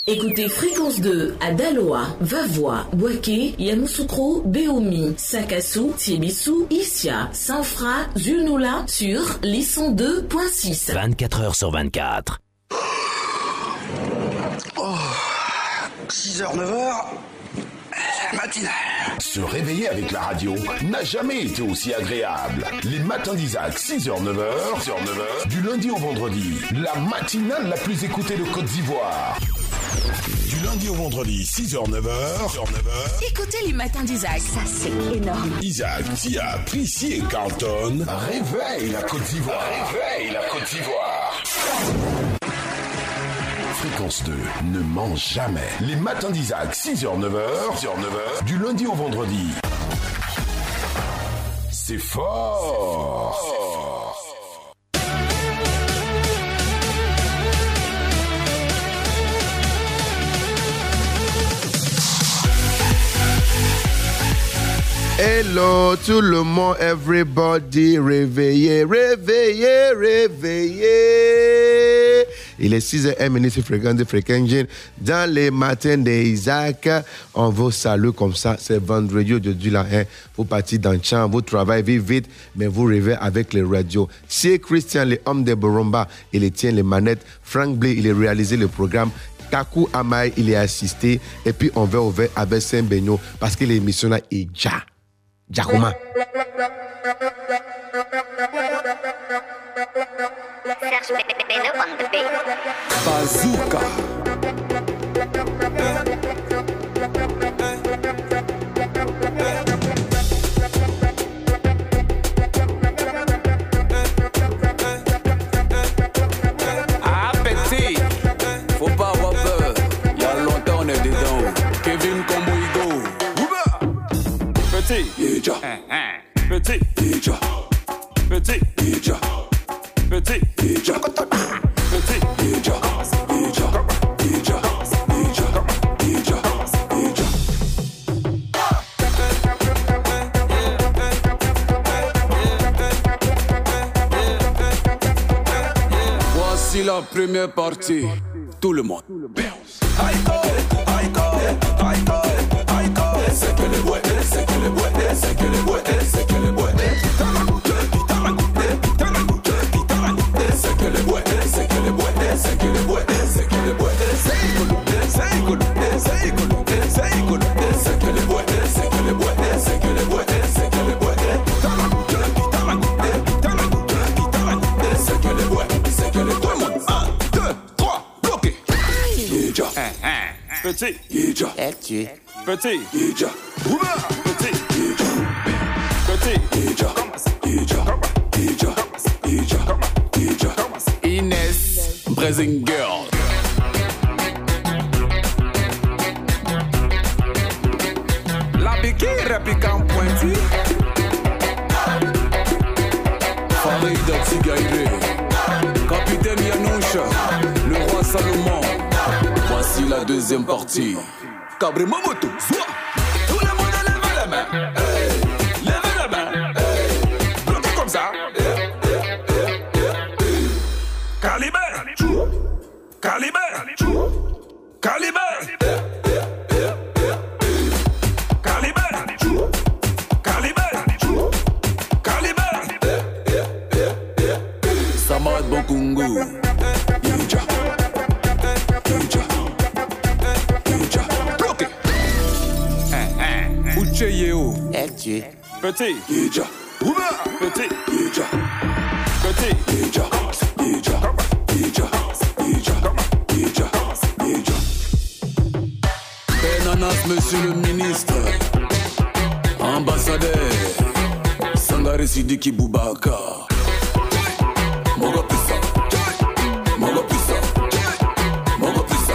Écoutez Fréquence 2 à Daloa, Vavois, Bouaké, Yamoussoukro, Béomi, Sakassou, Tiébissou, Issia, Sanfra, Zulnoula sur l'Isson 2.6. 24 heures sur 24. 6h, 9h, la matinale. Se réveiller avec la radio n'a jamais été aussi agréable. Les matins d'Isaac, 6h, 9h, du lundi au vendredi, la matinale la plus écoutée de Côte d'Ivoire. Du lundi au vendredi, 6h, 9h. Écoutez les matins d'Isaac. Ça, c'est énorme. Isaac, Tia, Prissy et Carlton réveillent la Côte d'Ivoire. Fréquence 2 ne ment jamais. Les matins d'Isaac, 6h, 9h, du lundi au vendredi. C'est fort. Hello tout le monde, everybody, réveillez. Il est 6h sur Fréquence de Fréquence dans les matins d'Isaac. On vous salue comme ça, c'est vendredi aujourd'hui là. Vous partez dans le champ, vous travaillez vite, mais vous rêvez avec les radios. C'est Christian, l'homme de Boromba, il tient les manettes. Frank Blé, il a réalisé le programme. Kakou Amaï, il est assisté. Et puis on va ouvrir avec Saint-Beigno parce que l'émission là est Jakuma. Bazooka. Ah petit, faut pas avoir peur. Il y a longtemps on est dedans. Kevin Komboigo. Petit, Ija. Petit, Ija. Petit, Ija. Petit, Ija. Petit, Ija. Voici la première partie. Tout le monde. C'est que les bois, c'est que les bois, c'est que les bois, c'est que les bois. C'est que les bois, c'est que les bois, c'est que les bois, c'est que les bois. C'est que les bois, c'est que les bois, c'est que les bois, c'est que les bois. C'est que les bois, c'est que les bois. 1, 2, 3, bloqué. Petit, Ija. Petit, Ija. Petit, Ija. Petit, Ija. Ija. Inès, Brazing Girl. La piquée réplique en pointu. Farid Tsigaïré. Capitaine Yanoucha. Le roi Salomon. Voici la deuxième partie. Cabri Momoto, soit. Tout le monde lève la main. Hey. Lève la main. Hey. Bloquez comme ça. Calibre. Calibre. Calibre. Samad Bokungu. Ucheyeo. Petit. Ija. Petit. Ija. Petit. Ija. Ija. Ija. Ija. Ija. Benanas, monsieur le ministre. Ambassadeur. Sangare Sidiki Boubacar. Mogo Pissa. Mogo Pissa. Mogo Pissa.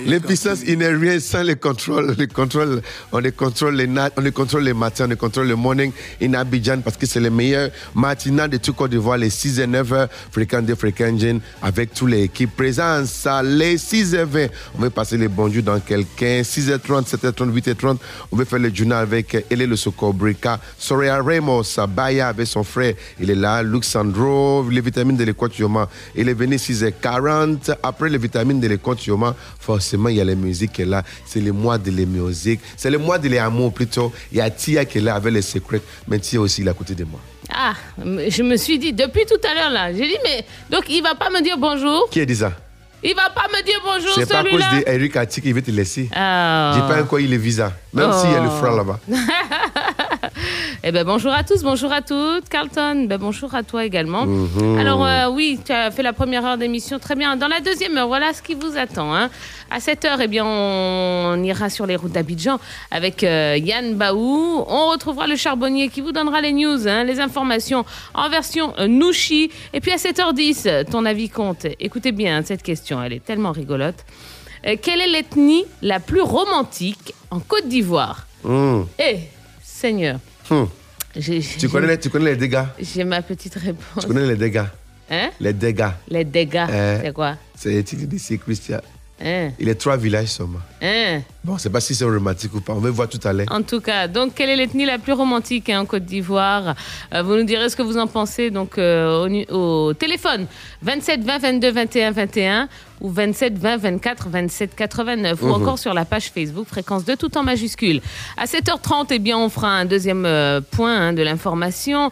Les puissances, il n'est rien sans les contrôles. On les contrôle les matins, on les contrôle le morning in Abidjan parce que c'est le meilleur matinal de tout Côte d'Ivoire, les 6 et 9h, Fréquent de Fréquengine, avec toutes les équipes présentes. Les 6h20, on va passer les bonjours dans quelqu'un. 6h30, 7h30, 8h30, on va faire le journal avec Ele Le Socobrica, Soraya Ramos, Baya avec son frère, il est là, Luxandro, les vitamines de l'Équateur, il est venu 6h40. Après les vitamines de l'Équateur, forcément, il y a la musique qui est là. C'est le mois de la musique. C'est le mois de l'amour plutôt. Il y a Tia qui est là avec les secrets. Mais Tia aussi, il est à côté de moi. Ah, je me suis dit, depuis tout à l'heure là, j'ai dit, mais donc il va pas me dire bonjour? Qui a dit ça? Il va pas me dire bonjour, c'est celui-là? C'est pas à cause d'Eric Attic qu'il veut te laisser. Oh. J'ai pas encore eu le visa. Même s'il y a le franc là-bas. Eh ben, bonjour à tous, bonjour à toutes. Carlton, ben, bonjour à toi également. Alors, oui, tu as fait la première heure d'émission. Très bien. Dans la deuxième heure, voilà ce qui vous attend. Hein. À 7h, eh bien, on ira sur les routes d'Abidjan avec Yann Baou. On retrouvera le charbonnier qui vous donnera les news, hein, les informations en version Nouchi. Et puis à 7h10, ton avis compte. Écoutez bien cette question, elle est tellement rigolote. Quelle est l'ethnie la plus romantique en Côte d'Ivoire? Eh, Seigneur. Tu connais les dégâts? J'ai ma petite réponse. Tu connais les dégâts? Hein? Les dégâts. Les dégâts, c'est quoi? C'est l'éthique d'ici, Christian. Il est 3 villages seulement. Bon, je ne sais pas si c'est romantique ou pas. On va voir tout à l'heure. En tout cas, donc, quelle est l'ethnie la plus romantique en Côte d'Ivoire? Vous nous direz ce que vous en pensez donc, au téléphone 27 20 22 21 21 ou 27 20 24 27 89 ou encore sur la page Facebook Fréquence 2 tout en majuscule. À 7h30, eh bien, on fera un deuxième point de l'information.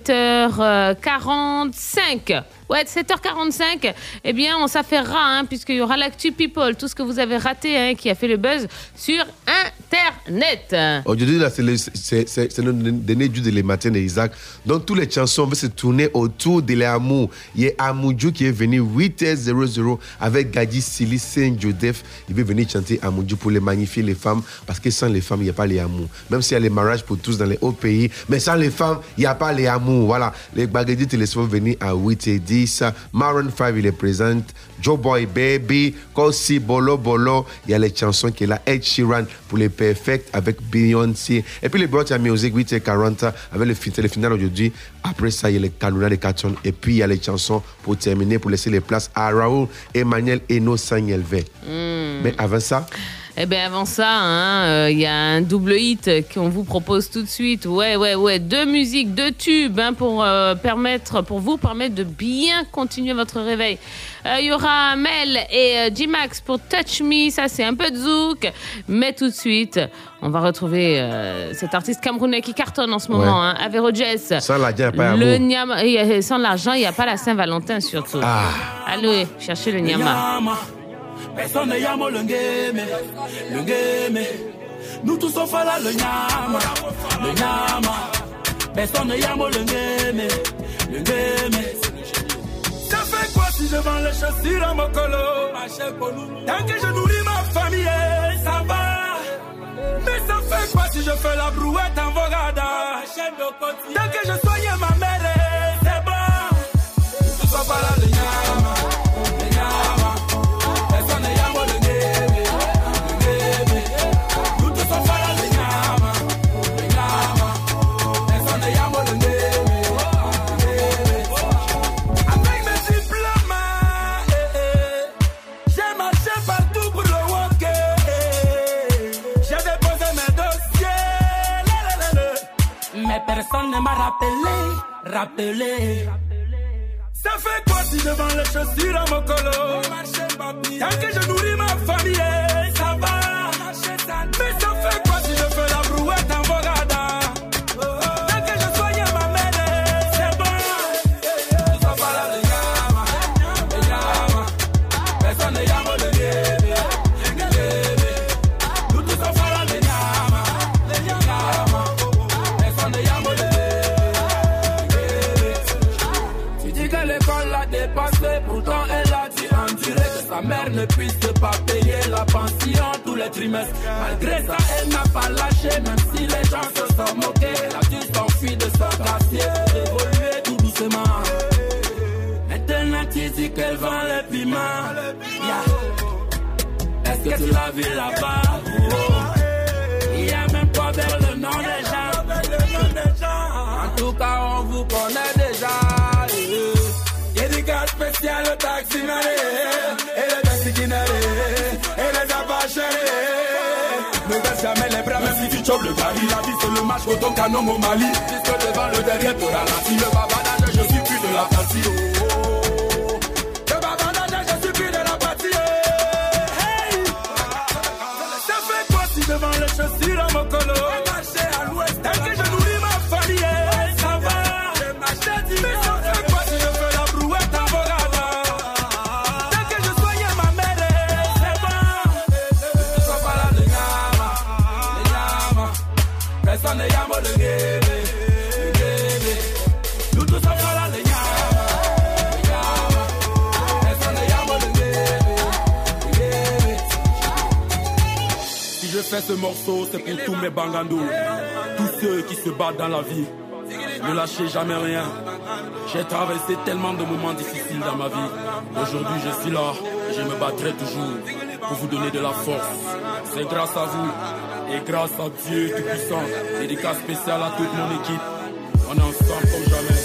7h45. Ouais, 7h45, eh bien, on s'affairera, puisqu'il y aura l'actu people, tout ce que vous avez raté, qui a fait le buzz sur Internet. Aujourd'hui, là, c'est le dernier jour de les matins d'Isaac. Donc, toutes les chansons vont se tourner autour de l'amour. Il y a Amoudjou qui est venu 8h00 avec Gadi Sili Saint-Joseph. Il veut venir chanter Amoudjou pour les magnifier les femmes, parce que sans les femmes, il n'y a pas les amours. Même s'il y a les mariages pour tous dans les hauts pays, mais sans les femmes, il n'y a pas les amours. Voilà, les Bagadi téléphone venir à 8h10. Maroon 5, il est présent. Joe Boy Baby, Kossi, Bolo Bolo. Il y a les chansons qui est là. Ed Sheeran pour les Perfect avec Beyoncé. Et puis les Brothers Music 8h40 avec le final aujourd'hui. Après ça, il y a les Kanuna, les cartons. Et puis il y a les chansons pour terminer, pour laisser les places à Raoul, Emmanuel et No Sagnelvé. Mais avant ça. Eh bien, avant ça, y a un double hit qu'on vous propose tout de suite. Ouais. 2 musiques, 2 tubes pour vous permettre de bien continuer votre réveil. Il y aura Mel et J-Max pour Touch Me. Ça, c'est un peu de zouk. Mais tout de suite, on va retrouver cet artiste camerounais qui cartonne en ce moment, Avero Jess. Sans l'argent, il n'y a pas l'amour. Sans l'argent, il n'y a pas la Saint-Valentin surtout. Allez, cherchez le Nyama. Personne ne yamo le game. Nous tous on fait là le nyama. Personne ne yamo le game. Ça fait quoi si je vends les chaussures à mon colo? Tant que je nourris ma famille, ça va. Mais ça fait quoi si je fais la brouette en Vogada? Tant que je soigne ma mère, c'est bon. Nous tous on fait là le nyama. Personne ne m'a rappelé. Ça fait quoi si je vends les chaussures à mon colo? Tant que je nourris ma famille, ça va. Mais ça fait quoi si je fais la brouette en Vogada? Tant que je soigne ma mère, c'est bon. Tout ça va là, le nyama. Personne ne yama le game. Nous tous on va là, le nyama. Pourtant elle a dit en direct que sa mère ne puisse pas payer la pension tous les trimestres. Malgré ça elle n'a pas lâché, même si les gens se sont moqués. Elle a dû s'enfuir de son quartier, évoluer tout doucement. Maintenant tu dis qu'elle vend les piments. que tu l'as vu là-bas. Il y a même pas vers le nom des gens. En tout cas, on vous connaît déjà. Dédicace spéciale au taximan et le taxi qui n'allait et les apachés. Ne baisse jamais les bras même si tu chopes le carry. La vie c'est le match contre ton canon au Mali. Puisque devant le derrière te ralentit. Le bavardage je suis plus de la partie. Le bavardage je suis plus de la partie. Hey, ça fait quoi si devant les chaussures à mon colo? Marcher à l'ouest. Tant que je nourris ma famille. Ça va. Je m'achète du mais ça fait quoi si je fais la brouette en Borada? Tant que je soigne ma mère. C'est bon. Tu sois pas là de Nyama. Personne ne yama le guébé. Nous tous sommes là de Nyama. Personne ne yama le guébé. Si je fais ce morceau, c'est pour tous mes bangandos. Tous ceux qui se battent dans la vie. Ne lâchez jamais rien. J'ai traversé tellement de moments difficiles dans ma vie. Aujourd'hui je suis là et je me battrai toujours pour vous donner de la force. C'est grâce à vous et grâce à Dieu Tout-Puissant. Dédicace spéciale à toute mon équipe. On est ensemble comme jamais.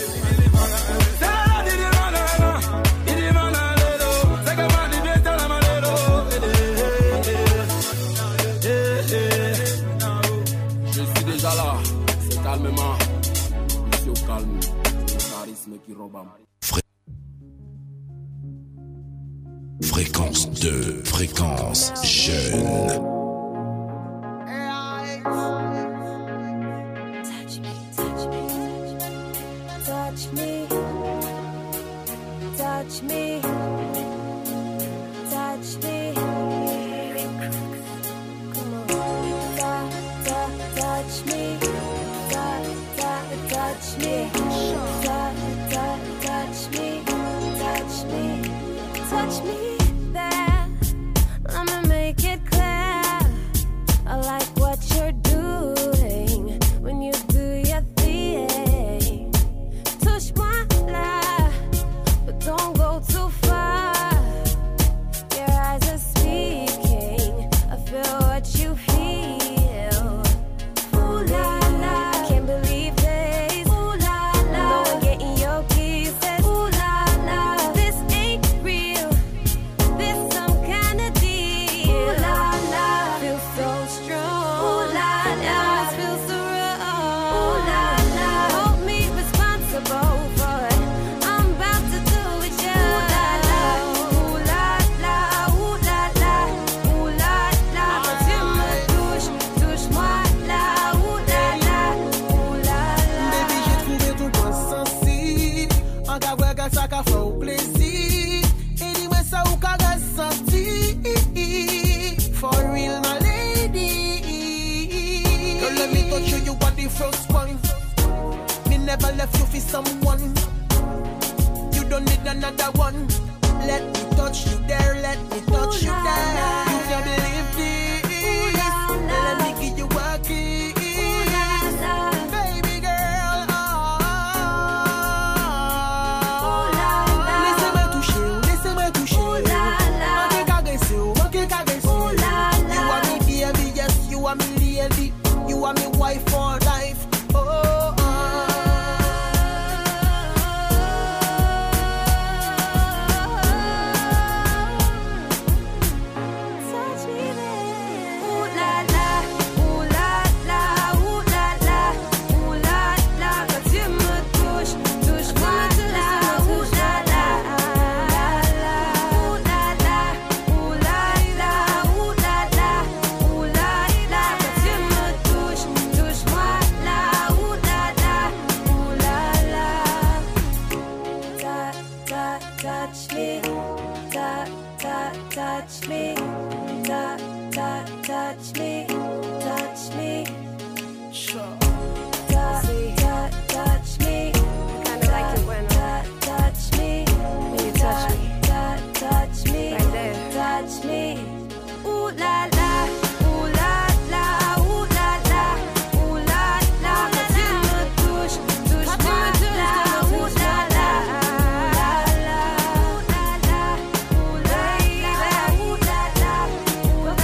Je suis déjà là, c'est calmement. Monsieur au calme, le charisme qui robe. Fréquence 2, fréquence jeune. Touch me, touch me, touch me. Come on, touch me, touch me, touch me, touch me, touch me there. I'ma make it clear. I like what you're doing when you do your thing. Touch my life, but don't go too far. Your eyes are speaking. I feel what you feel. Ooh la la, I can't believe this. Ooh la la, no one getting your kisses. Ooh la la, this ain't real. This some kind of deal. Ooh la la, feel so strong. Ooh la la, feel so wrong. Ooh la la, hold me responsible for it. I'm about to do it, yeah. Ooh la la, ooh la la, ooh la la, ooh la la. Quand tu me touches, touche-moi là. Ooh la la, ooh la la. Baby, j'ai trouvé ton point sensible. En cas où ça qu'a fait au plaisir. Et dis-moi ça où qu'a ressenti. For real, my lady. Girl, let me touch you, you are the first one. Me never left you for someone. You don't need another one. Let me touch you there, let me touch you there. You can't believe this. Let me give you a kiss. Baby girl, laissez-moi toucher. Manquez caresser. You are me baby, yes, you are me lady. You are me wife for life. Oh, Touch me there. Ooh la la, ooh la la, ooh la la, ooh la la. Quand tu me touches, touche-moi là. Ooh la la, ooh la la, ooh la la, ooh la la, ooh la la. Quand tu me touches, touche-moi là. Ooh la la, ooh la la. Touch me, touch me, touch me, touch me. sure. Touch me. Kinda like it when Touch me. when you touch me. Touch me. Right there. Touch me. Ooh la la. Ooh la la. Ooh la la. Ooh la la. Quand tu me touches, touche-moi là. Ooh la la. Ooh la la. Ooh la la. Ooh la la.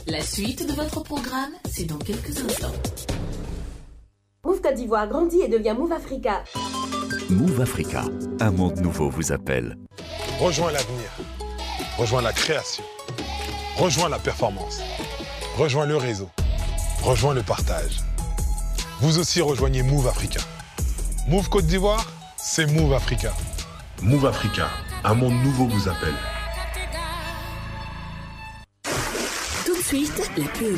La suite de votre programme, c'est dans quelques instants. Move Côte d'Ivoire grandit et devient Move Africa. Move Africa, un monde nouveau vous appelle. Rejoins l'avenir. Rejoins la création. Rejoins la performance. Rejoins le réseau. Rejoins le partage. Vous aussi rejoignez Move Africa. Move Côte d'Ivoire, c'est Move Africa. Move Africa, un monde nouveau vous appelle. Tout de suite, la pub.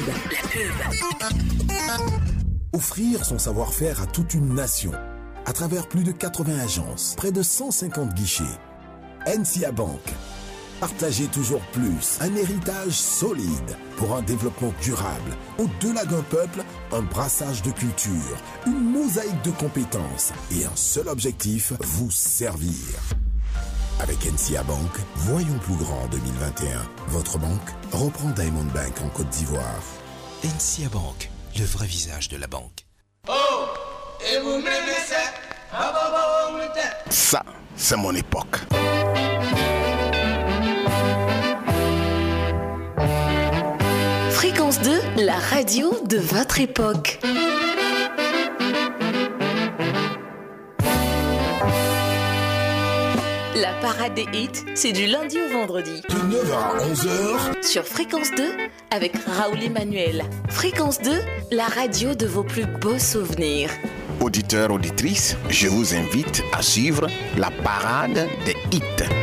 Offrir son savoir-faire à toute une nation. À travers plus de 80 agences, près de 150 guichets. NCA Bank. Partager toujours plus, un héritage solide pour un développement durable. Au-delà d'un peuple, un brassage de culture, une mosaïque de compétences et un seul objectif, vous servir. Avec NCA Bank, voyons plus grand en 2021. Votre banque reprend Diamond Bank en Côte d'Ivoire. NCA Bank, le vrai visage de la banque. Ça, c'est mon époque. Fréquence 2, la radio de votre époque. La parade des hits, c'est du lundi au vendredi. De 9h à 11h. Sur Fréquence 2, avec Raoul Emmanuel. Fréquence 2, la radio de vos plus beaux souvenirs. Auditeurs, auditrices, je vous invite à suivre la parade des hits.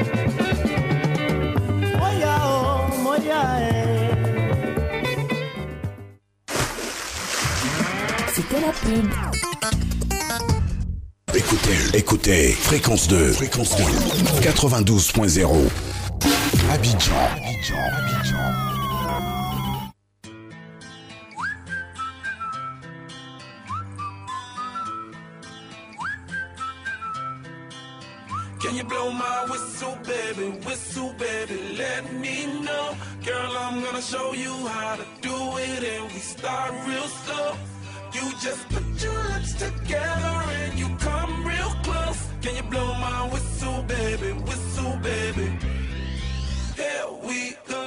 C'était la pub. Écoutez, Fréquence 2, 92.0. Abidjan. Can you blow my whistle, baby, let me know. Girl, I'm gonna show you how to do it and we start real slow. You just put your lips together and you come real close. Can you blow my whistle, baby, here we go.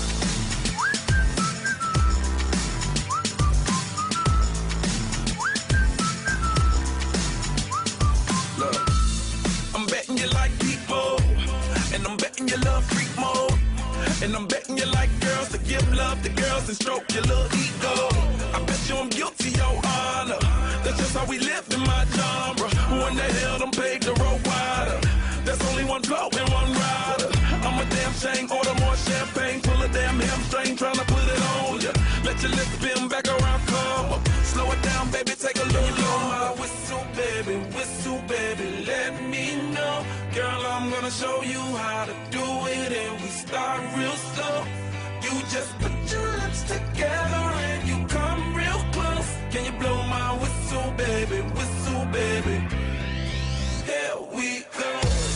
Look, I'm betting you like people, and I'm betting you love freak mode, and I'm betting you like girls to give love to girls and stroke your little ego. I bet you I'm guilty, your honor. That's just how we live in my genre. Who in the hell done paved the road wider? There's only one blow and one rider. I'm a damn shame, order more champagne, pull a damn hamstring, tryna put it on ya. Let your lips spin back around, come up. Slow it down, baby, take a look. Blow my whistle, baby, let me know. Girl, I'm gonna show you how to do it and we start real slow. You just put your lips together and you come real close. Can you blow my whistle, baby, here we go.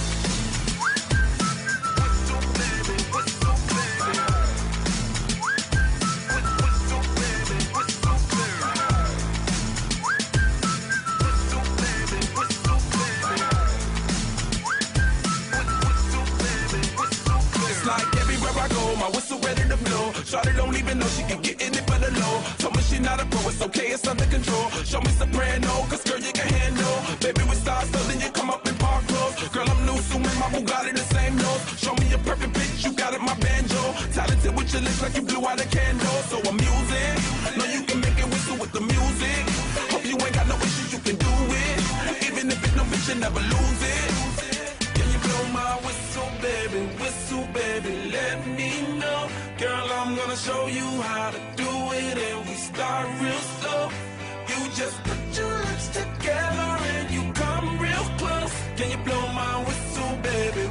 My whistle ready to blow. Shawty don't even know she can get in it for the low. Told me she not a pro, it's okay, it's under control. Show me soprano, cause girl you can handle. Baby we start so then you come up in park clothes. Girl I'm new, so my Bugatti the same nose. Show me a perfect pitch, you got it my banjo. Talented with your lips like you blew out a candle. So I'm using, know you can make it whistle with the music. Hope you ain't got no issues, you can do it. Even if it's no bitch, you never lose it. Can you blow my whistle, baby, let me know. Girl, I'm gonna show you how to do it and we start real slow. You just put your lips together and you come real close. Can you blow my whistle, baby,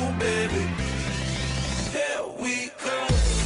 here we go.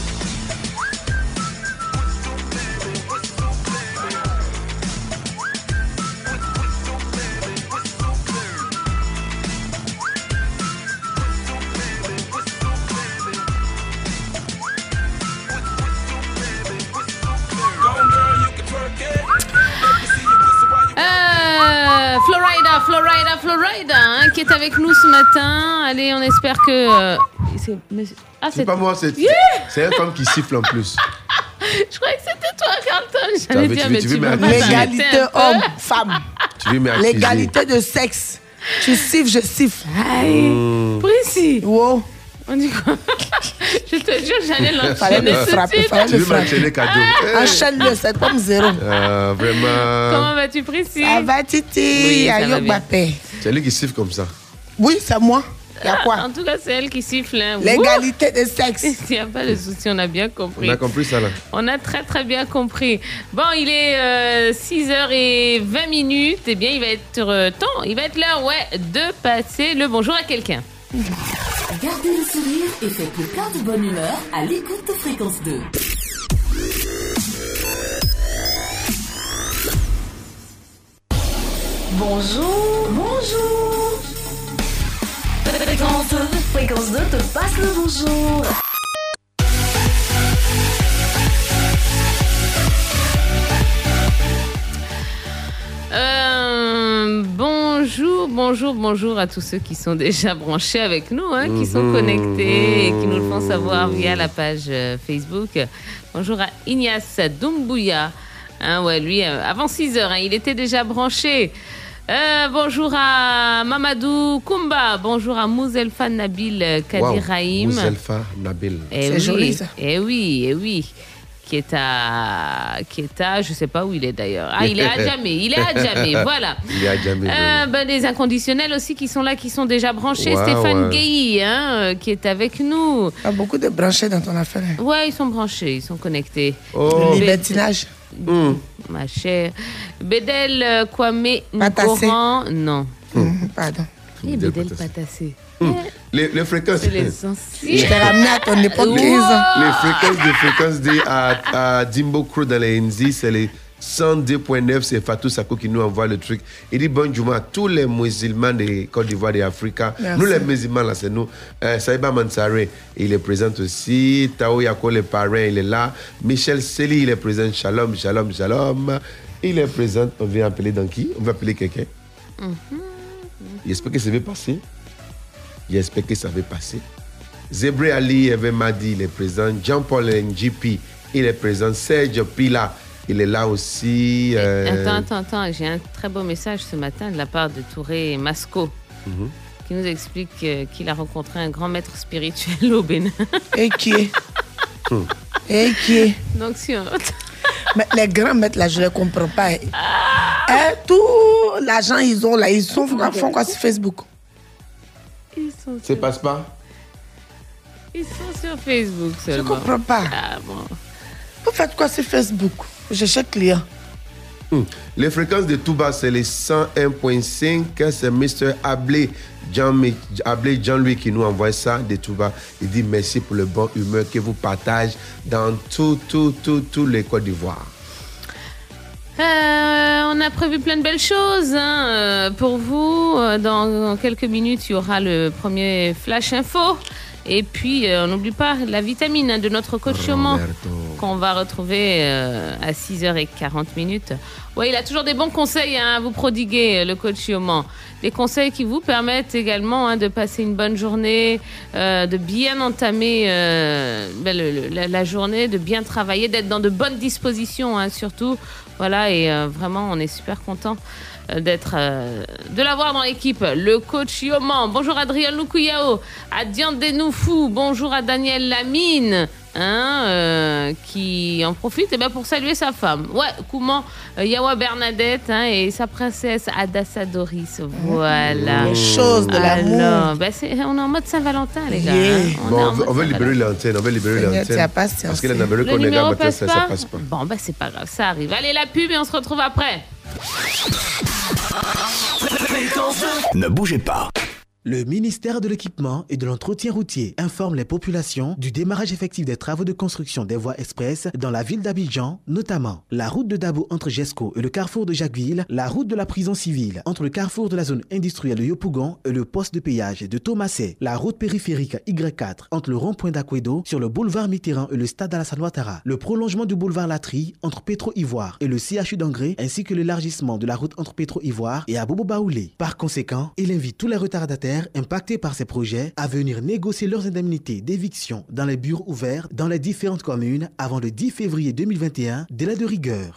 Florida, hein, qui est avec nous ce matin. Allez, on espère que... c'est pas moi, c'est une femme qui siffle en plus. Je croyais que c'était toi, Carlton. J'allais dire, mais tu veux l'égalité homme-femme. Tu veux m'accuser. L'égalité de sexe. Tu siffles, je siffle. Aïe. Précis. Wow. On dit quoi? Je te jure, j'allais l'enchaîner. Fallait le frapper. Tu veux m'enchaîner cadeau. Enchaîne-le, c'est comme 0. Vraiment. Comment vas-tu, Précis? Ça va, Titi. Oui, ça va bien. C'est lui qui siffle comme ça. Oui, c'est moi. Il y a quoi? En tout cas, c'est elle qui siffle. Hein. L'égalité de sexe. Il n'y a pas de souci, on a bien compris. On a compris ça là. On a très très bien compris. Bon, il est 6h20. Eh bien, il va être l'heure, de passer le bonjour à quelqu'un. Gardez le sourire et faites le plein de bonne humeur à l'écoute de Fréquence 2. Bonjour, bonjour. Fréquence 2 te passe le bonjour. Bonjour à tous ceux qui sont déjà branchés avec nous, qui sont connectés et qui nous le font savoir via la page Facebook. Bonjour à Ignace Doumbouya. Lui, avant 6h, il était déjà branché. Bonjour à Mamadou Koumba. Bonjour à Mouzelfa Nabil Kadiraïm. Mouzelfa Nabil. C'est joli ça. Eh oui. Qui est à, je sais pas où il est d'ailleurs. Ah, il est à Djamé, voilà. Il est à Djamé. Les inconditionnels aussi qui sont là, qui sont déjà branchés. Stéphane Guéhi, qui est avec nous. Il y a beaucoup de branchés dans ton affaire. Ouais, ils sont branchés, ils sont connectés. Le libertinage. Ma chère. Bédel Kwame Nkoran. Non. Pardon. Bédel Patassé. Les fréquences. Je t'ai ramené à ton époque 15 ans. Les fréquences à Dimbo Crew dans les NZ, c'est les 102.9. C'est Fatou Sako qui nous envoie le truc. Il dit bonjour à tous les musulmans de Côte d'Ivoire et Afrique. Nous, les musulmans, là, c'est nous. Saïba Mansare, il est présent aussi. Tao Yako, le parrain, il est là. Michel Seli, il est présent. Shalom. Il est présent. On vient appeler dans qui? On va appeler quelqu'un. J'espère que ça va passer. Zébré Ali Evemadi, il est présent. Jean-Paul NGP, il est présent. Serge Pila, il est là aussi. Attends. J'ai un très beau message ce matin de la part de Touré Masco, qui nous explique qu'il a rencontré un grand maître spirituel au Bénin. Et qui est Donc, si on... Mais les grands maîtres, là, je ne les comprends pas. Tout l'argent ils ont là, ils font quoi sur Facebook? Ça passe pas? Ils sont sur Facebook seulement. Je comprends pas. Ah bon. Vous faites quoi sur Facebook? Je cherche client. Les fréquences de Touba, c'est les 101.5. C'est Mr. Ablé Jean-Louis qui nous envoie ça de Touba. Il dit merci pour le bon humeur que vous partagez dans tous les Côtes d'Ivoire. On a prévu plein de belles choses pour vous. Dans quelques minutes, il y aura le premier Flash Info. Et puis, on n'oublie pas la vitamine de notre coach Choman qu'on va retrouver à 6h40. Ouais, il a toujours des bons conseils à vous prodiguer, le coach Choman. Des conseils qui vous permettent également de passer une bonne journée, de bien entamer la journée, de bien travailler, d'être dans de bonnes dispositions surtout. Voilà, et vraiment, on est super content de l'avoir dans l'équipe. Le coach Yoman. Bonjour Adrien Lukuyao, à Diane Denoufou. Bonjour à Daniel Lamine, qui en profite pour saluer sa femme. Ouais, comment Yawa Bernadette et sa princesse Adassa Doris. Voilà. Les choses de l'amour. On est en mode Saint-Valentin, les gars. On veut libérer l'antenne. Parce que le numéro passe pas. Ça passe pas. Bon, c'est pas grave, ça arrive. Allez, la pub et on se retrouve après. Ne bougez pas. Le ministère de l'Équipement et de l'Entretien routier informe les populations du démarrage effectif des travaux de construction des voies express dans la ville d'Abidjan, notamment la route de Dabo entre Jesco et le carrefour de Jacquesville, la route de la prison civile entre le carrefour de la zone industrielle de Yopougon et le poste de péage de Thomasset, la route périphérique Y4 entre le rond-point d'Akwedo sur le boulevard Mitterrand et le stade Alassane Ouattara, le prolongement du boulevard Latry entre Petro-Ivoire et le CHU d'Angré, ainsi que l'élargissement de la route entre Petro-Ivoire et Abobo Baoulé. Par conséquent, il invite tous les retardataires locataires impactés par ces projets à venir négocier leurs indemnités d'éviction dans les bureaux ouverts dans les différentes communes avant le 10 février 2021, délai de rigueur.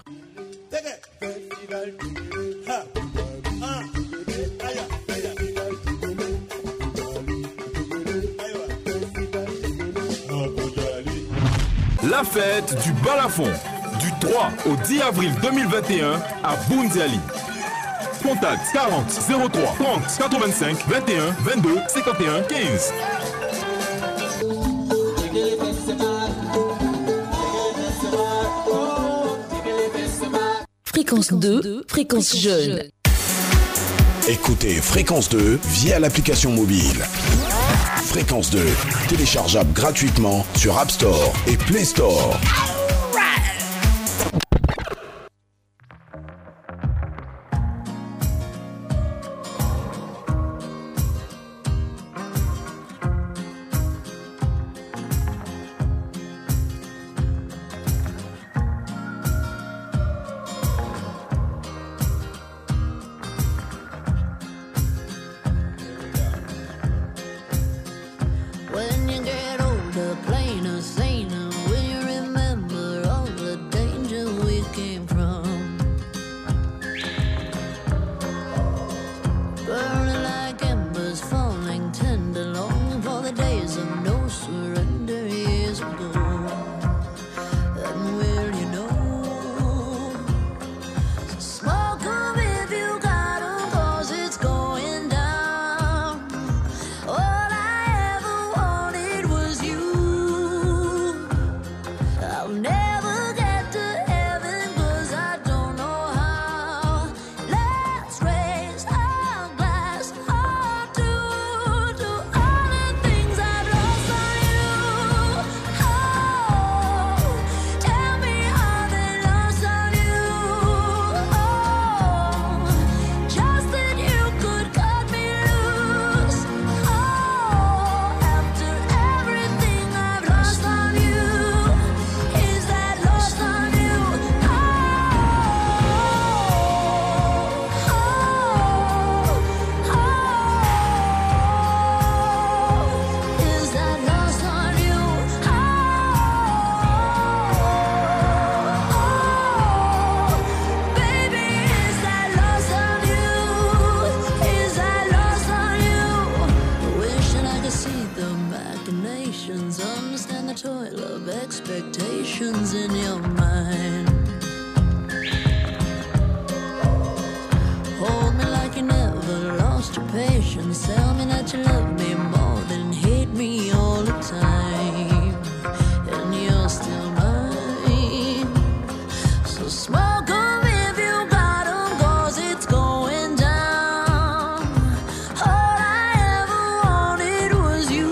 La fête du balafon, du 3 au 10 avril 2021 à Boundiali. Contact 40 03 30 85 21 22 51 15. Fréquence 2, fréquence jeune. Écoutez Fréquence 2 via l'application mobile. Fréquence 2, téléchargeable gratuitement sur App Store et Play Store. When you get older, plainer, saner, will you remember all the danger we came from? Burning like embers, falling tender, longing for the days of no surrender years ago. And will you know? So smoke 'em if you got 'em, 'cause it's going down. All I ever wanted was you. I'll never get to heaven 'cause I don't know how. Let's raise our glass up to all the things I've lost on you. Oh, tell me how they lost on you. Oh, just that you could cut me loose. Oh, after everything I've lost on you, is that lost on you? Is that lost on you? Baby, is that lost on you? Is that lost on you? Wishing I could see the machinations, understand the toil of expectations in your mind. Hold me like you never lost your patience. Tell me that you love me more than hate me all the time. And you're still mine. So smoke 'em if you got 'em, 'cause it's going down. All I ever wanted was you.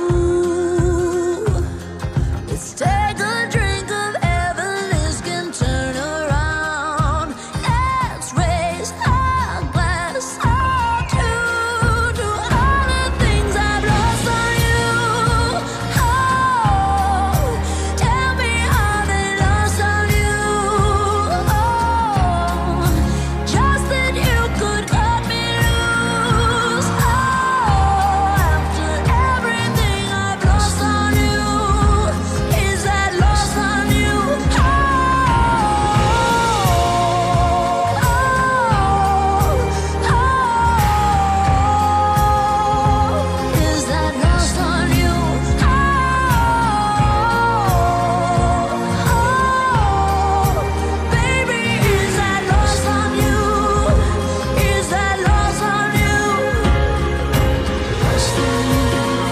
Let's take a drink of heaven, this can turn around. Let's raise our glass up to all the things I've lost on you. Oh, tell me how they lost on you. Oh, just that you could cut me loose. Oh, after everything I've lost on you, is that lost on you? Is that lost on you? Baby, is that lost on you? Is that lost on you? Lost on you.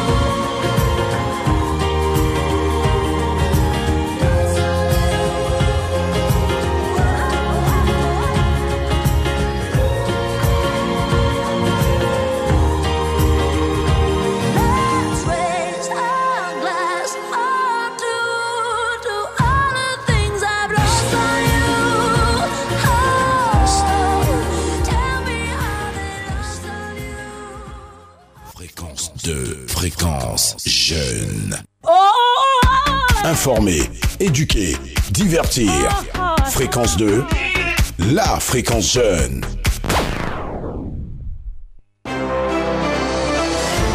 Let's raise our glass up to all the things I've lost on you. Oh, tell me how they lost on you. Fréquence 2, fréquence jeune. Informer, éduquer, divertir. Fréquence 2, la fréquence jeune.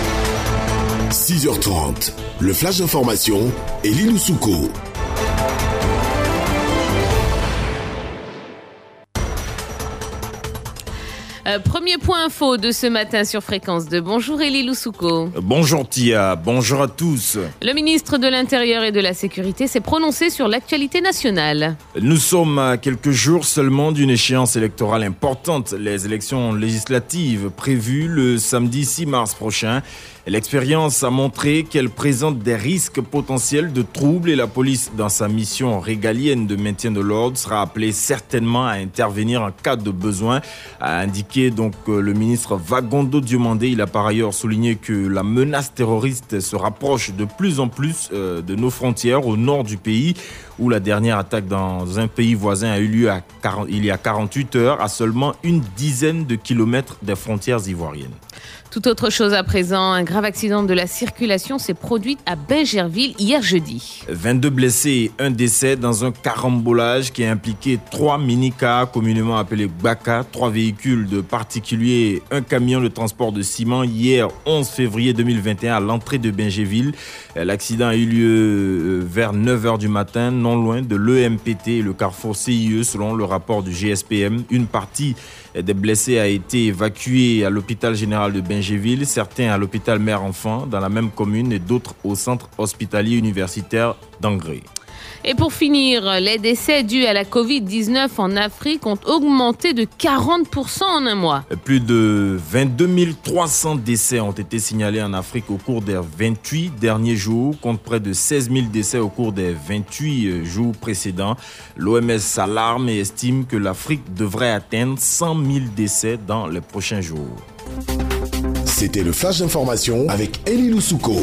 6h30, le flash d'information et Lilou Souko. Premier point info de ce matin sur Fréquence 2. Bonjour Elie Loussouko. Bonjour Tia, bonjour à tous. Le ministre de l'Intérieur et de la Sécurité s'est prononcé sur l'actualité nationale. Nous sommes à quelques jours seulement d'une échéance électorale importante, les élections législatives prévues le samedi 6 mars prochain. L'expérience a montré qu'elle présente des risques potentiels de troubles et la police, dans sa mission régalienne de maintien de l'ordre, sera appelée certainement à intervenir en cas de besoin, a indiqué donc le ministre Vagondo Diomandé. Il a par ailleurs souligné que la menace terroriste se rapproche de plus en plus de nos frontières au nord du pays, où la dernière attaque dans un pays voisin a eu lieu il y a 48 heures, à seulement une dizaine de kilomètres des frontières ivoiriennes. Tout autre chose à présent, un grave accident de la circulation s'est produit à Bingerville hier jeudi. 22 blessés et un décès dans un carambolage qui a impliqué 3 mini-cars communément appelés Baka, 3 véhicules de particuliers et un camion de transport de ciment hier 11 février 2021 à l'entrée de Bingerville. L'accident a eu lieu vers 9h du matin, non loin de l'EMPT et le carrefour CIE selon le rapport du GSPM. Une partie des blessés a été évacuée à l'hôpital général de Bingerville, certains à l'hôpital mère-enfant dans la même commune et d'autres au centre hospitalier universitaire d'Angré. Et pour finir, les décès dus à la Covid-19 en Afrique ont augmenté de 40% en un mois. Plus de 22 300 décès ont été signalés en Afrique au cours des 28 derniers jours, contre près de 16 000 décès au cours des 28 jours précédents. L'OMS s'alarme et estime que l'Afrique devrait atteindre 100 000 décès dans les prochains jours. C'était le flash d'information avec Elie Loussouko.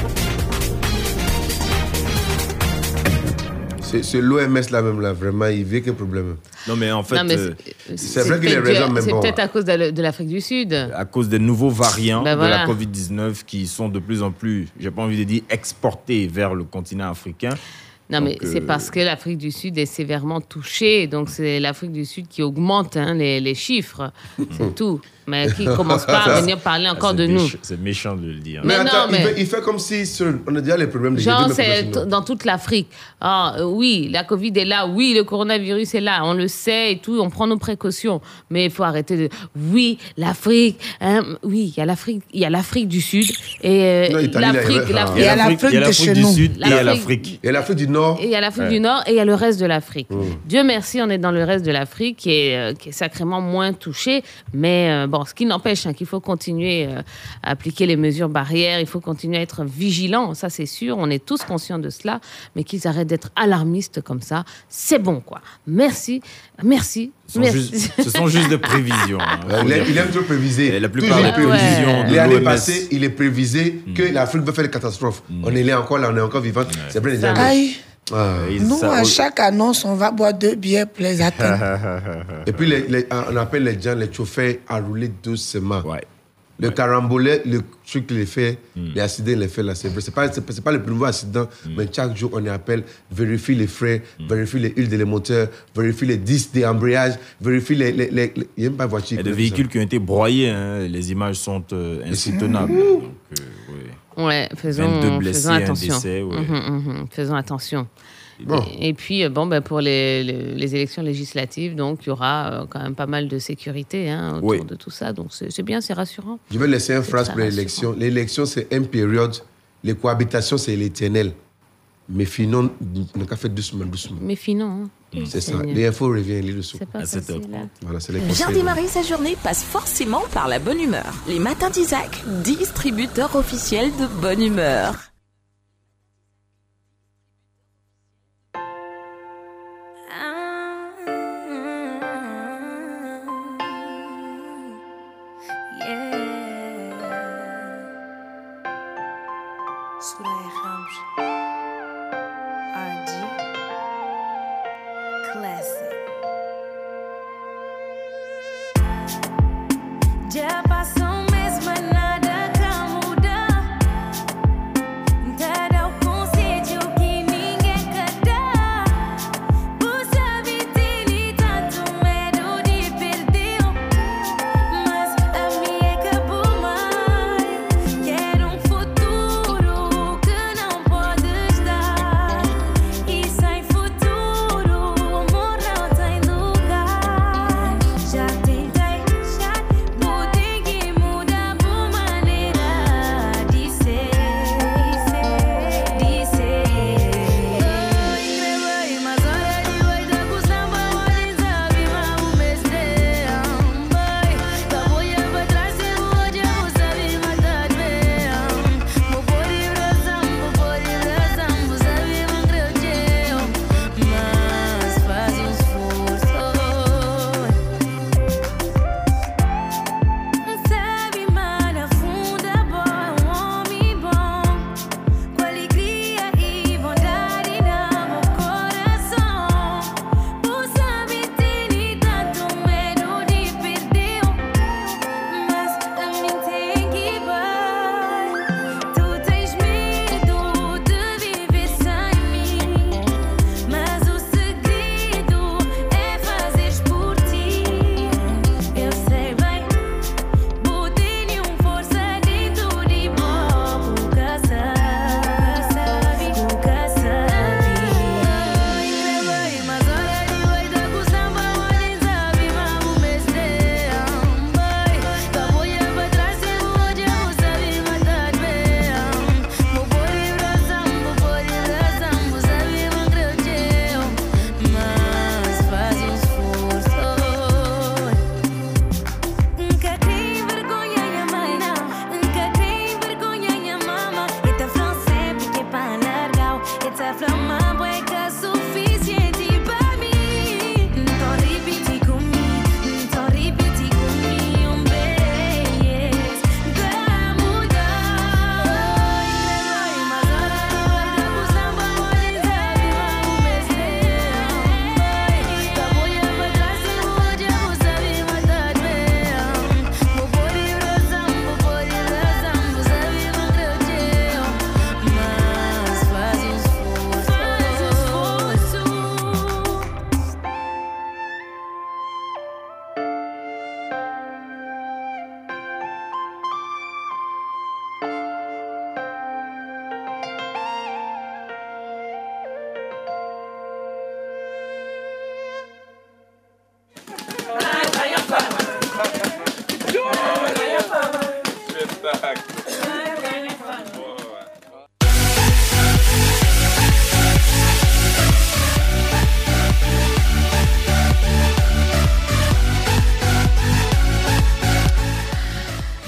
C'est l'OMS là même là, vraiment, il vit quel problème. Non mais en fait, c'est vrai qu'il est raison, mais c'est bon. peut-être à cause de l'Afrique du Sud. À cause des nouveaux variants Ben de voilà. la Covid-19 qui sont de plus en plus, j'ai pas envie de dire, exportés vers le continent africain. Non, Donc, mais c'est parce que l'Afrique du Sud est sévèrement touchée. Donc, c'est l'Afrique du Sud qui augmente les chiffres. C'est tout. Mais qui ne commence pas à venir parler encore de nous. C'est méchant de le dire. Mais attends, non, mais- il fait comme si on a déjà les problèmes de Genre, mais c'est sinon. dans toute l'Afrique. Ah, oui, la Covid est là. Oui, le coronavirus est là. On le sait et tout. On prend nos précautions. Mais il faut arrêter de... Oui, l'Afrique. Oui, il y a l'Afrique du Sud. Et Non, Italie, l'Afrique... là, Il y a l'Afrique de chez nous. Sud et il y a l'Afrique. Et l'Afrique du Nord. Et il y a l'Afrique du Nord et il y a le reste de l'Afrique. Dieu merci, on est dans le reste de l'Afrique qui est sacrément moins touché. Mais bon, ce qui n'empêche qu'il faut continuer à appliquer les mesures barrières, il faut continuer à être vigilant, ça c'est sûr, on est tous conscients de cela, mais qu'ils arrêtent d'être alarmistes comme ça, c'est bon quoi. Merci. Ce sont juste des prévisions. Il aime trop préviser. Et la plupart des prévisions de L'année l'OMS. passée, il est prévisé que l'Afrique va faire des catastrophes. On est là encore, là, on est encore vivant. C'est vrai, les gens. Aïe. Et Nous, ça- à chaque annonce, on va boire 2 bières pour les atteindre. Et puis, on appelle les gens, les chauffeurs, à rouler doucement. Le carambolet, le truc qu'il fait, les accidents, il les fait là, c'est vrai. C'est pas le plus nouveau accident, mais chaque jour, on appelle, vérifie les freins, vérifie les huiles de les moteurs, vérifie les disques d'embrayage, vérifie les. Il n'y a même pas de voiture. Il y a des véhicules qui ont été broyés, hein. Les images sont insoutenables. Donc, oui. Ouais, 22 faisons blessés, attention. un décès, ouais. Faisons attention. Bon. Et puis, pour les élections législatives, donc, il y aura quand même pas mal de sécurité autour de tout ça. Donc, c'est bien, c'est rassurant. Je vais laisser une phrase très pour l'élection. L'élection, c'est une période. Les cohabitations, c'est l'éternel. Mais finalement, on a fait doucement. Mais finalement. C'est ça. Les infos reviennent, les dessous. C'est pas facile. Voilà, c'est les Bien conseils. démarrer sa journée passe forcément par la bonne humeur. Les matins d'Isaac, distributeur officiel de bonne humeur. Soleil Ramj. RG. Classic. Já passou um mês, mas nada tá mudando. Tá dá o conselho que ninguém quer dar. Por saber ter tanto medo de perder. Mas a minha acabou mais. Quero um futuro.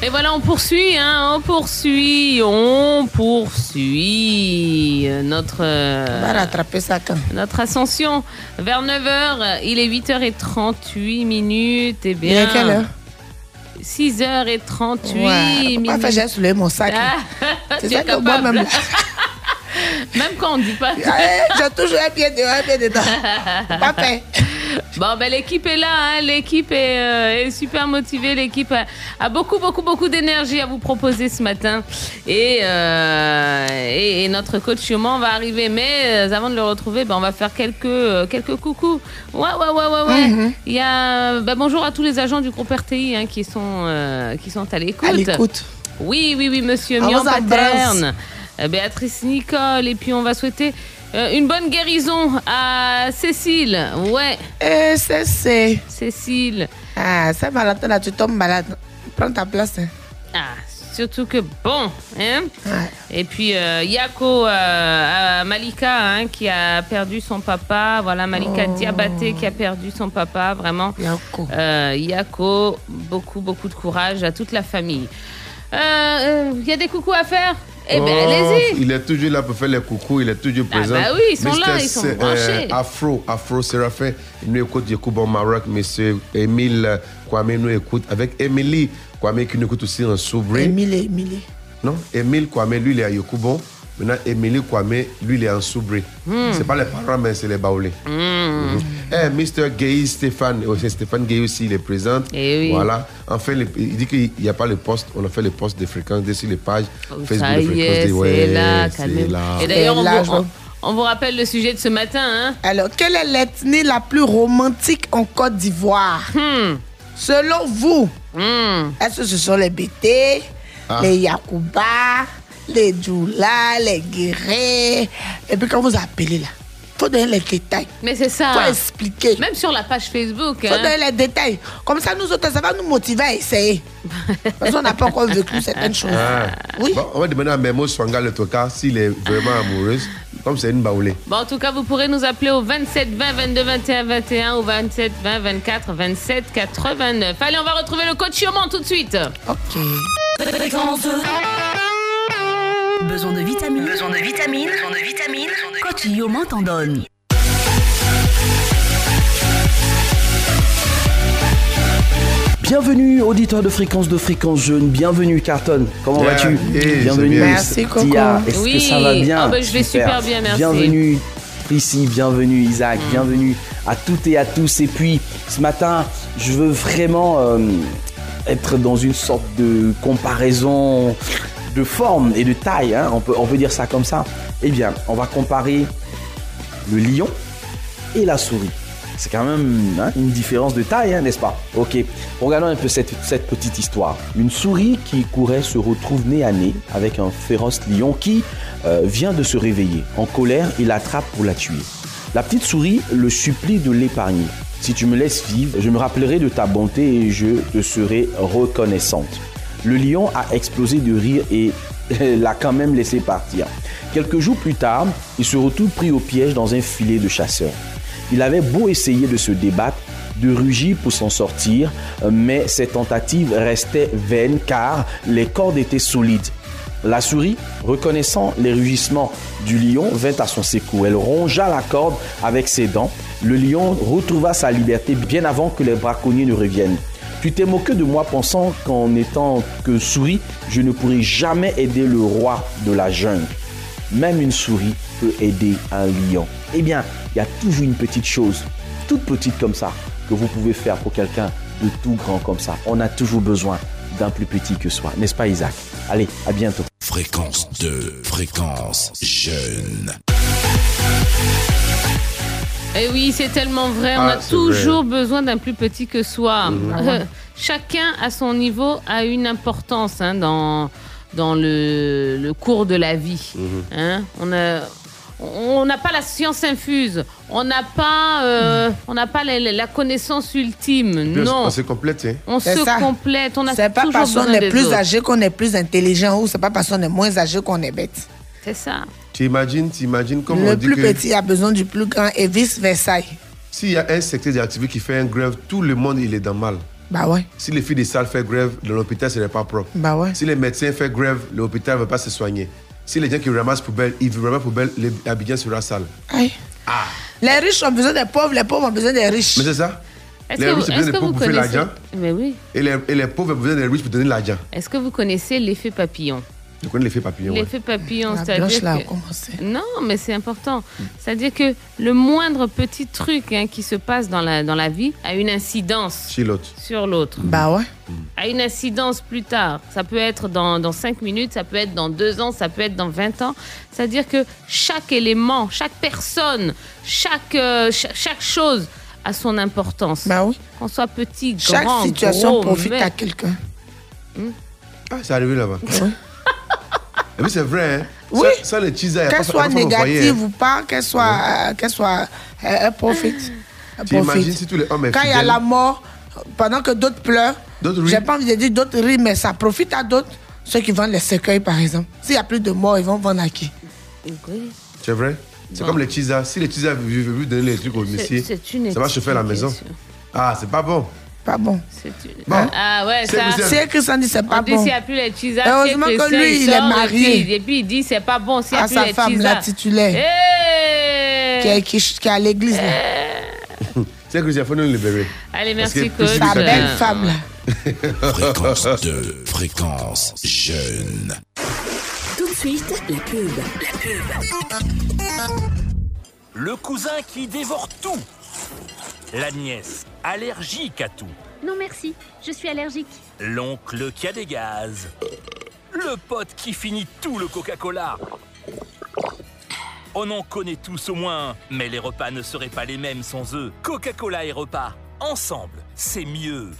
Et voilà, on poursuit notre... On va rattraper ça quand? Notre ascension vers 9h. Il est 8h38 minutes. Eh bien... Et à quelle heure? 6h38 minutes. Pourquoi j'ai soulevé mon sac? C'est ça que moi même. Même quand on ne dit pas. J'ai toujours un pied dehors, un pied dedans. Pas fait. Bon, ben l'équipe est là, hein. L'équipe est super motivée. L'équipe a beaucoup d'énergie à vous proposer ce matin. Et notre coach Chioman va arriver. Mais avant de le retrouver, on va faire quelques coucous. Ouais. Mm-hmm. Il y a bonjour à tous les agents du groupe RTI qui sont à l'écoute. À l'écoute. Oui, monsieur Mian Paterne. Béatrice Nicole, et puis on va souhaiter une bonne guérison à Cécile. Ouais. Cécile. Ah, c'est malade, là, tu tombes malade. Prends ta place. Hein. Ah, surtout que bon. Hein? Ouais. Et puis Yako Malika qui a perdu son papa. Voilà, Malika Diabaté qui a perdu son papa. Vraiment. Yako, beaucoup de courage à toute la famille. Il y a des coucous à faire? Eh bien, allez-y. Il est toujours là pour faire les coucous, il est toujours présent. Ah bah oui, ils sont là, ils sont branchés. Afro Séraphin, il nous écoute, Yacoub au Maroc, monsieur Émile Kwame nous écoute, avec Émilie Kwame qui nous écoute aussi en Soubré. Émile. Non, Émile Kwame, lui, il est à Yokubon. Maintenant, Émilie Kwame, lui, il est en Soubré. C'est pas les parents, mais c'est les baoulés. Mr. Gay Stéphane, c'est Stéphane Gay aussi, il est présent. Oui. Voilà. Enfin, il dit qu'il n'y a pas le poste. On a fait le poste de fréquence sur les pages Facebook ça de y est, fréquence. c'est là, calmez-vous. Et d'ailleurs, on vous rappelle le sujet de ce matin. Hein? Alors, quelle est l'ethnie la plus romantique en Côte d'Ivoire? Selon vous, est-ce que ce sont les Bété, les Yakuba, les Djoula, les Guéré? Et puis quand vous appelez là, faut donner les détails. Mais c'est ça. Faut expliquer. Même sur la page Facebook. Faut donner les détails. Comme ça, nous autres, ça va nous motiver à essayer. Parce qu'on n'a pas encore vécu certaines choses. Oui. Bon, on va demander à Memo Swanga le Toka s'il est vraiment amoureuse. Comme c'est une baoulée. Bon, en tout cas, vous pourrez nous appeler au 27 20 22 21 21 ou 27 20 24 27 89. Allez, on va retrouver le coach Chioman tout de suite. Ok. Besoin de vitamines. Coach Yoman t'en donne. Bienvenue auditeur de fréquence jeune, bienvenue Carton, comment vas-tu? Bienvenue. Merci Coco. Tia, est-ce que ça va bien? Je vais super bien, merci. Bienvenue Prissy, bienvenue Isaac, bienvenue à toutes et à tous. Et puis ce matin, je veux vraiment être dans une sorte de comparaison de forme et de taille, hein, on peut dire ça comme ça. Eh bien, on va comparer le lion et la souris. C'est quand même une différence de taille, hein, n'est-ce pas? Ok, regardons un peu cette petite histoire. Une souris qui courait se retrouve nez à nez avec un féroce lion qui vient de se réveiller. En colère, il l'attrape pour la tuer. La petite souris le supplie de l'épargner. Si tu me laisses vivre, je me rappellerai de ta bonté et je te serai reconnaissante. Le lion a explosé de rire et l'a quand même laissé partir. Quelques jours plus tard, il se retrouve pris au piège dans un filet de chasseurs. Il avait beau essayer de se débattre, de rugir pour s'en sortir, mais ses tentatives restaient vaines car les cordes étaient solides. La souris, reconnaissant les rugissements du lion, vint à son secours. Elle rongea la corde avec ses dents. Le lion retrouva sa liberté bien avant que les braconniers ne reviennent. Tu t'es moqué de moi pensant qu'en étant que souris, je ne pourrais jamais aider le roi de la jungle. Même une souris peut aider un lion. Eh bien, il y a toujours une petite chose, toute petite comme ça, que vous pouvez faire pour quelqu'un de tout grand comme ça. On a toujours besoin d'un plus petit que soi. N'est-ce pas Isaac? Allez, à bientôt. Fréquence 2, fréquence jeune. Eh oui, c'est tellement vrai. On a toujours besoin d'un plus petit que soi. Chacun, à son niveau, a une importance dans le cours de la vie. Hein? On n'a pas la science infuse. On n'a pas la connaissance ultime. Non. On se complète. Hein? On se complète. On a c'est pas parce qu'on est plus âgé qu'on est plus intelligent ou c'est pas parce qu'on est moins âgé qu'on est bête. C'est ça. Tu imagines comme le on dit plus que petit a besoin du plus grand et vice versa. S'il y a un secteur d'activité qui fait un grève, tout le monde il est dans mal. Bah ouais. Si les filles des salles font grève, l'hôpital serait pas propre. Bah ouais. Si les médecins font grève, l'hôpital ne va pas se soigner. Si les gens qui ramassent poubelle, ils ramassent poubelle, l'Abidjan sera sale. Aïe. Ah. Les riches ont besoin des pauvres ont besoin des riches. Mais c'est ça. Est-ce les que riches ont besoin des pauvres pour faire l'argent. Mais oui. Et les pauvres ont besoin des riches pour donner l'argent. Est-ce que vous connaissez l'effet papillon? Je connais l'effet papillon. L'effet papillon, La c'est-à-dire blanche, là, que... a commencé. Non, mais c'est important. C'est-à-dire que le moindre petit truc qui se passe dans la vie a une incidence sur l'autre. Bah ouais. A une incidence plus tard. Ça peut être dans 5 minutes, ça peut être dans 2 ans, ça peut être dans 20 ans. C'est-à-dire que chaque élément, chaque personne, chaque chose a son importance. Bah oui. Qu'on soit petit, chaque grand, situation gros, profite mec. à quelqu'un. Ah, c'est arrivé là-bas. Et puis c'est vrai, hein. Oui. Ça les teasers, Qu'elle soit négative ou pas, qu'elle soit elle profite. Tu imagines si tous les hommes quand il y a la mort, pendant que d'autres pleurent, j'ai pas envie de dire d'autres rient, mais ça profite à d'autres. Ceux qui vendent les cercueils, par exemple. S'il n'y a plus de morts, ils vont vendre à qui? C'est vrai? C'est comme les teasers. Si les teasers veulent donner les trucs aux messieurs, ça va chauffer la maison. Ah, c'est pas bon. Pas bon. Bon. Ah ouais, ça. C'est Christian dit c'est pas on dit bon. s'il n'y a plus les teasers, heureusement que lui, il est marié. Et puis il dit c'est pas bon s'il n'y a à plus sa les femme, teasers. la titulaire. Hey qui est à l'église. Là. C'est que j'ai fait nous libérer. Allez, merci coach. Sa belle femme là. Fréquence 2, fréquence jeune. Tout de suite, la pub. Le cousin qui dévore tout. La nièce, allergique à tout. Non merci, je suis allergique. L'oncle qui a des gaz. Le pote qui finit tout le Coca-Cola. On en connaît tous au moins, mais les repas ne seraient pas les mêmes sans eux. Coca-Cola et repas, ensemble, c'est mieux.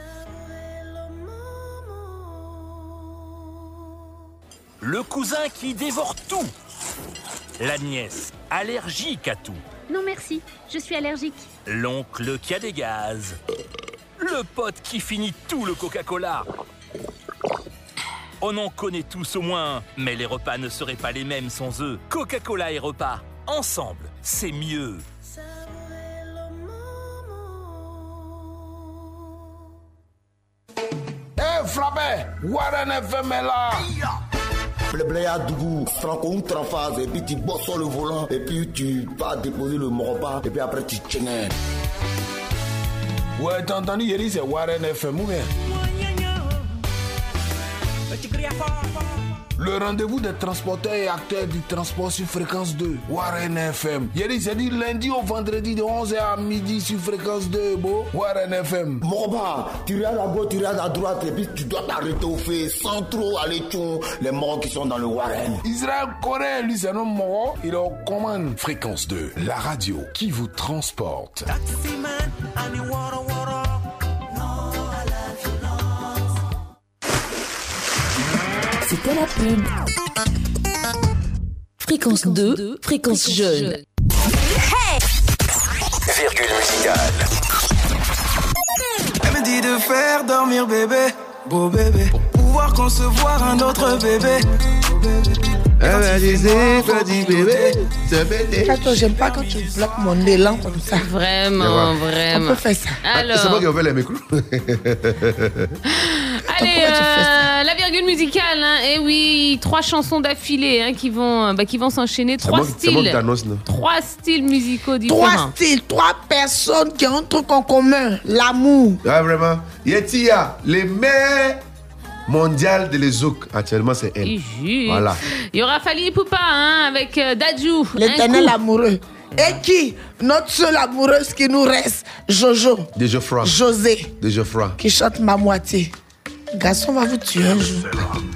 Le cousin qui dévore tout. La nièce, allergique à tout. Non merci, je suis allergique. L'oncle qui a des gaz. Le pote qui finit tout le Coca-Cola. On en connaît tous au moins, mais les repas ne seraient pas les mêmes sans eux. Coca-Cola et repas, ensemble, c'est mieux. Frappé, Warren FM est là. Blé à Dougou, Franco ou Trafaz, et puis tu bosses sur le volant, et puis tu vas déposer le moroba, et puis après tu tiennes. Ouais, t'as entendu, Yeri, c'est Warren FM ou bien? Le rendez-vous des transporteurs et acteurs du transport sur fréquence 2, Warren FM. Yeri, c'est du lundi au vendredi de 11h à midi sur fréquence 2, beau. Warren FM. Moroba, tu regardes à gauche, tu regardes à droite, et puis tu dois t'arrêter au fait sans trop aller tchon les morts qui sont dans le Warren. Israël Corée, lui, c'est un homme mort, il est aux commandes. Fréquence 2, la radio qui vous transporte. C'était la pub. Fréquence 2, fréquence jeune. Hey! Virgule musicale. Elle me dit de faire dormir bébé, beau bébé, pour pouvoir concevoir un autre bébé. Elle m'a dit bébé, ce bébé. Attends, j'aime pas quand tu bloques mon élan comme ça. Vraiment, vraiment. On peut faire ça. Alors. C'est moi qui ai ouvert les micros. Allez, la virgule musicale, hein. Et oui, 3 chansons d'affilée qui vont s'enchaîner. 3 styles. 3 styles musicaux différents. 3 styles, 3 personnes qui ont un truc en commun, l'amour. Ah, vraiment. Yetia, les meilleurs mondiales de l'Ezouk. Actuellement, c'est elle. Voilà. Il y aura Fali Poupa avec Dadju. L'éternel amoureux. Et qui? Notre seule amoureuse qui nous reste, Jojo. De Geoffroy. José. De Geoffroy. Qui chante Ma moitié. Garçon va vous tuer un jour.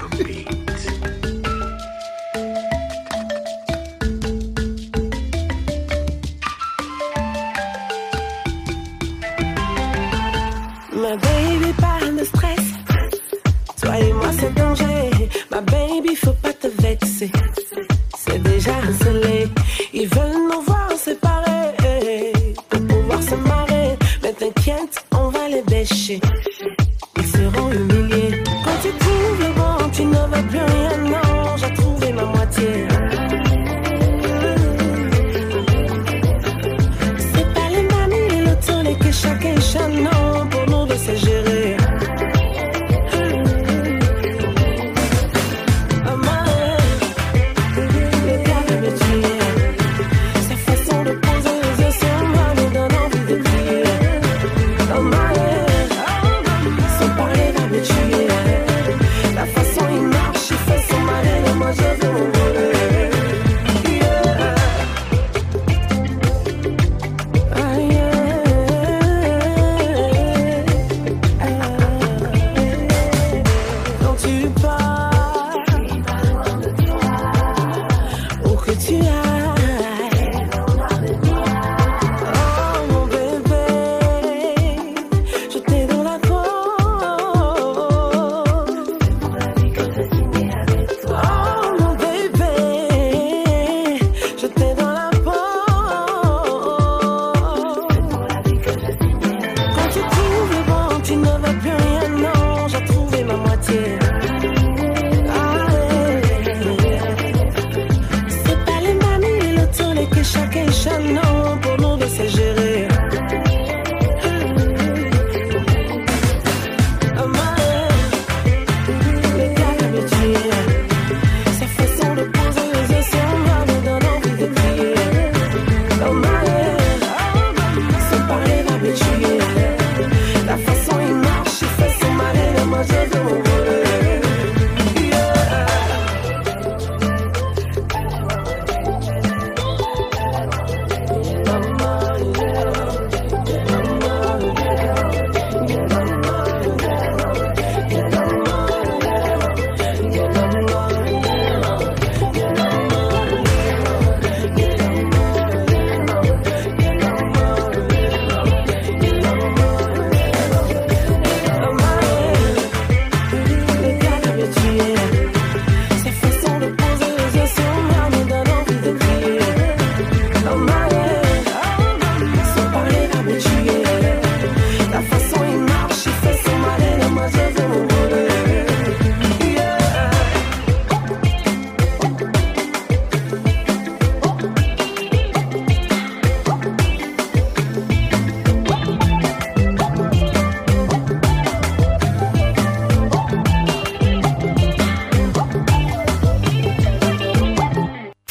Ma baby, pas de stress. Toi et moi, c'est danger. Ma baby, faut pas te vexer. C'est déjà un soleil. Ils veulent nous voir séparés pour pouvoir se marrer. Mais t'inquiète, on va les bêcher. Ils seront humiliés. Quand tu trouves le bon, tu ne vas plus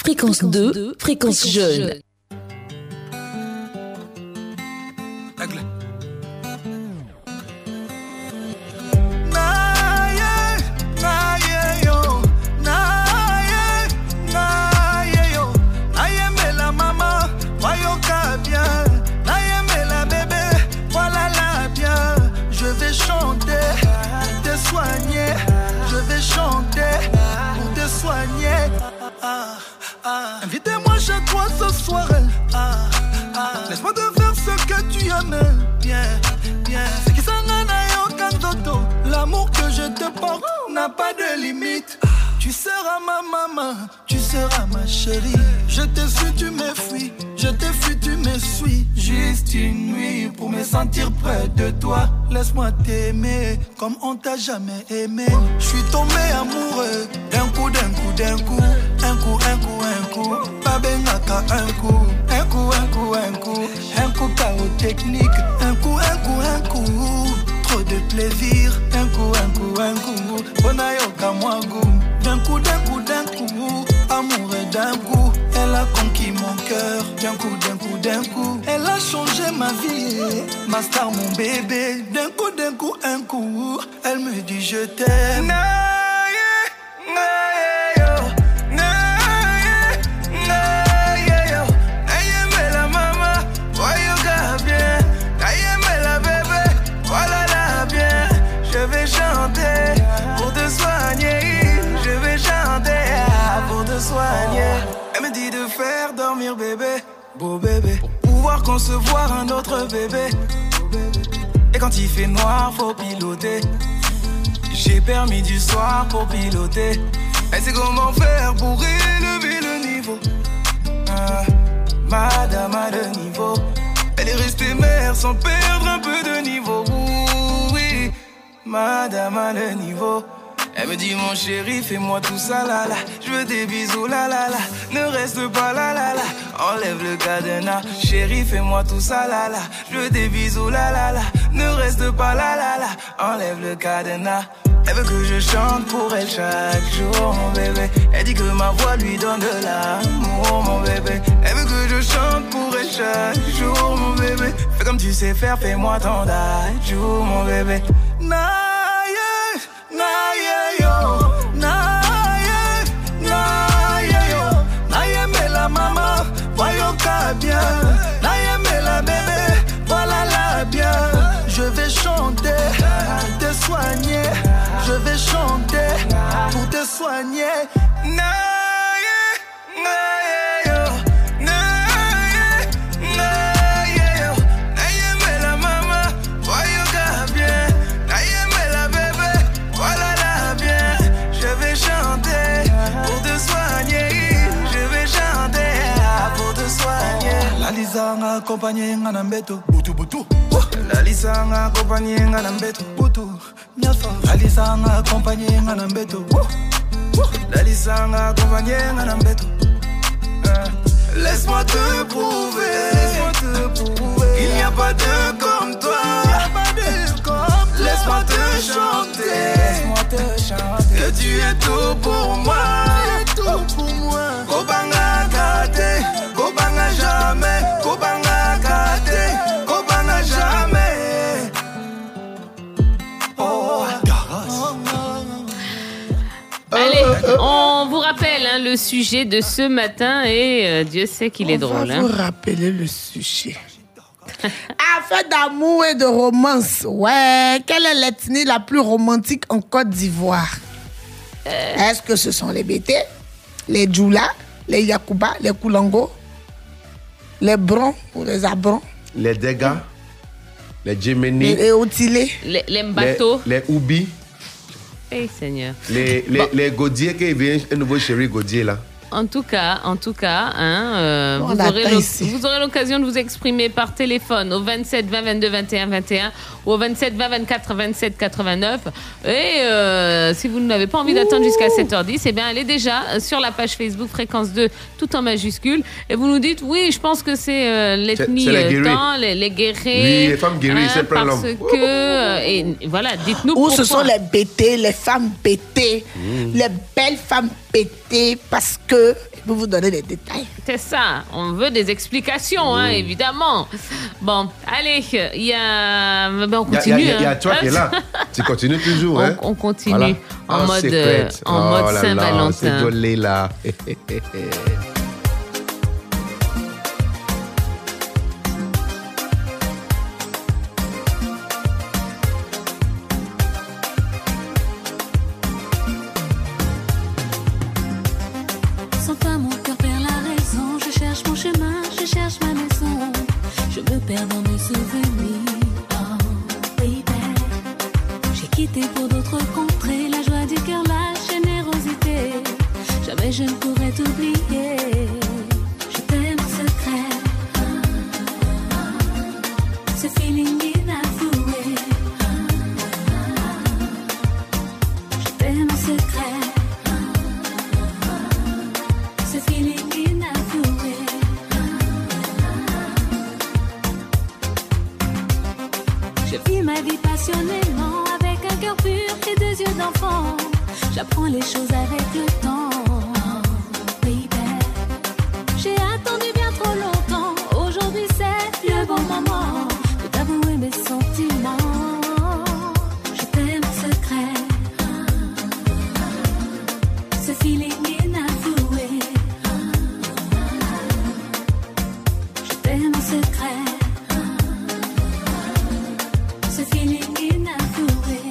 Fréquence 2, fréquence jeune. Invitez-moi chez toi ce soir. Laisse-moi te faire ce que tu aimes. Bien, bien. C'est qui s'en a aucun dodo. L'amour que je te porte n'a pas de limite. Tu seras ma maman, tu seras ma chérie. Je te suis, tu me fuis. Je te fuis, tu me suis. Juste une nuit pour me sentir près de toi. Laisse-moi t'aimer comme on t'a jamais aimé. Je suis tombé amoureux d'un coup, d'un coup, d'un coup. Un coup, un coup, un coup. Babenaka, un coup. Un coup, un coup, un coup. Un coup, chaos technique. Un coup, un coup, un coup. Trop de plaisir. Un coup, un coup, un coup. Bonayoka, moi, goût. D'un coup, d'un coup, d'un coup. Amoureux d'un coup. Elle a conquis mon cœur. D'un coup, d'un coup, d'un coup. Elle a changé ma vie. Ma star, mon bébé. D'un coup, un coup. Elle me dit je t'aime. Elle me dit de faire dormir bébé, beau bébé, pour pouvoir concevoir un autre bébé. Et quand il fait noir, faut piloter. J'ai permis du soir pour piloter. Elle sait comment faire pour élever le niveau. Madame a le niveau. Elle est restée mère sans perdre un peu de niveau. Oui, madame a le niveau. Elle me dit mon chéri, fais-moi tout ça là là. Je veux des bisous là là là. Ne reste pas là là là. Enlève le cadenas. Chéri, fais-moi tout ça là là. Je veux des bisous là là là. Ne reste pas là là là. Enlève le cadenas. Elle veut que je chante pour elle chaque jour, mon bébé. Elle dit que ma voix lui donne de l'amour, mon bébé. Elle veut que je chante pour elle chaque jour, mon bébé. Fais comme tu sais faire, fais-moi ton jour, mon bébé. Bien, naïe la bébé, voilà la bien. Je vais chanter pour te soigner. Je vais chanter pour te soigner. La Lisa nga accompagné nga mbeto butu butu. La Lisa nga accompagné nga mbeto butu. La Lisa nga accompagné nga mbeto. La Lisa nga accompagné nga mbeto. Laisse-moi te prouver qu'il n'y a pas de comme toi. Laisse-moi te chanter que tu es tout pour moi. Kobanga kate, kobanga jamais, kobanga kate, kobanga jamais. Oh, allez, on vous rappelle le sujet de ce matin et Dieu sait qu'il est drôle. On va vous rappeler le sujet. Affaire d'amour et de romance. Ouais, quelle est l'ethnie la plus romantique en Côte d'Ivoire? Est-ce que ce sont les Bété, les Djoula, les Yakuba, les Koulango, les Brons ou les Abrons, les Dega, les Djemeni, les Otilé, les Mbato, les Oubi, hey, Seigneur. Les Godier qui viennent, un nouveau chéri Godier là. En tout cas, vous aurez l'occasion de vous exprimer par téléphone au 27 20 22 21 21 ou au 27 20 24 27 89. Et si vous n'avez pas envie d'attendre jusqu'à 7h10, eh bien, allez déjà sur la page Facebook Fréquence 2, tout en majuscule, et vous nous dites, oui, je pense que c'est l'ethnie les guerriers. Oui, les femmes guéries, c'est plein parce que, et voilà, dites-nous où pourquoi. Ce sont les Bété, les femmes Bété, les belles femmes pété parce que... Je vais vous donner des détails. C'est ça, on veut des explications, hein, évidemment. Bon, allez, il y a... Ben, on continue. Il y a toi qui es là. Tu continues toujours. On continue en mode Saint-Valentin. C'est dolé là. Sans toi, mon cœur perd la raison. Je cherche mon chemin, je cherche ma maison. Je me perds dans mes souvenirs. Oh, baby. J'ai quitté pour d'autres contrées. La joie du cœur, la générosité. Jamais je ne pourrais t'oublier. Je t'aime en secret. Ce feeling inavoué. Je t'aime en secret. Ce feeling inavoué. Je vis ma vie passionnément avec un cœur pur et des yeux d'enfant. J'apprends les choses avec le temps. Baby, j'ai attendu bien trop longtemps. Aujourd'hui c'est le bon moment de t'avouer mes sentiments. Je t'aime en secret. Ce feeling inavoué. Je t'aime en secret. Ce feeling inavoué.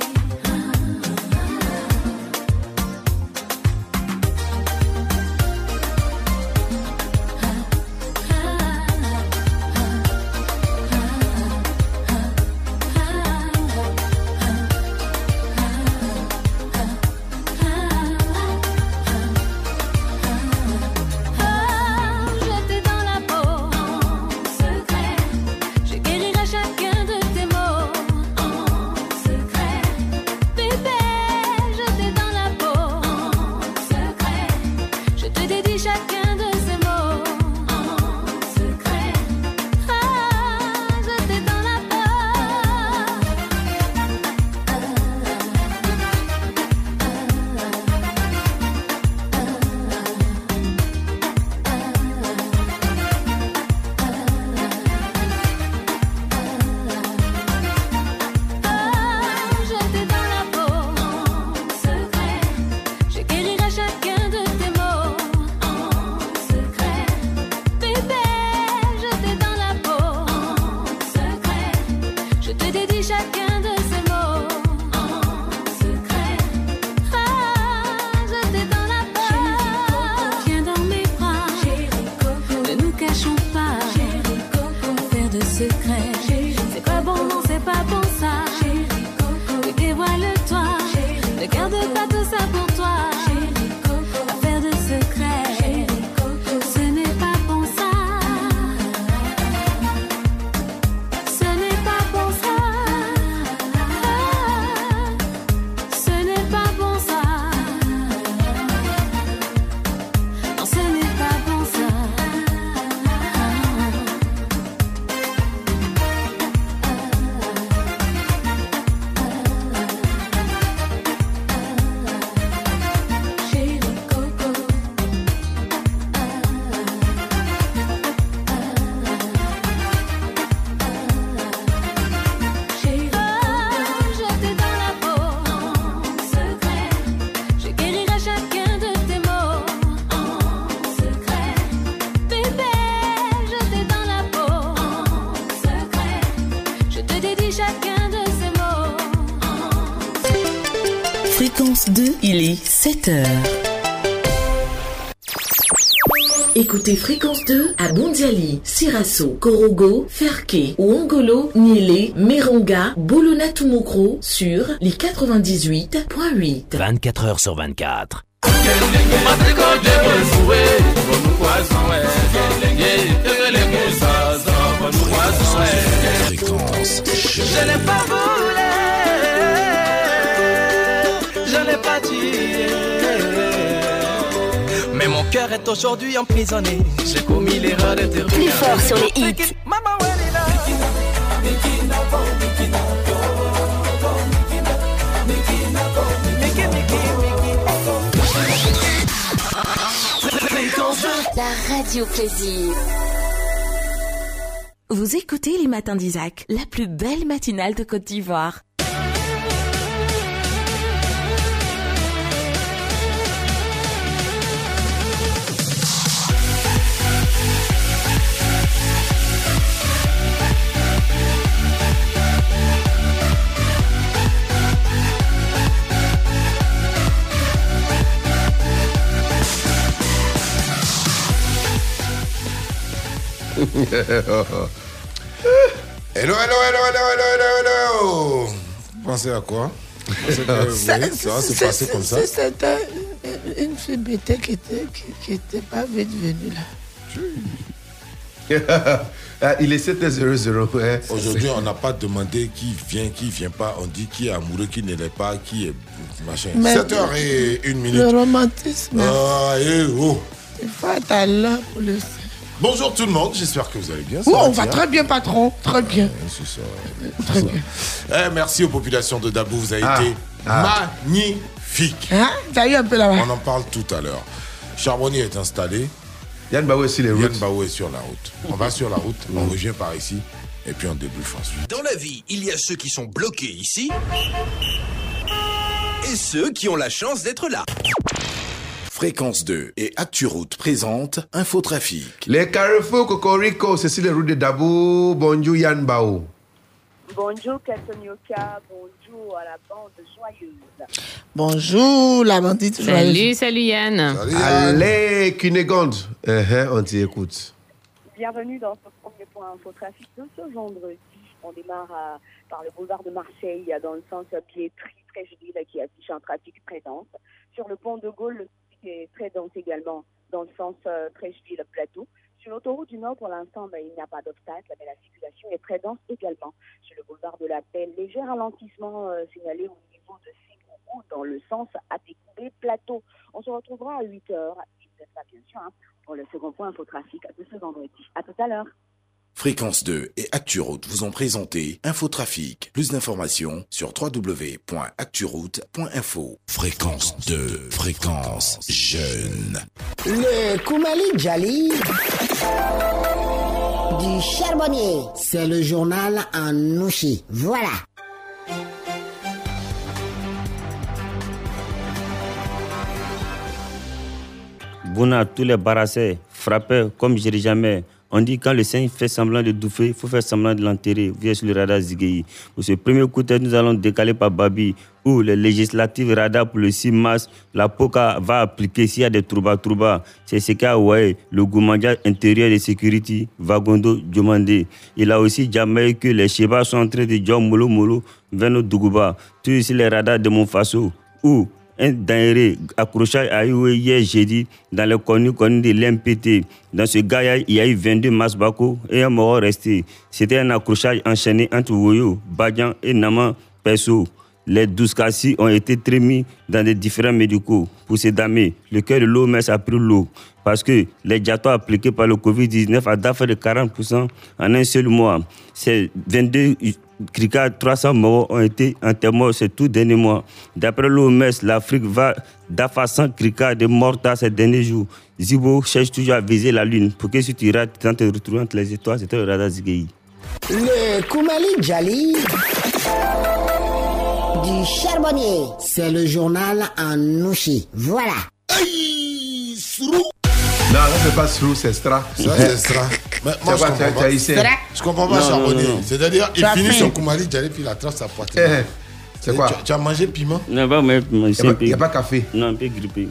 J'étais dans la peau en secret. Je guérirai chacun de tes mots en secret. Bébé, j'étais dans la peau en secret. Je te dédie chacun de ces mots en secret. J'étais dans la J'étais dans la peau en secret. Je guérirai chacun de tes mots en secret. Bébé, j'étais dans la peau en secret. Je te dédie chacun de ces mots en secret. J'étais dans la peau. Viens dans mes bras. Ne nous cachons pas. Faire de secret. C'est pas bon, non, c'est pas bon ça. Oui, dévoile-toi. Ne garde pas tout ça pour toi. Affaire de secret. Ce n'est pas bon ça. Ce n'est pas bon ça. Ce n'est pas bon ça. Non, ce n'est pas bon ça. Chérie Coco. Chérie Coco. J'étais dans la peau en secret. Je guérirai chacun de tes mots en secret. Bébé, j'étais dans la peau en secret. Je te dédie chacun de ces mots en Fréquence 2, il est 7h. Écoutez Fréquence 2 à Bondiali, Sirasso, Korogo, Ferke, Ouangolo, Niélé, Meronga, Bolona-Tumokro sur les 98.8. 24 heures sur 24. Fréquence. Je n'ai pas volé, je n'ai pas tué. Mais mon cœur est aujourd'hui emprisonné. J'ai commis l'erreur de te regarder. Plus fort sur les hits. La radio plaisir. Vous écoutez les matins d'Isaac, la plus belle matinale de Côte d'Ivoire. Hello. Vous pensez à quoi? Ça va se passer comme ça? C'était une fille bêtée qui était pas vite venue là. Il est 7h00. Hein. Aujourd'hui, on n'a pas demandé qui vient pas. On dit qui est amoureux, qui ne l'est pas, qui est machin. 7h01. Le romantisme. Oh. Il faut être à l'heure pour le... Bonjour tout le monde, j'espère que vous allez bien. On va très bien, patron. Très bien. C'est ça. Très bien. Merci aux populations de Dabou, vous avez été magnifique. Hein? T'as eu un peu là-bas. On en parle tout à l'heure. Charbonnier est installé. Yann Baou est sur les routes. Yann Baou est sur la route. On va sur la route, on revient par ici et puis on débriefe ensuite. Dans la vie, il y a ceux qui sont bloqués ici et ceux qui ont la chance d'être là. Fréquence 2 et ActuRoute présente Infotrafic. Les carrefours Cocorico, c'est sur les routes de Dabou. Bonjour Yann Baou. Bonjour Katonioka, bonjour à la bande joyeuse. Bonjour la bandite joyeuse. Salut Yann. Salut, Allez, Cunégonde. On t'y écoute. Bienvenue dans ce premier point infotrafic de ce vendredi. On démarre par le boulevard de Marseille dans le sens Piétry-Trècheville qui affiche un trafic très dense. Sur le pont de Gaulle, le trafic est très dense également dans le sens Trècheville-Plateau. Sur l'autoroute du Nord, pour l'instant, il n'y a pas d'obstacle, mais la circulation est très dense également. Sur le boulevard de la Paix, léger ralentissement signalé au niveau de Ségourou dans le sens Atécoubé-Plateau. On se retrouvera à 8h, bien sûr, pour le second point infotrafic de ce vendredi. À tout à l'heure. Fréquence 2 et ActuRoute vous ont présenté Infotrafic. Plus d'informations sur www.acturoute.info. Fréquence 2, fréquence jeune. Le Koumali Djali du Charbonnier, c'est le journal en nouchi. Voilà. Bouna, tous les barassés, frappés comme je dirais jamais. On dit quand le singe fait semblant de douffer, il faut faire semblant de l'enterrer. Viens sur le radar Zigei. Pour ce premier coup de tête, nous allons décaler par Babi, où les législatives radar pour le 6 mars, la POCA va appliquer s'il y a des trouba. C'est ce qu'a le gouvernement intérieur de sécurité, Vagondo Diomandé. Il a aussi jamais que les Chebas sont en train de dire Molo vers nos Dougouba. Tout ici les radars de Monfaso, où un denrée accrochage a eu hier jeudi dans le connu de l'MPT. Dans ce gars, il y a eu 22 Masbako et un mort resté. C'était un accrochage enchaîné entre Woyo, Badian et Naman Perso. Les 12 cassis ont été trémis dans des différents médicaux. Pour ces dames, le cœur de l'OMS a pris l'eau parce que les diatos appliqués par le Covid-19 a d'affaires de 40% en un seul mois. Ces 22 cricards, 300 morts ont été enterrés ces tout derniers mois. D'après l'OMS, l'Afrique va d'affaires 100 cricards de morts ces derniers jours. Zibo cherche toujours à viser la lune pour que si tu rates, tu te retrouves entre les étoiles. C'était le radar Zigei. Le Koumali Djali du Charbonnier, c'est le journal en nouchi. Voilà. Aïe, Srou. Non, là, c'est pas Srou, c'est Stra. Ça, c'est Stra. Mais moi, je comprends pas Charbonnier. C'est-à-dire, il finit son Koumali Djali, puis il attrape sa poitrine. C'est quoi? Tu as mangé piment? Non, pas mais il n'y a pas café. Non, un peu grippé.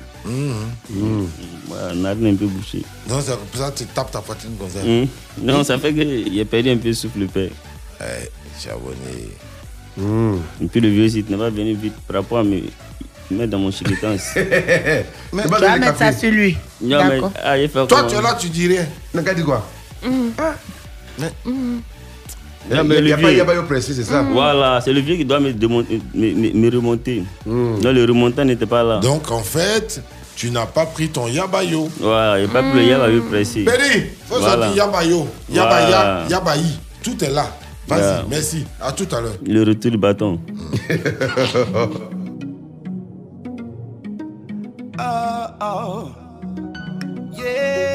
On a un peu bouché. Non, c'est pour ça que tu tapes ta poitrine comme ça. Non, ça fait que j'ai perdu un peu de souffle, le père. Charbonnier. Et puis le vieux site n'est pas venu vite par rapport à me mettre dans mon chiquitan. Tu vas mettre ça sur lui. Non, mais, toi, tu es là, tu dis rien. Mais qu'est-ce quoi? Il n'y a pas eu pressé, c'est ça? Voilà, c'est le vieux qui doit me remonter. Non, le remontant n'était pas là. Donc, en fait, tu n'as pas pris ton yabayo. Voilà, il n'y a pas pris le yabayo pressé. Péri, faut sortir yabayo. Yabayi. Tout est là. Vas-y, merci. À tout à l'heure. Le retour du bâton. Yeah.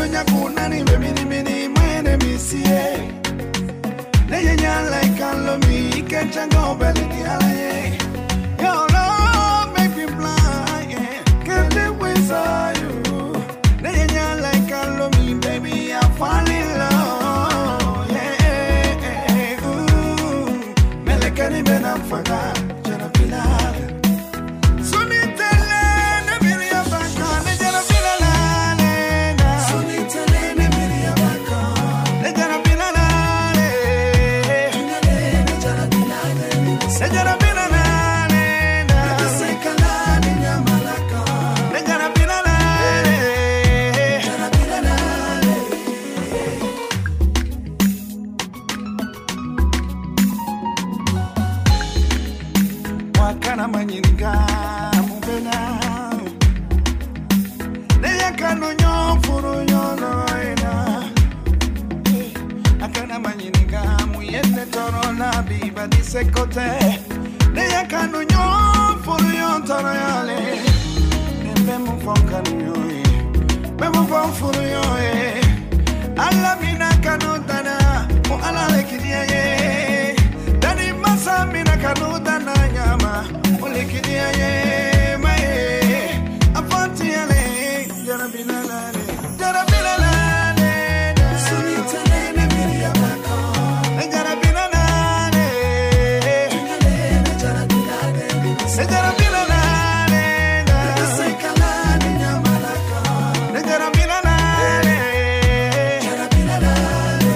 donya kunani baby ni mini mwene misie. Nenya like alomi kenchanga belly ni alaye. Your love make me blind, yeah. Can't live without you. Nenya like alomi baby I fall in love, yeah. Melekani benafaka jana bilal. Wakana manyiringa mubena Neya kano nyofuru yonoina Akana manyiringa muyene toro na biba disekote Neya kano nyofuru yontoro yale Nembe mufokanu yoe Memo fofuru yoe Alla mina kano dana Mo ala lekidia ye Dani masa mina kano dana nyama Olekidia ye mae Afanti yale Jana binalale Jana binalale Sunitane ne miria bako Jana binalale Jana binalale Jana binalale Sekala ni nyama lako Jana binalale Jana binalale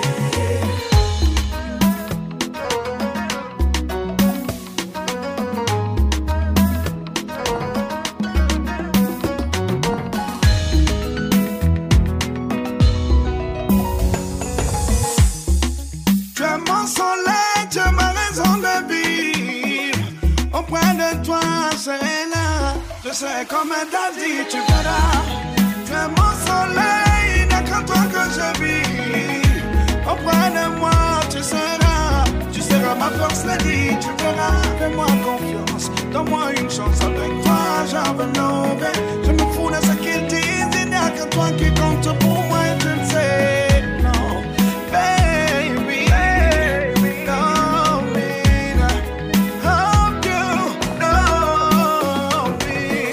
Tu es mon soleil, tu es ma raison de vivre. Auprès de toi, c'est là. Je serai comme un daddy, tu verras. Tu es mon soleil, il n'y a qu'en toi que je vis. Auprès de moi, tu seras ma force, lady, tu verras. Fais-moi confiance, donne-moi une chance avec toi, j'en veux l'enlever. Je me fous de ce qu'ils disent, il n'y a que toi qui compte pour moi, et tu le sais. Non, baby, don't mean hope you know me.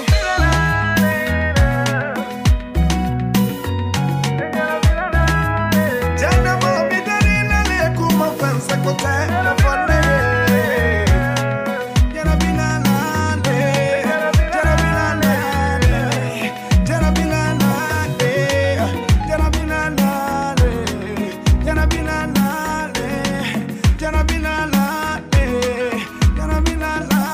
Jana mo mi dali na le kuma fansa kote na fone. Jana binana le, jana binana le, jana binana le, jana binana le, jana binana le, jana binana le, jana binana le.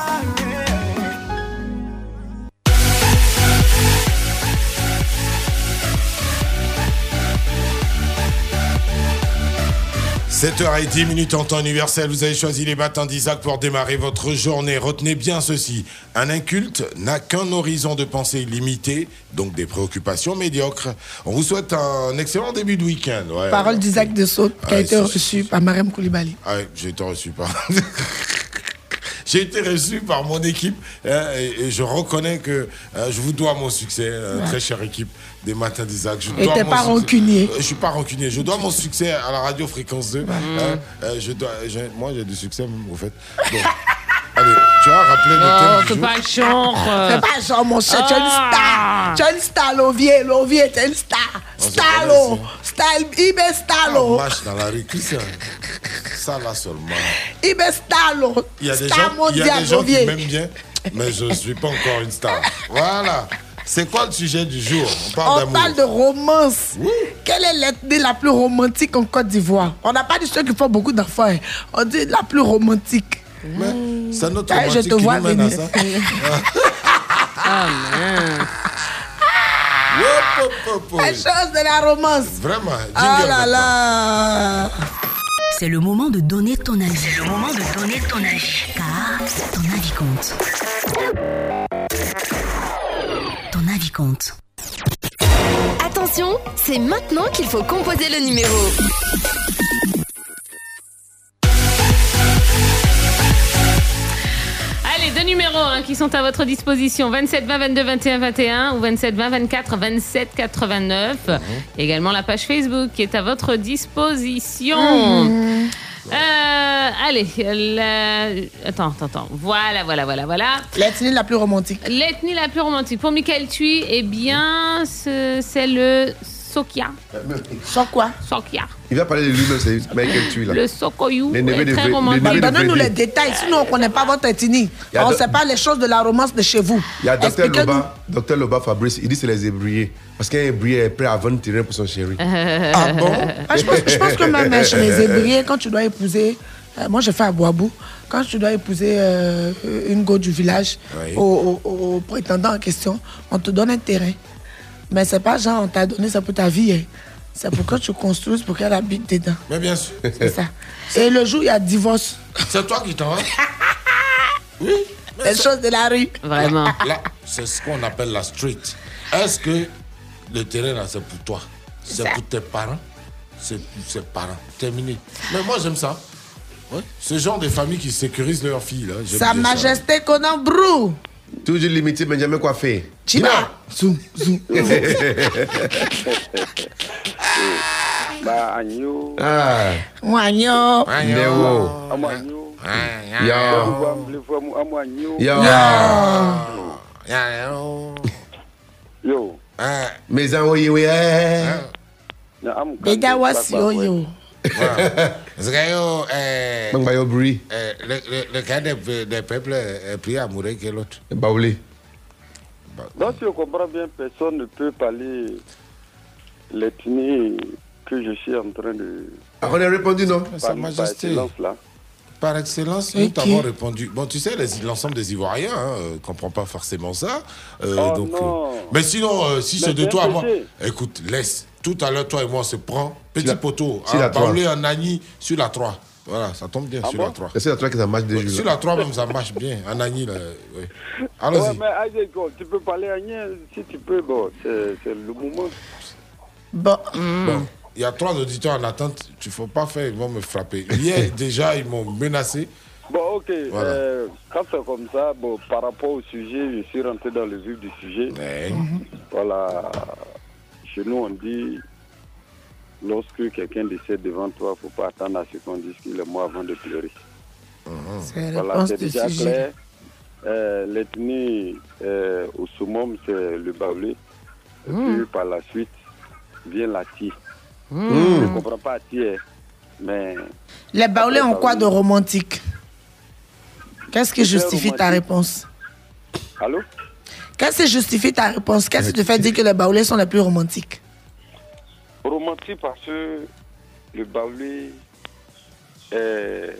7h10 en temps universel, vous avez choisi les matins d'Isaac pour démarrer votre journée. Retenez bien ceci, un inculte n'a qu'un horizon de pensée limité, donc des préoccupations médiocres. On vous souhaite un excellent début de week-end. Ouais, Parole d'Isaac de Saute, qui a été reçu par Mariam Koulibaly. Ah ouais, j'ai été reçu par... J'ai été reçu par mon équipe et je reconnais que je vous dois mon succès, très chère équipe des matins d'Isaac. Et t'es pas rancunier. Je suis pas rancunier. Je dois mon succès à la radio Fréquence 2. Moi, j'ai du succès, au fait. Bon. Allez, tu as rappelé le thème du jour. Fais pas genre. Fais pas genre, mon cher. Tu es une star. Tu es une star, Lovier. Lovier, tu es une star. Starlo. Style, Ibe Starlo. Marche dans la rue, qui c'est ça là seulement. Ibe Starlo. Il y a des gens qui m'aiment bien, mais je ne suis pas encore une star. Voilà. C'est quoi le sujet du jour? On parle de romance. Oui. Quelle est l'ethnie la plus romantique en Côte d'Ivoire? On n'a pas dit ceux qui font beaucoup d'enfants. On dit la plus romantique. Mais c'est notre romantique je te vois qui nous mène à ça. Ah, man. La chose de la romance. Vraiment. Oh là là. C'est le moment de donner ton avis. C'est le moment de donner ton avis. Car ton avis compte. Ton avis compte. Attention, c'est maintenant qu'il faut composer le numéro. Allez, deux numéros numéros qui sont à votre disposition. 27 20 22 21 21 ou 27 20 24 27 89. Également la page Facebook qui est à votre disposition. Allez, attends. Voilà. L'ethnie la plus romantique. L'ethnie la plus romantique. Pour Michael Thuy, eh bien, c'est le Sokia. Sokia. Il va parler de lui-même, c'est Michael Thuy là. Le Sokoyou est très romantique. Donnez-nous les détails, sinon on ne connaît pas votre ethnie. On ne sait pas les choses de la romance de chez vous. Il y a Dr Loba Fabrice, il dit c'est les ébriés. Parce qu'un ébrié est prêt à vendre terrain pour son chéri. Ah bon? Je pense que même chez les ébriés, quand tu dois épouser, moi j'ai fait à Boabou, quand tu dois épouser une go du village, au prétendant en question, on te donne un terrain. Mais c'est pas genre on t'a donné ça pour ta vie. Hein. C'est pour que tu construises, pour qu'elle habite dedans. Mais bien sûr. C'est ça. Et le jour où il y a divorce. C'est toi qui t'en vas. Oui. Les choses de la rue. Vraiment. Là, c'est ce qu'on appelle la street. Est-ce que le terrain là, c'est pour toi? C'est pour tes parents? C'est pour ses parents. Terminé. Mais moi, j'aime ça. Ouais. Ce genre de famille qui sécurise leurs filles. Là, Sa Majesté Conan Brou. Toujours limité, mais jamais coiffé. Chiba. Zoom. Bah, agneau. Agneau. Yo. Mais oui, oui. Bega wasi yo. Le cas des peuples est plus amoureux que l'autre. Baoulé. Donc, si on comprend bien, personne ne peut parler l'ethnie que je suis en train de. On a répondu non? Sa Majesté. Par excellence, nous t'avons répondu. Bon, tu sais, l'ensemble des Ivoiriens ne comprend pas forcément ça. Mais sinon, si c'est de toi à moi, écoute, laisse. Tout à l'heure, toi et moi, on se prend petit poteau à parler en Agni sur la 3. Voilà, ça tombe bien sur la 3. C'est la 3 que ça marche déjà. Sur la 3 même, ça marche bien. En Agni, là. Oui. Allons-y. Ouais, mais tu peux parler Agnien si tu peux. Bon, c'est le moment. Bon. Il y a 3 auditeurs en attente. Il ne faut pas faire, ils vont me frapper. Hier, déjà, ils m'ont menacé. Bon, ok. Voilà. Quand c'est comme ça, bon, par rapport au sujet, je suis rentré dans le vif du sujet. Voilà. Chez nous, on dit, lorsque quelqu'un décède devant toi, il ne faut pas attendre à ce qu'on dise qu'il est mort avant de pleurer. Voilà, c'est déjà clair. L'ethnie au summum, c'est le Baoulé. Et puis, par la suite, vient la Ti. Je ne comprends pas Ti, mais... Les Baoulés ont quoi de romantique? Qu'est-ce qui justifie ta réponse? Allô? Qu'est-ce qui justifie ta réponse? Qu'est-ce qui te fait dire que les Baoulés sont les plus romantiques? Romantique parce que le Baoulé est...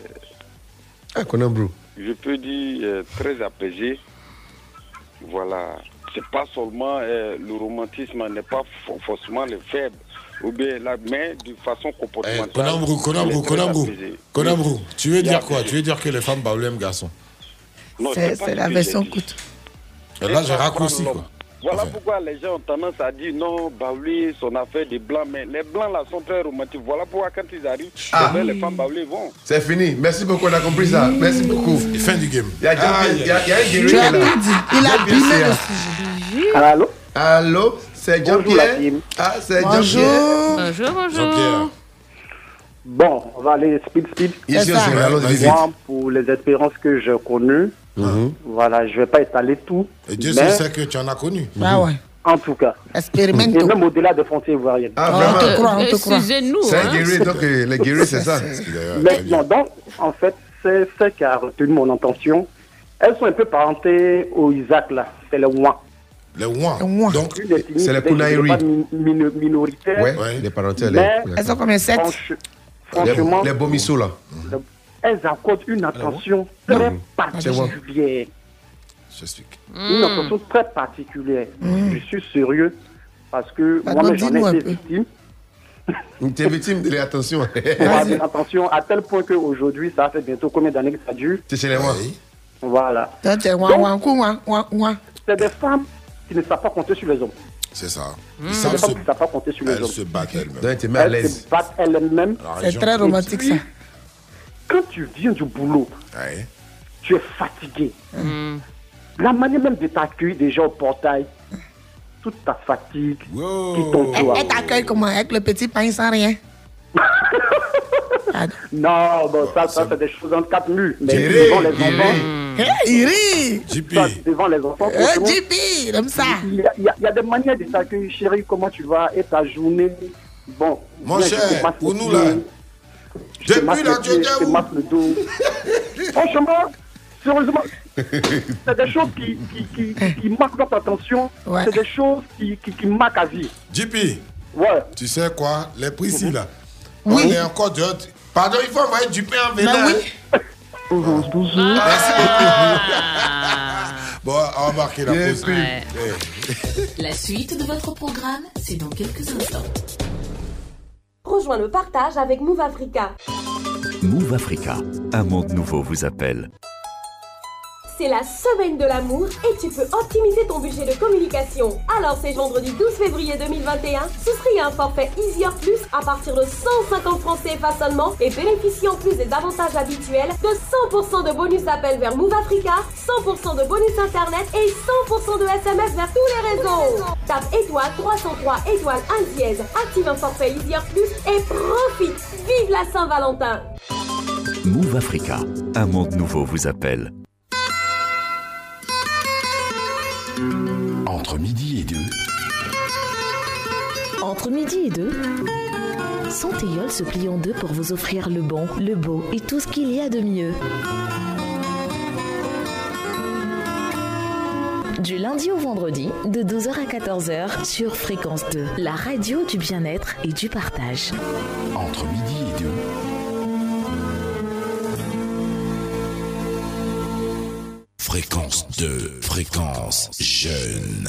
je peux dire très apaisé. Voilà. C'est pas seulement le romantisme n'est pas forcément le faible. Ou bien là, mais de façon comportementale. Konambrou, tu veux dire quoi? Tu veux dire que les femmes baoulées aiment garçons? C'est la version coûte. Là, j'ai raccourci, quoi. Voilà pourquoi les gens ont tendance à dire non, Baoulé, son affaire des blancs, mais les blancs là sont très romantiques. Voilà pourquoi quand ils arrivent, les femmes Baoulé vont. C'est fini. Merci beaucoup, on a compris ça. Merci beaucoup. Fin du game. Il y a un guerrier là. Il a bimé le sujet. Allô? Allô? C'est Jean-Pierre. Ah, c'est Jean-Pierre. Bonjour. Jean-Pierre. Bon, on va aller speed. Moi, pour les expériences que j'ai connues, voilà, je ne vais pas étaler tout. Et Dieu seul sait que tu en as connu. Ah ouais. En tout cas. Expérimente. Et même au-delà des frontières ivoiriennes. On te croit. Excusez-nous. C'est un guerrier, donc les guerriers, c'est ça. Mais non, donc, en fait, c'est ce qui a retenu mon attention. Elles sont un peu parentées au Isaac, là. C'est les Ouan. Les Ouan. Donc, c'est les Kounaïri. Minoritaires. Oui, les parentés. Elles sont combien? 7? Franchement. Les Bomisso, là. Elles accordent une attention très particulière. Une attention très particulière. Je suis sérieux parce que moi-même j'en ai été victime. Tu es victime de l'attention. Attention, à tel point qu'aujourd'hui, ça fait bientôt combien d'années que ça dure? C'est chez les Ouan. Voilà. Donc, c'est des femmes qui ne savent pas compter sur les hommes. C'est ça. Elles ne savent pas compter sur les hommes. Elles se battent elles-mêmes. Elles se battent elles-mêmes. C'est très romantique ça. Quand tu viens du boulot, tu es fatigué. La manière même de t'accueillir déjà au portail, toute ta fatigue qui tombe sur Elle t'accueille comment? Avec le petit pain sans rien? Non, bon, ça c'est des choses entre quatre murs. Mais devant les enfants. Il rit! Ça, devant les enfants. JP, comme ça. Il y a des manières de t'accueillir, chérie, comment tu vas, et ta journée. Bon. Mon cher, pour nous là. Depuis là, je te masse le dos. Franchement, sérieusement, c'est des choses qui marquent notre attention. Ouais. C'est des choses qui marquent à vie. JP. Ouais. Tu sais quoi? Les prix ici là. Oui. On est encore de... Pardon, il faut envoyer du pain en vénin. Oui. Merci beaucoup. Bon, on va marquer la pause. Ouais. La suite de votre programme, c'est dans quelques instants. Rejoins le partage avec Move Africa. Move Africa, un monde nouveau vous appelle. C'est la semaine de l'amour et tu peux optimiser ton budget de communication. Alors c'est vendredi 12 février 2021, souscris à un forfait Easier Plus à partir de 150 francs CFA seulement et bénéficie en plus des avantages habituels de 100% de bonus d'appel vers Move Africa, 100% de bonus internet et 100% de SMS vers tous les réseaux. Tape étoile 303 étoile 1 dièse, active un forfait Easier Plus et profite. Vive la Saint-Valentin. Move Africa, un monde nouveau vous appelle. Entre midi et 2. Entre midi et 2, Santéol se plie en deux pour vous offrir le bon, le beau et tout ce qu'il y a de mieux. Du lundi au vendredi, de 12h à 14h sur Fréquence 2, la radio du bien-être et du partage. Entre midi et 2. Fréquence 2, fréquence jeune.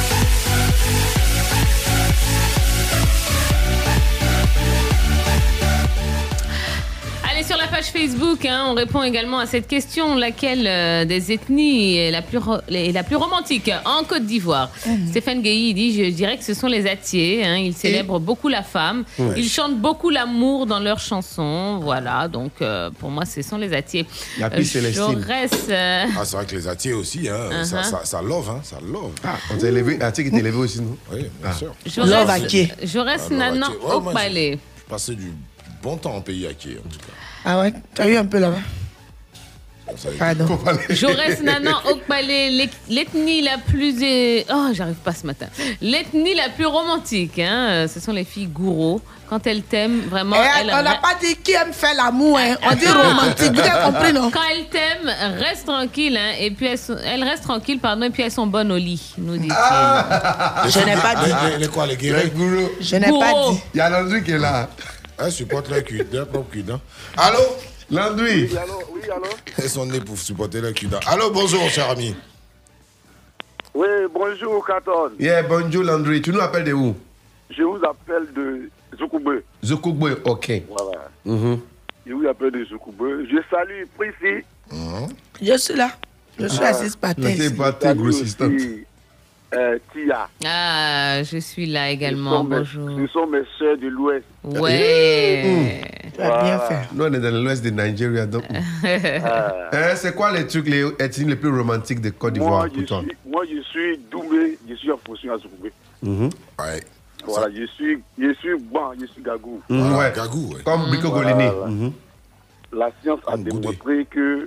Allez sur la page Facebook, on répond également à cette question, laquelle des ethnies est la plus romantique en Côte d'Ivoire. Stéphane Gueye dit, je dirais que ce sont les Atiers, ils célèbrent beaucoup la femme, ils chantent beaucoup l'amour dans leurs chansons, voilà, donc pour moi ce sont les Atiers. La plus Célestine. C'est vrai que les Atiers aussi, ça love, ça love. On t'a élevé, Atiers qui t'est élevé aussi, non? Oui, bien sûr. Jaurès Nanan Okpalé. J'ai passé du bon temps en pays Atiers, en tout cas. Ah ouais, tu as eu un peu là-bas. Pardon. Jaurès Nanan Okpalé, l'ethnie la plus... j'arrive pas ce matin. L'ethnie la plus romantique, ce sont les filles gourou. Quand elles t'aiment, vraiment... on n'a pas dit qui aime faire l'amour, on dit romantique. Vous avez compris, non? Quand elles t'aiment, reste tranquille, et puis elles restent tranquilles, et puis elles sont bonnes au lit, nous dit-il. Je n'ai pas dit. Les quoi, les guéris? Je n'ai pas dit. Il y a Landry qui est là. Elle supporte leur cul, leur propre cul. Allô? Landry. Oui, allô? Elles sont nées pour supporter leur cul. Allô, bonjour, cher ami. Oui, bonjour, Katon. Yeah, bonjour, Landry. Tu nous appelles de où? Je vous appelle de Zoukoube. Zoukoube, ok. Voilà. Je vous appelle de Zoukoube. Je salue Prissy. Je suis là. Je suis assise par terre. Je pas tes grossissantes. Tia. Je suis là également, bonjour. Ce sont mes soeurs de l'Ouest. Ouais. Tu as bien fait. Nous, on est dans l'Ouest de Nigeria, donc. C'est quoi les trucs, les ethnies les plus romantiques de Côte d'Ivoire pour toi? Moi, je suis Doumé, je suis en fonction à Zoukoube. Ouais. Voilà, je suis bon, je suis Gagou. Ouais. Gagou, ouais. Comme Brico Golini. La science a démontré que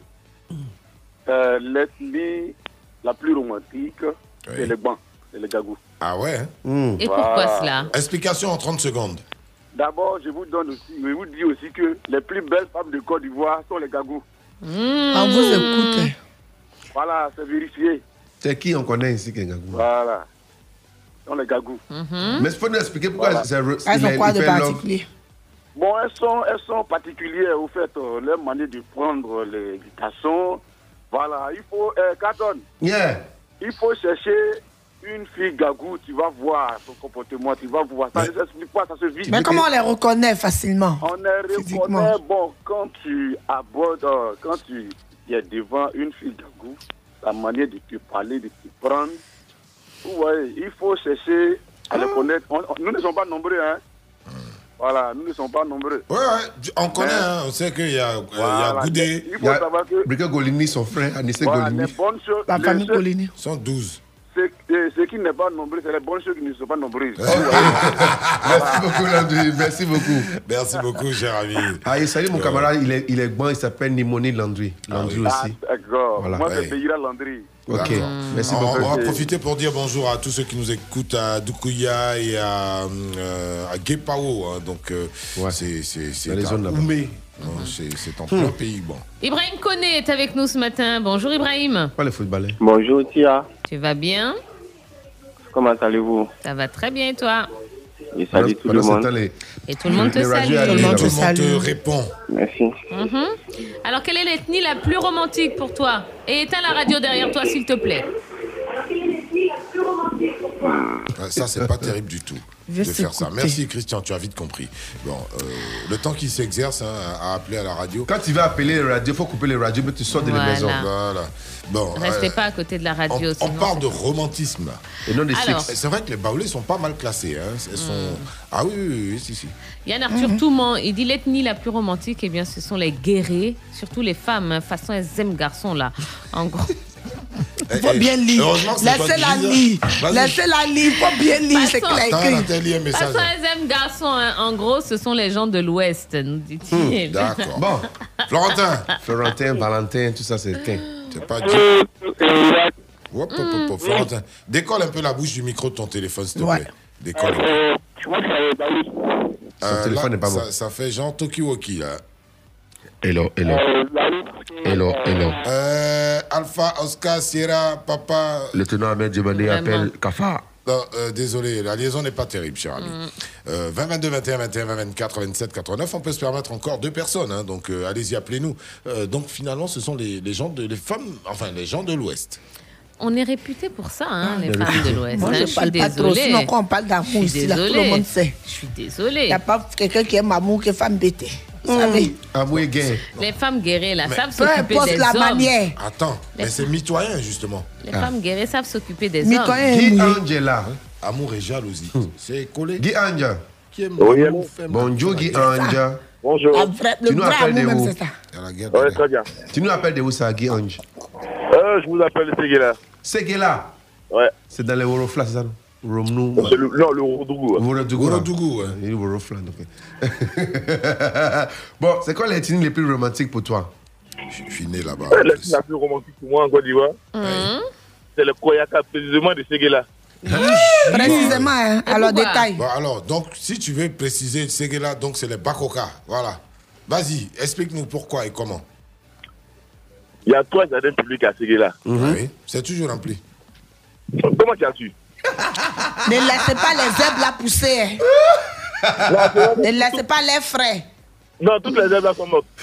l'ethnie la plus romantique, c'est les Bans, c'est les Gagou. Ah ouais? Et pourquoi cela? Explication en 30 secondes. D'abord, je vous dis aussi que les plus belles femmes de Côte d'Ivoire sont les Gagou. On vous écoute. Voilà, c'est vérifié. C'est qui on connaît ici qui est Gagou? Voilà. Sont les Gagou. Mais il faut nous expliquer pourquoi elles sont quoi de particulier? Bon, elles sont particulières, au fait, leur manière de prendre les garçons. Voilà, il faut, Katon. Yeah. Il faut chercher une fille Gagou, tu vas voir son comportement, tu vas voir. Ça ne s'explique pas, ça se vit. Mais comment on les reconnaît facilement? On les reconnaît, quand tu abordes, quand tu es devant une fille Gagou, la manière de te parler, de te prendre, ouais, il faut chercher à les connaître. Nous ne sommes pas nombreux, Voilà, nous ne sommes pas nombreux. Ouais, on connaît, hein, on sait qu'il y a Goudé. Il faut savoir que... Brigitte Golini, son frère, Anissé Golini. Les bonnes choses... La famille Golini. Sont 12. Ce qui n'est pas nombreux, c'est les bonnes choses qui ne sont pas nombreuses. Merci beaucoup, Landry. Merci beaucoup. Merci beaucoup, cher ami. Ah, salut mon camarade, il est bon, il s'appelle Nimoni Landry. Landry aussi. D'accord. Voilà. Moi, c'est Peyira Landry. Ok, merci beaucoup. On va profiter pour dire bonjour à tous ceux qui nous écoutent à Doukouya et à Guépao. Hein, donc, c'est les zones là-bas. Oumé. C'est en plein pays. Bon. Ibrahim Koné est avec nous ce matin. Bonjour Ibrahim. Pas les footballeurs. Bonjour Tia. Tu vas bien? Comment allez-vous? Ça va très bien et toi? Et salut tout le monde. Et tout le monde te salue. Tout le monde te répond. Merci. Alors, quelle est l'ethnie la plus romantique pour toi? Et éteins la radio derrière toi, s'il te plaît. Ça, c'est pas terrible du tout de faire ça. Merci Christian, tu as vite compris. Bon, le temps qui s'exerce à appeler à la radio. Quand tu vas appeler la radio, il faut couper les radios, mais tu sors de la maison. Voilà. Bon, restez pas à côté de la radio. On parle de romantisme. Et non des Alors, c'est vrai que les Baoulés sont pas mal classés. Hein. Elles sont... Ah oui, si. Yann Arthur Touman, il dit l'ethnie la plus romantique, eh bien, ce sont les guerriers, surtout les femmes, hein, façon elles aiment garçons là. En gros. Il faut bien lire. Laissez-la lire. Laissez-la lire. Il faut bien lire. C'est clair. Façon elles aiment garçons, hein. En gros, ce sont les gens de l'Ouest, nous dit-il. D'accord. Bon, Florentin, Valentin, tout ça, c'est quin. C'est pas dit. Florentin, décolle un peu la bouche du micro de ton téléphone, s'il te plaît. Décolle. Son téléphone n'est pas bon. Ça fait genre Tokiwoki, là. Hello. Alpha, Oscar, Sierra, Papa. Le tenant Ahmed Djebani appelle Kafa. Non, désolé, la liaison n'est pas terrible, cher ami. 20 22 21 21 20 24 27 89, on peut se permettre encore 2 personnes, hein, donc allez-y, appelez-nous. Donc finalement, ce sont les gens les femmes, enfin les gens de l'Ouest. On est réputé pour ça, hein, les femmes de l'Ouest. Moi, je ne parle pas trop. Sinon, quand on parle d'amour ici, là, tout le monde sait. Je suis désolée. Il n'y a pas quelqu'un qui aime amour que femme bêtée. Vous savez. Amour et gain. Les femmes guerrées, là, savent peu s'occuper importe des la hommes. manière. Attends, mais c'est mitoyen, justement. Les femmes guerrées savent s'occuper des Mitoyen. Guy hommes. Angela. Amour et jalousie. C'est collé. Guy Anja. Qui aime Bonjour Guy Anja. Bonjour. Le Tu nous vrai appelles de amour, où? même, c'est ça. Oui, très bien. Tu nous appelles de où ça, Guy Ange? Je vous appelle Seguela. Seguela? Ouais. C'est dans les Worofla, c'est ça? Romnou. Non, le Worodougou. Worodougou, ouais. Il est Worofla, donc. Bon, c'est quoi l'ethnie les plus romantiques pour toi? Je suis né là-bas. L'ethnie la plus romantique pour moi en Côte d'Ivoire, c'est le Koyaka, précisément de Seguela. Précisément, hein. Alors, détail. Bon, alors, donc, si tu veux préciser Seguela, donc c'est les Bakoka. Voilà. Vas-y, explique-nous pourquoi et comment. Il y a 3 jardins publics à Seguela. Oui, c'est toujours rempli. Comment tu as su? Ne laissez pas les herbes là pousser. Ne laissez pas les frais. Non, toutes les herbes là sont mortes.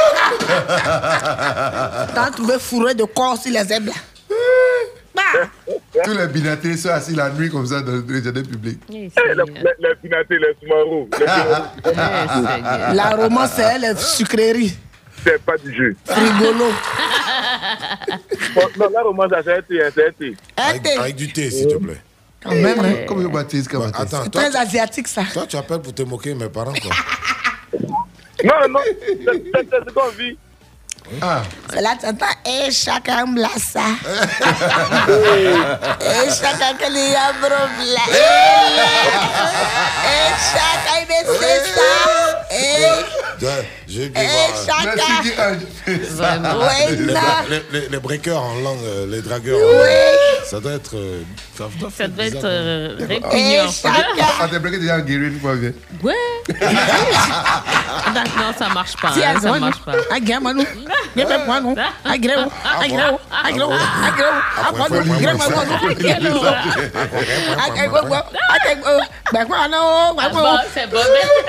T'as trouvé fourré de corps sur les herbes là. Tous les binatés sont assis la nuit comme ça dans les jardins publics. Les binatés, les Sumaru. La romance, c'est les sucreries. C'est pas du jeu. Frigolo. Non, la romance, c'est un thé. Avec du thé, s'il te plaît. Quand même, hein. Comme le baptise, comme attends, c'est très asiatique, ça. Toi, tu appelles pour te moquer de mes parents, quoi. Non, c'est ce qu'on vit. C'est là tu entends, chacun me l'a ça. Chacun que les a problème. Chacun me sait ça. Je vais voir. Chacun. Les breakers en langue, les dragueurs. Ça doit être. Ça doit être répugnant. Ah, t'es breaker déjà guéri une fois, viens. Ouais. Non, ça marche pas. Hein, ça marche pas. C'est bon.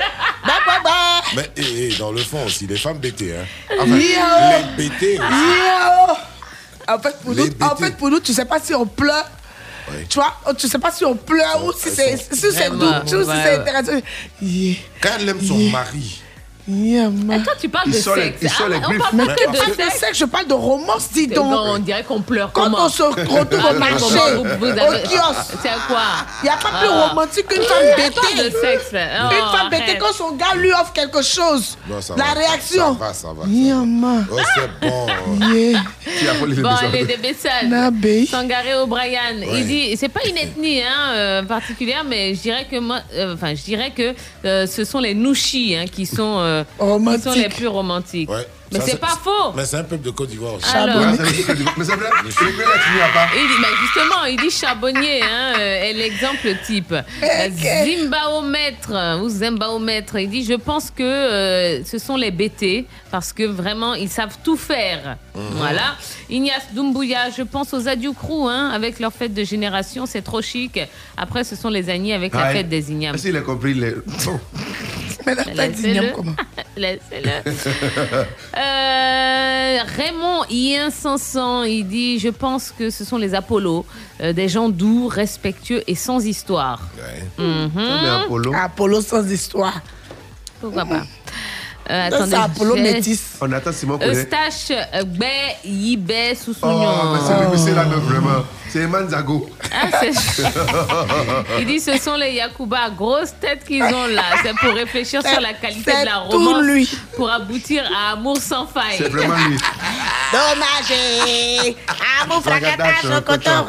Mais dans le fond aussi, les femmes bêtées. Hein. Enfin, les bêtées aussi. En fait, pour nous, tu sais pas si on pleure. Oui. Tu vois, tu sais pas si on pleure ou si c'est doux, si c'est intéressant. Quand elle aime son mari, Et toi, tu parles de sexe. On parle pas que de sexe. Je parle de romance, dis donc. On dirait qu'on pleure. Quand on se retrouve au marché, au kiosque. C'est quoi? Il n'y a pas plus romantique qu'une femme bêtée. De sexe. Une femme bêtée, quand son gars lui offre quelque chose. La réaction. Ça va. Oh, c'est bon. Bon, allez, des messages. Sangaré O'Brien. Il dit, c'est pas une ethnie particulière, mais je dirais que ce sont les Nushi qui sont les plus romantiques. Ouais. Mais c'est pas faux. Mais c'est un peuple de Côte d'Ivoire aussi. Mais c'est vrai, justement, il dit charbonnier, est l'exemple type. Zimbaomètre, il dit je pense que ce sont les BT parce que vraiment ils savent tout faire. Voilà. Ignace Doumbouya, je pense aux Adiokrou, avec leur fête de génération, c'est trop chic. Après, ce sont les Agnis avec la fête des Ignames. S'il a compris les. Mais la fête des Ignames, comment? Laissez-le. Raymond Ien500, il dit je pense que ce sont les Apollo, des gens doux, respectueux et sans histoire. Apollo sans histoire. Pourquoi pas? Attendez, c'est Apollo métis. On attend Simon Koné. Eustache Yibé Sousounion. Oh, mais c'est la meuf vraiment. C'est Manzago. Il dit ce sont les Yakuba, grosse tête qu'ils ont là. C'est pour réfléchir sur la qualité de la romance pour aboutir à amour sans faille. C'est vraiment lui. Dommage. Amour fracata chocoto.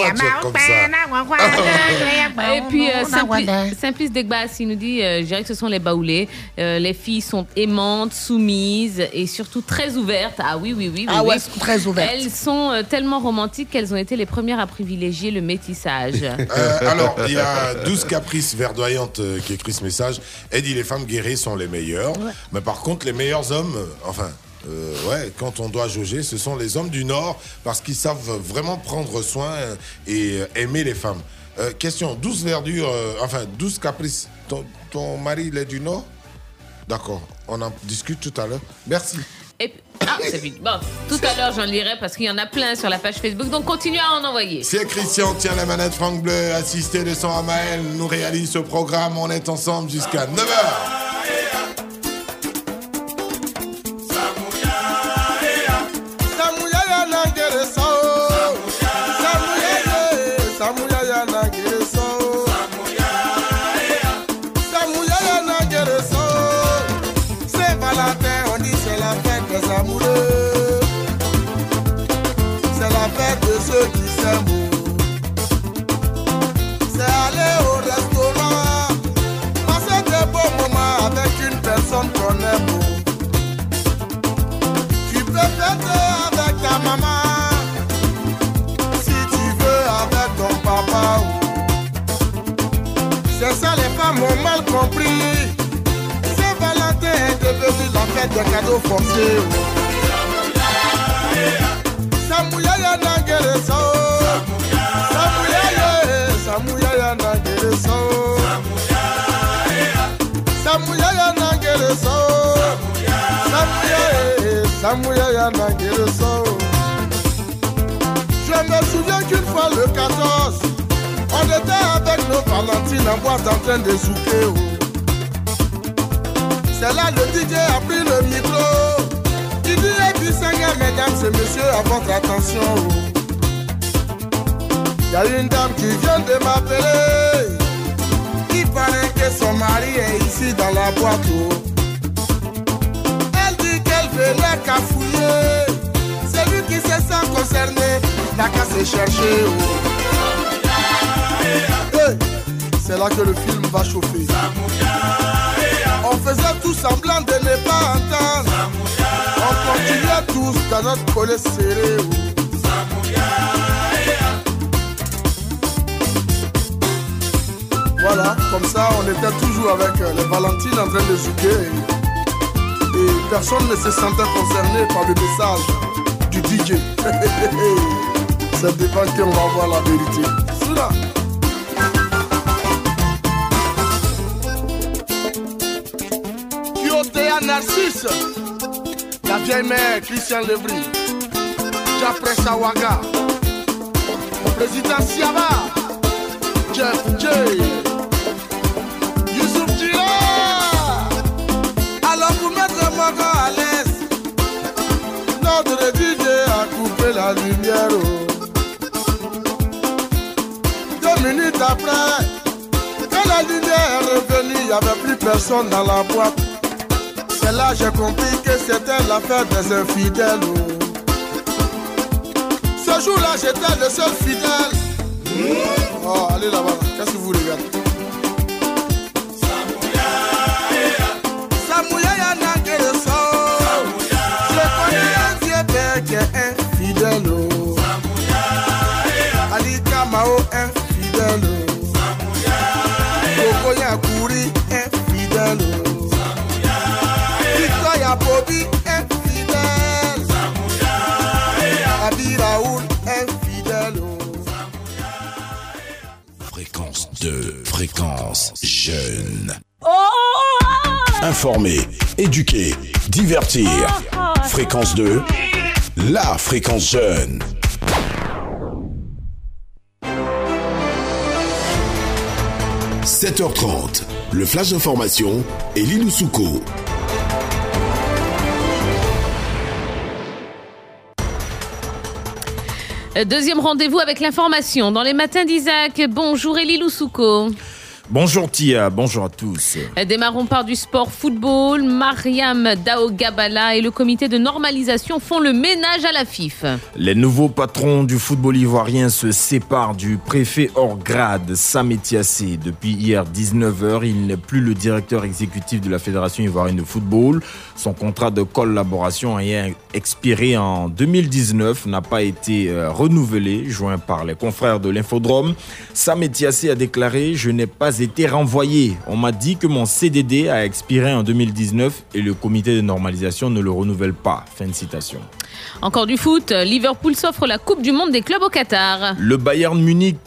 Et puis Simplice Degbas, il nous dit je dirais que ce sont les Baoulés. Les filles sont aimantes, soumises et surtout très ouvertes. Ah oui. Elles sont très ouvertes. Elles sont tellement romantiques qu'elles ont été les premières à privilégier le métissage. Alors, il y a 12 caprices verdoyantes qui écrit ce message. Elle dit les femmes guéries sont les meilleures. Ouais. Mais par contre, les meilleurs hommes, quand on doit jauger, ce sont les hommes du Nord parce qu'ils savent vraiment prendre soin et aimer les femmes. Question, 12 verdures, 12 caprices. Ton mari, il est du Nord? D'accord, on en discute tout à l'heure. Merci. C'est vite. Bon, tout à l'heure, j'en lirai parce qu'il y en a plein sur la page Facebook. Donc, continuez à en envoyer. C'est Christian, tient la manette Franck Bleu, assisté de son Amael, nous réalise ce programme. On est ensemble jusqu'à 9h. Ceux qui s'aiment, c'est aller au restaurant, passer des beaux moments avec une personne qu'on aime. Tu peux fêter avec ta maman, si tu veux avec ton papa. C'est ça, les femmes ont mal compris. Saint-Valentin est devenu la fête des cadeaux forcés. Samuyaya nangere sao, Samuyaya nangere sao, Samuyaya nangere sao, Samuyaya nangere sao. Je me souviens qu'une fois le 14, on était avec nos Valentines en boîte en train de zouker. C'est là le DJ a pris le micro. Il dit mesdames et messieurs, à votre attention. Il y a une dame qui vient de m'appeler. Il paraît que son mari est ici dans la boîte. Elle dit qu'elle veut la cafouiller. C'est lui qui se sent concerné, n'a qu'à se chercher. Hey, c'est là que le film va chauffer. On faisait tout semblant de ne pas entendre. On continuait tous dans notre collet serré. Voilà, comme ça on était toujours avec les Valentines en train de zouker. Et personne ne se sentait concerné par le message du DJ. C'est devant qu'on va voir la vérité. C'est là. Kyotéa Narcisse, la vieille mère Christian Levry, Japre Sawaga, le président Siaba, Jeff J, Youssouf Dira. Alors vous la lumière. 2 minutes après, quand la lumière est revenue, il n'y avait plus personne dans la boîte. C'est là que j'ai compris que c'était l'affaire des infidèles. Ce jour-là, j'étais le seul fidèle. Oh, allez là-bas, qu'est-ce que vous regardez? Samouya n'a que le sang. Je connais un vieux père qui est infidèle. Ali Kamao infidèle. Kokoya Kouri infidèle. Victoria Bobby infidèle. Abi Raoul infidèle. Fréquence 2, fréquence jeune. Informer, éduquer, divertir. Fréquence 2, la fréquence jeune. « 7h30, le flash d'information et Lilou Souko. Deuxième rendez-vous avec l'information dans les matins d'Isaac. Bonjour Elilou Souko. Bonjour Tia, bonjour à tous. Démarrons par du sport football. Mariam Daogabala et le comité de normalisation font le ménage à la FIF. Les nouveaux patrons du football ivoirien se séparent du préfet hors grade, Sam Tiassé. Depuis hier 19h, il n'est plus le directeur exécutif de la Fédération ivoirienne de football. Son contrat de collaboration ayant expiré en 2019 n'a pas été renouvelé, joint par les confrères de l'Infodrome. Sam Tiassé a déclaré « Je n'ai pas été renvoyé. On m'a dit que mon CDD a expiré en 2019 et le comité de normalisation ne le renouvelle pas. » Fin de citation. Encore du foot, Liverpool s'offre la Coupe du Monde des clubs au Qatar. Le Bayern Munich,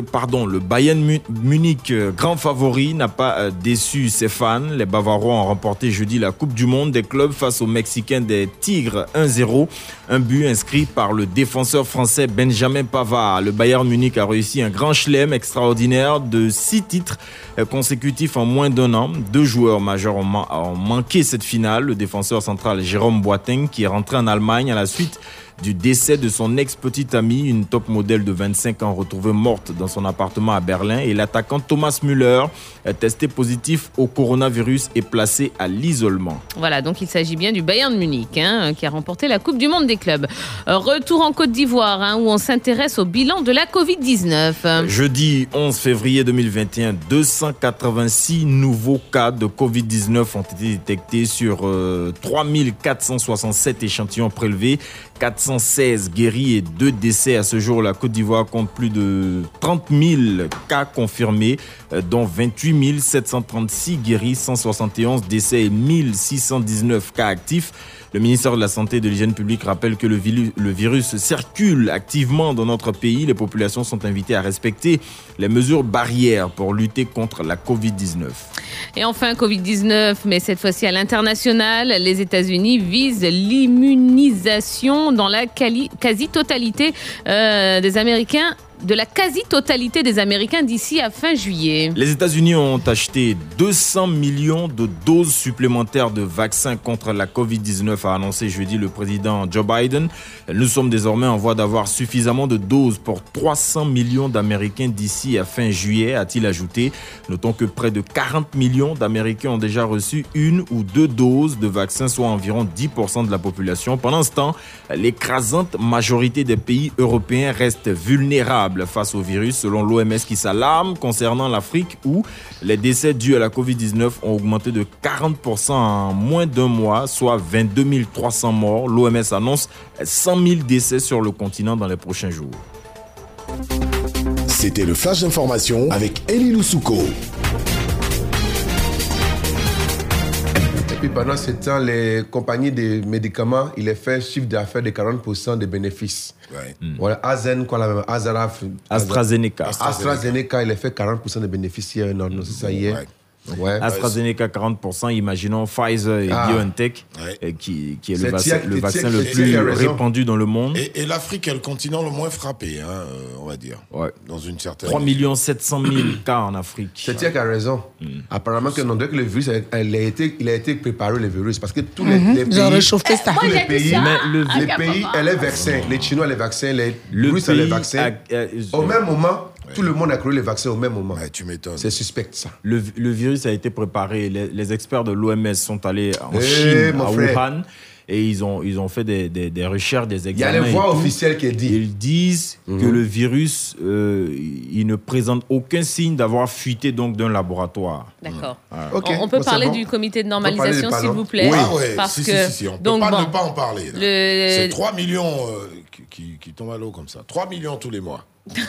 grand favori, n'a pas déçu ses fans. Les Bavarois ont remporté jeudi la Coupe du Monde des clubs face aux Mexicains des Tigres 1-0. Un but inscrit par le défenseur français Benjamin Pavard. Le Bayern Munich a réussi un grand chelem extraordinaire de 6 titres consécutifs en moins d'un an. 2 joueurs majeurs ont manqué cette finale. Le défenseur central Jérôme Boateng, qui est rentré en Allemagne à la suite du décès de son ex-petite amie, une top modèle de 25 ans retrouvée morte dans son appartement à Berlin, et l'attaquant Thomas Müller, testé positif au coronavirus, est placé à l'isolement. Voilà, donc il s'agit bien du Bayern Munich qui a remporté la Coupe du Monde des clubs. Retour en Côte d'Ivoire où on s'intéresse au bilan de la Covid-19. Jeudi 11 février 2021, 286 nouveaux cas de Covid-19 ont été détectés sur 3467 échantillons prélevés. 416 guéris et 2 décès. À ce jour, la Côte d'Ivoire compte plus de 30 000 cas confirmés, dont 28 736 guéris, 171 décès et 1619 cas actifs. Le ministère de la Santé et de l'Hygiène publique rappelle que le virus circule activement dans notre pays. Les populations sont invitées à respecter les mesures barrières pour lutter contre la Covid-19. Et enfin, Covid-19, mais cette fois-ci à l'international, les États-Unis visent l'immunisation dans la quasi-totalité des Américains. De la quasi-totalité des Américains d'ici à fin juillet. Les États-Unis ont acheté 200 millions de doses supplémentaires de vaccins contre la Covid-19, a annoncé jeudi le président Joe Biden. Nous sommes désormais en voie d'avoir suffisamment de doses pour 300 millions d'Américains d'ici à fin juillet, a-t-il ajouté. Notons que près de 40 millions d'Américains ont déjà reçu 1 ou 2 doses de vaccins, soit environ 10% de la population. Pendant ce temps, l'écrasante majorité des pays européens restent vulnérables face au virus, selon l'OMS qui s'alarme concernant l'Afrique où les décès dus à la Covid-19 ont augmenté de 40% en moins d'un mois, soit 22 300 morts. L'OMS annonce 100 000 décès sur le continent dans les prochains jours. C'était le flash d'information avec Elilou Souko. Et puis pendant ce temps, les compagnies de médicaments, ils les font chiffre d'affaires de 40% de bénéfices. Ouais. Voilà, AstraZeneca, il a fait 40% de bénéfices hier, non, c'est ça hier. Ouais. AstraZeneca 40%, imaginons Pfizer et BioNTech, qui est le vaccin le plus répandu dans le monde. Et l'Afrique est le continent le moins frappé, on va dire. Dans une certaine... 3 700 000 cas en Afrique. C'est Tia qui a raison. Apparemment, que le virus, il a été préparé, le virus, parce que tous les pays... Ils ont réchauffé ça. Tous les pays, elle est vaccin. Les Chinois, les vaccins, les Russes, les vaccins. Au même moment... Tout le monde a cru les vaccins au même moment. Tu m'étonnes. C'est suspect, ça. Le virus a été préparé. Les experts de l'OMS sont allés en Chine, à Wuhan, et ils ont fait des recherches, des examens. Il y a les voix officielles qui disent. Ils disent que le virus, il ne présente aucun signe d'avoir fuité donc d'un laboratoire. D'accord. On peut parler du comité de normalisation, s'il vous plaît. Parce que on ne peut pas en parler. C'est 3 millions qui tombent à l'eau comme ça. 3 millions tous les mois.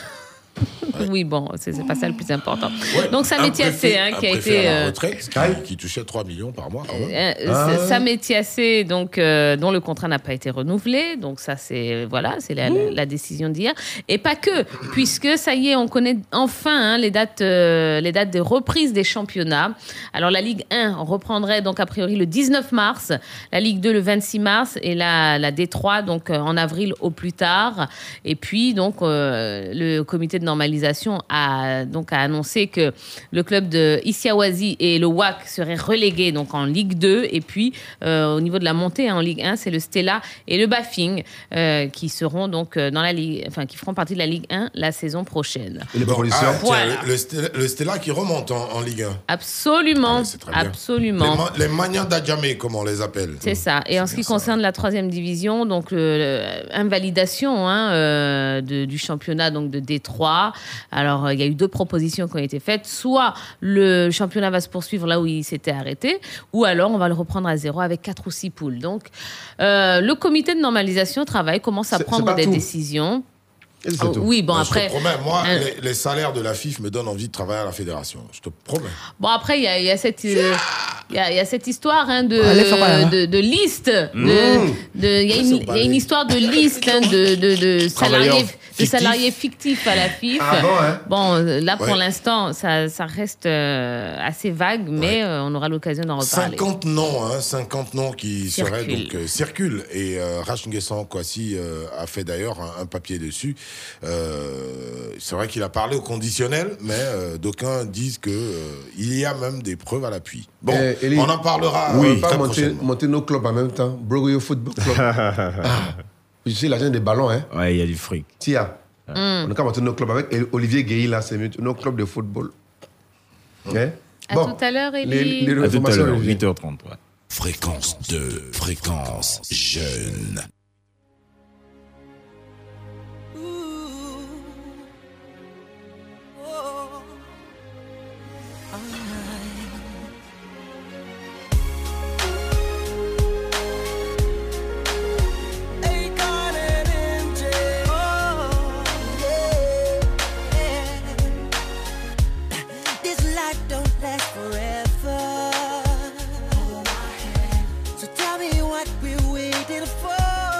Oui, bon, c'est pas ça le plus important. Donc, Samé Tiassé, qui a été. À la retraite, qui touchait 3 millions par mois. Samé Tiassé, donc, dont le contrat n'a pas été renouvelé. Donc, ça, c'est la décision d'hier. Et pas que, puisque ça y est, on connaît enfin les dates de reprise des championnats. Alors, la Ligue 1 reprendrait donc a priori le 19 mars, la Ligue 2 le 26 mars et la D3 donc en avril au plus tard. Et puis, donc, le comité de normalisation a annoncé que le club de Issiawazi et le WAC seraient relégués donc en Ligue 2, et puis au niveau de la montée en Ligue 1, c'est le Stella et le Bafing qui seront donc dans la Ligue, qui feront partie de la Ligue 1 la saison prochaine. Et les propositions le Stella qui remonte en Ligue 1. Absolument, absolument. Les Magnans d'Adjamé, comme on les appelle. C'est ça. Et en ce qui concerne la 3e division, donc invalidation du championnat donc de D3. Alors, il y a eu 2 propositions qui ont été faites. Soit le championnat va se poursuivre là où il s'était arrêté, ou alors on va le reprendre à 0 avec 4 ou 6 poules. Donc, le comité de normalisation commence à prendre des décisions. Oui, bon, après. Je te promets, moi, les salaires de la FIF me donnent envie de travailler à la fédération. Je te promets. Bon, après, il y a cette histoire de liste. Il y a une histoire de liste de salariés fictifs à la FIF. Bon, là, pour l'instant, ça reste assez vague, mais on aura l'occasion d'en reparler. 50 noms qui circulent. Et Rach Nguessan Kwasi a fait d'ailleurs un papier dessus. C'est vrai qu'il a parlé au conditionnel, mais d'aucuns disent qu'il y a même des preuves à l'appui. Bon, on en parlera très prochainement. Monter nos clubs en même temps. Brogoyo Football Club. Je sais, l'agent des ballons, hein. Ouais, il y a du fric. Tia. On a qu'à monter nos clubs avec Olivier Guéhi, là, c'est nos clubs de football. À tout à l'heure, Elie. À tout à l'heure, 8h30. Fréquence 2, fréquence jeune. So tell me what we're waiting for.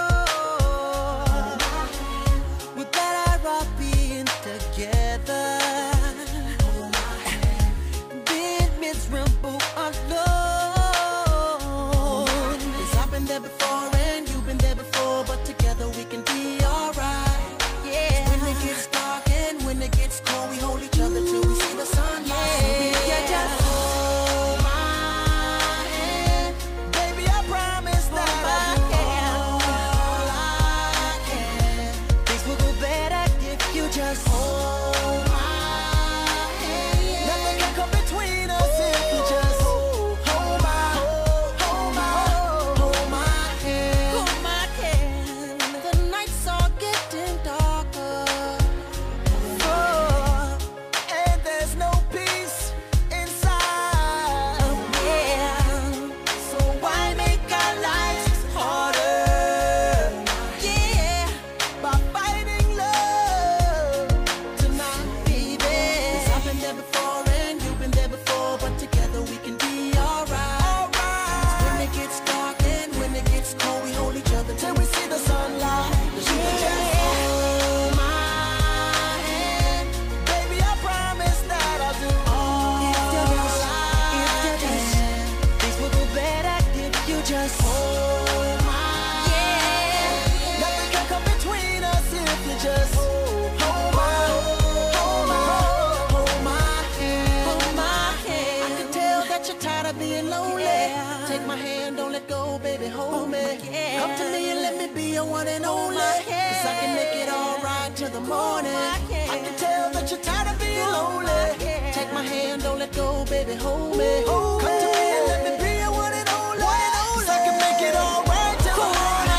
your one and only. 'Cause I can make it all right till the morning. I can tell that you're tired of being lonely. Take my hand, don't let go, baby, hold me. Come to me and let me be your one and only. 'Cause I can make it all right till the morning.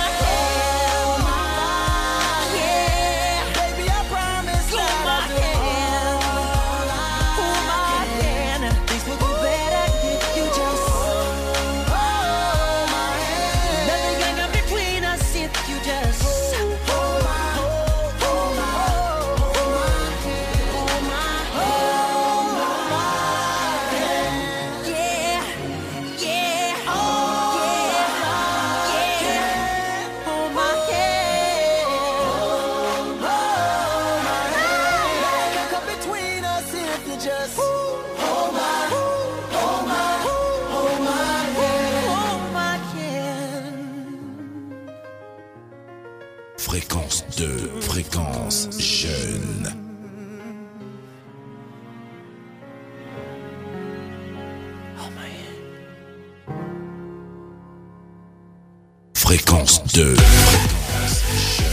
Fréquence 2, fréquence jeune. Fréquence 2, fréquence jeune.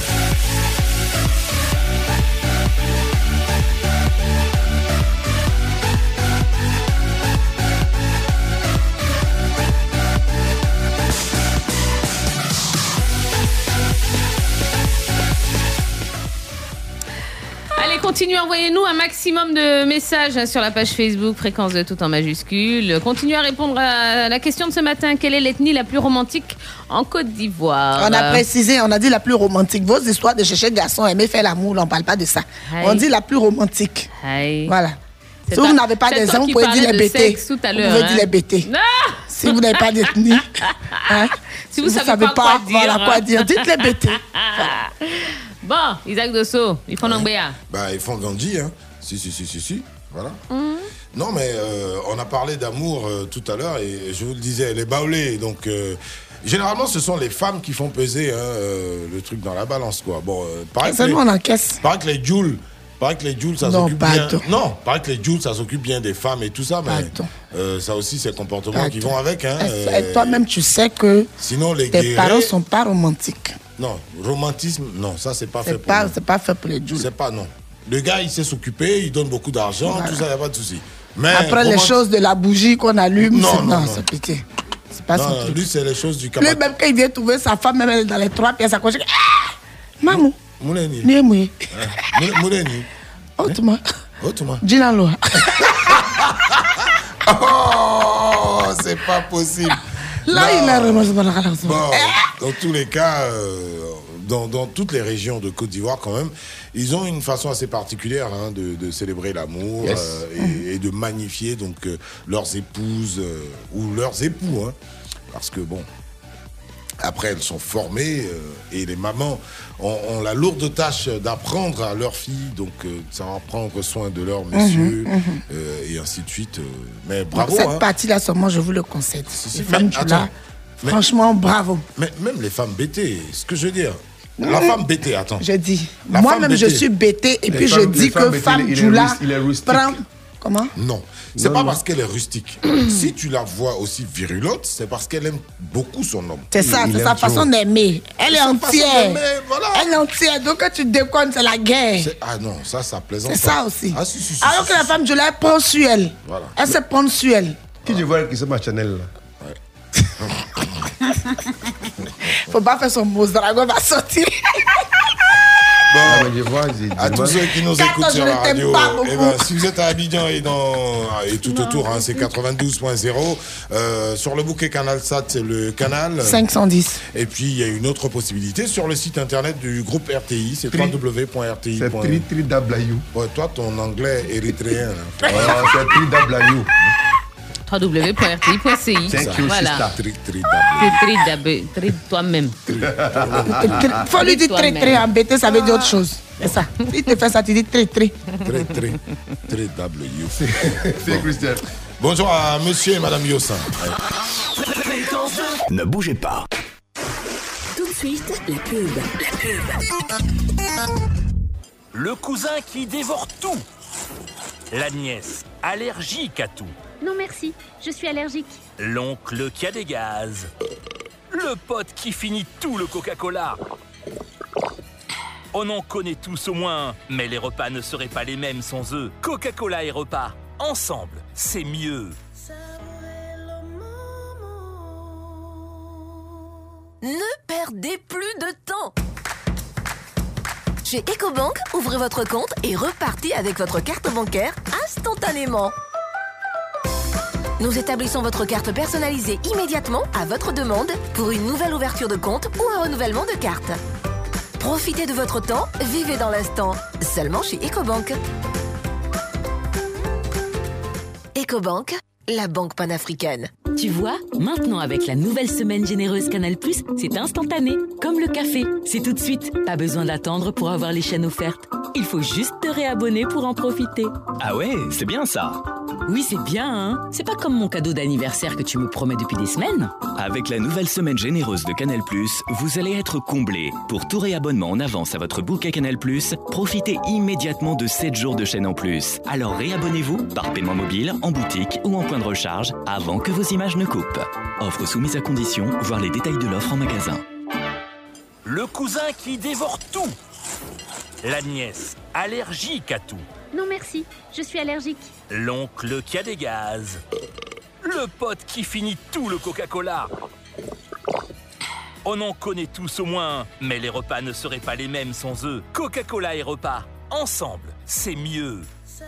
Allez, continuez, envoyez-nous un maximum de messages sur la page Facebook Fréquence 2 tout en majuscule. Continuez à répondre à la question de ce matin. Quelle est l'ethnie la plus romantique en Côte d'Ivoire? On a précisé, on a dit la plus romantique. Vos histoires de chercher garçon aimer faire l'amour, on ne parle pas de ça. Aïe. On dit la plus romantique. Aïe. Voilà. C'est Si vous n'avez pas d'exemple, vous pouvez dire les BT. Tout à Vous l'heure, pouvez hein. dire les BT. Ah Si vous n'avez pas d'ethnie, hein, si vous savez pas quoi dire, voilà, quoi dire, dites les BT. Bon, Isaac Dosso, ils font Nangbéa. Bah, ils font Gandhi, hein. Si. Voilà. Non, mais on a parlé d'amour tout à l'heure et je vous le disais, les baoulés. Donc, généralement, ce sont les femmes qui font peser le truc dans la balance, quoi. Bon, pareil que Seulement on encaisse. Paraît que les Jules, ça Non, s'occupe bien. pardon. Non, paraît que les Jules, ça s'occupe bien des femmes et tout ça, mais ça aussi, c'est le comportement qui vont avec. Hein, Et toi-même, tu sais que sinon, les tes guerriers- parents sont pas romantiques. Non, romantisme, non, ça, c'est pas fait pour nous. C'est pas fait pour les Jules. C'est pas, non. Le gars, il sait s'occuper, il donne beaucoup d'argent, Voilà. tout ça, il n'y a pas de souci. Mais Après, les choses de la bougie qu'on allume, Non. c'est pitié. C'est pas son non, truc. lui, c'est les choses du Lui, cabaret. même quand il vient trouver sa femme, même elle est dans les 3 pièces à côté. Ah Mamou, Mouleni. ni mouillé. Mouleni. Autrement. Autrement. Dinalo. Oh, c'est pas possible. Là, Non. il a vraiment. Bon, dans tous les cas, dans toutes les régions de Côte d'Ivoire, quand même, ils ont une façon assez particulière hein, de célébrer l'amour Yes. et de magnifier donc leurs épouses ou leurs époux, hein, parce que bon. Après, elles sont formées et les mamans ont la lourde tâche d'apprendre à leurs filles, donc ça va prendre soin de leurs messieurs et ainsi de suite. Mais bravo. Cette hein. partie-là, seulement, je vous le concède. Les Mais femmes, tu attends, l'as. Franchement, bravo. Mais même les femmes bêtées, ce que je veux dire. La femme bêtée, attends. Je dis. La Moi-même, femme je bêtée. suis bêtée et Les puis je femmes- dis les que femmes bêtées, femme il est Djoula il est rustique. prend. Comment? Non, c'est pas parce qu'elle est rustique. Si tu la vois aussi virulente, c'est parce qu'elle aime beaucoup son homme. C'est ça, c'est sa façon d'aimer. Elle est Sa façon entière. d'aimer, voilà. Elle est entière. Donc quand tu déconnes, c'est la guerre. Ah non, ça plaisante. C'est pas. ça aussi. Ah, si, Alors que la femme Djoula, elle prend sur elle. Voilà. Elle se prend sur elle. Qui je vois qui se ma Chanel là? Faut pas faire son mot. Dragon va sortir. Bon, je vois, à tous ceux qui nous Carton, écoutent sur je la ne t'aime radio, pas beaucoup. eh ben, si vous êtes à Abidjan et tout autour, hein, c'est 92.0. Sur le bouquet CanalSat, c'est le canal 510. Et puis il y a une autre possibilité sur le site internet du groupe RTI, c'est www.rti. C'est tri-tri-w. Ouais, toi, ton anglais érythréen. là. C'est tri-w. www.rti.ci. Thank you, Voilà. sister. Toi-même. Faut lui dire très très embêté, ça veut dire autre chose. C'est ça. Il te fait ça, tu dis très très. Très W. C'est Christian. Bonjour à monsieur et madame Yossin. Ne bougez pas. Tout de suite, la pub. Le cousin qui dévore tout. La nièce, allergique à tout. Non merci, je suis allergique. L'oncle qui a des gaz. Le pote qui finit tout le Coca-Cola. On en connaît tous au moins, mais les repas ne seraient pas les mêmes sans eux. Coca-Cola et repas, ensemble, c'est mieux. Ne perdez plus de temps. Chez EcoBank, ouvrez votre compte et repartez avec votre carte bancaire instantanément. Nous établissons votre carte personnalisée immédiatement à votre demande pour une nouvelle ouverture de compte ou un renouvellement de carte. Profitez de votre temps, vivez dans l'instant, seulement chez EcoBank. EcoBank, la banque panafricaine. Tu vois, maintenant avec la nouvelle semaine généreuse Canal+, c'est instantané, comme le café. C'est tout de suite, pas besoin d'attendre pour avoir les chaînes offertes. Il faut juste te réabonner pour en profiter. Ah ouais, c'est bien ça. Oui, c'est bien, hein. C'est pas comme mon cadeau d'anniversaire que tu me promets depuis des semaines. Avec la nouvelle semaine généreuse de Canal+, vous allez être comblés. Pour tout réabonnement en avance à votre bouquet Canal+, profitez immédiatement de 7 jours de chaîne en plus. Alors réabonnez-vous par paiement mobile, en boutique ou en point de recharge avant que vos images ne coupent. Offre soumise à condition, voir les détails de l'offre en magasin. Le cousin qui dévore tout. La nièce, allergique à tout. Non merci, je suis allergique. L'oncle qui a des gaz. Le pote qui finit tout le Coca-Cola. On en connaît tous au moins, mais les repas ne seraient pas les mêmes sans eux. Coca-Cola et repas, ensemble, c'est mieux.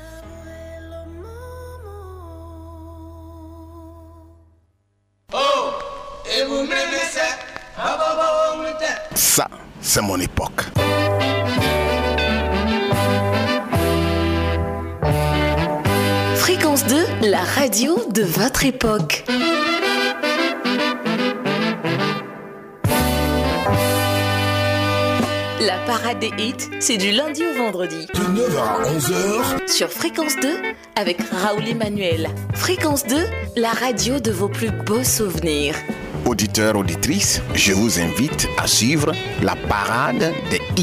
Ça, c'est mon époque. Fréquence 2, la radio de votre époque. La parade des hits, c'est du lundi au vendredi. De 9h à 11h. Sur Fréquence 2, avec Raoul Emmanuel. Fréquence 2, la radio de vos plus beaux souvenirs. Auditeurs, auditrices, je vous invite à suivre la parade des hits.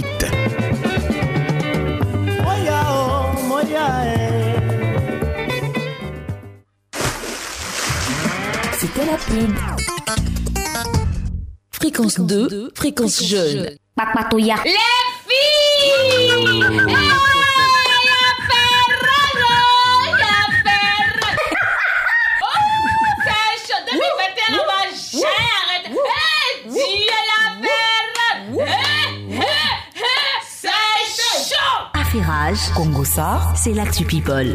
C'était la pub. Fréquence 2, fréquence jeune. Papatouya. Les filles! Affairage, Congo sort, c'est l'actu people.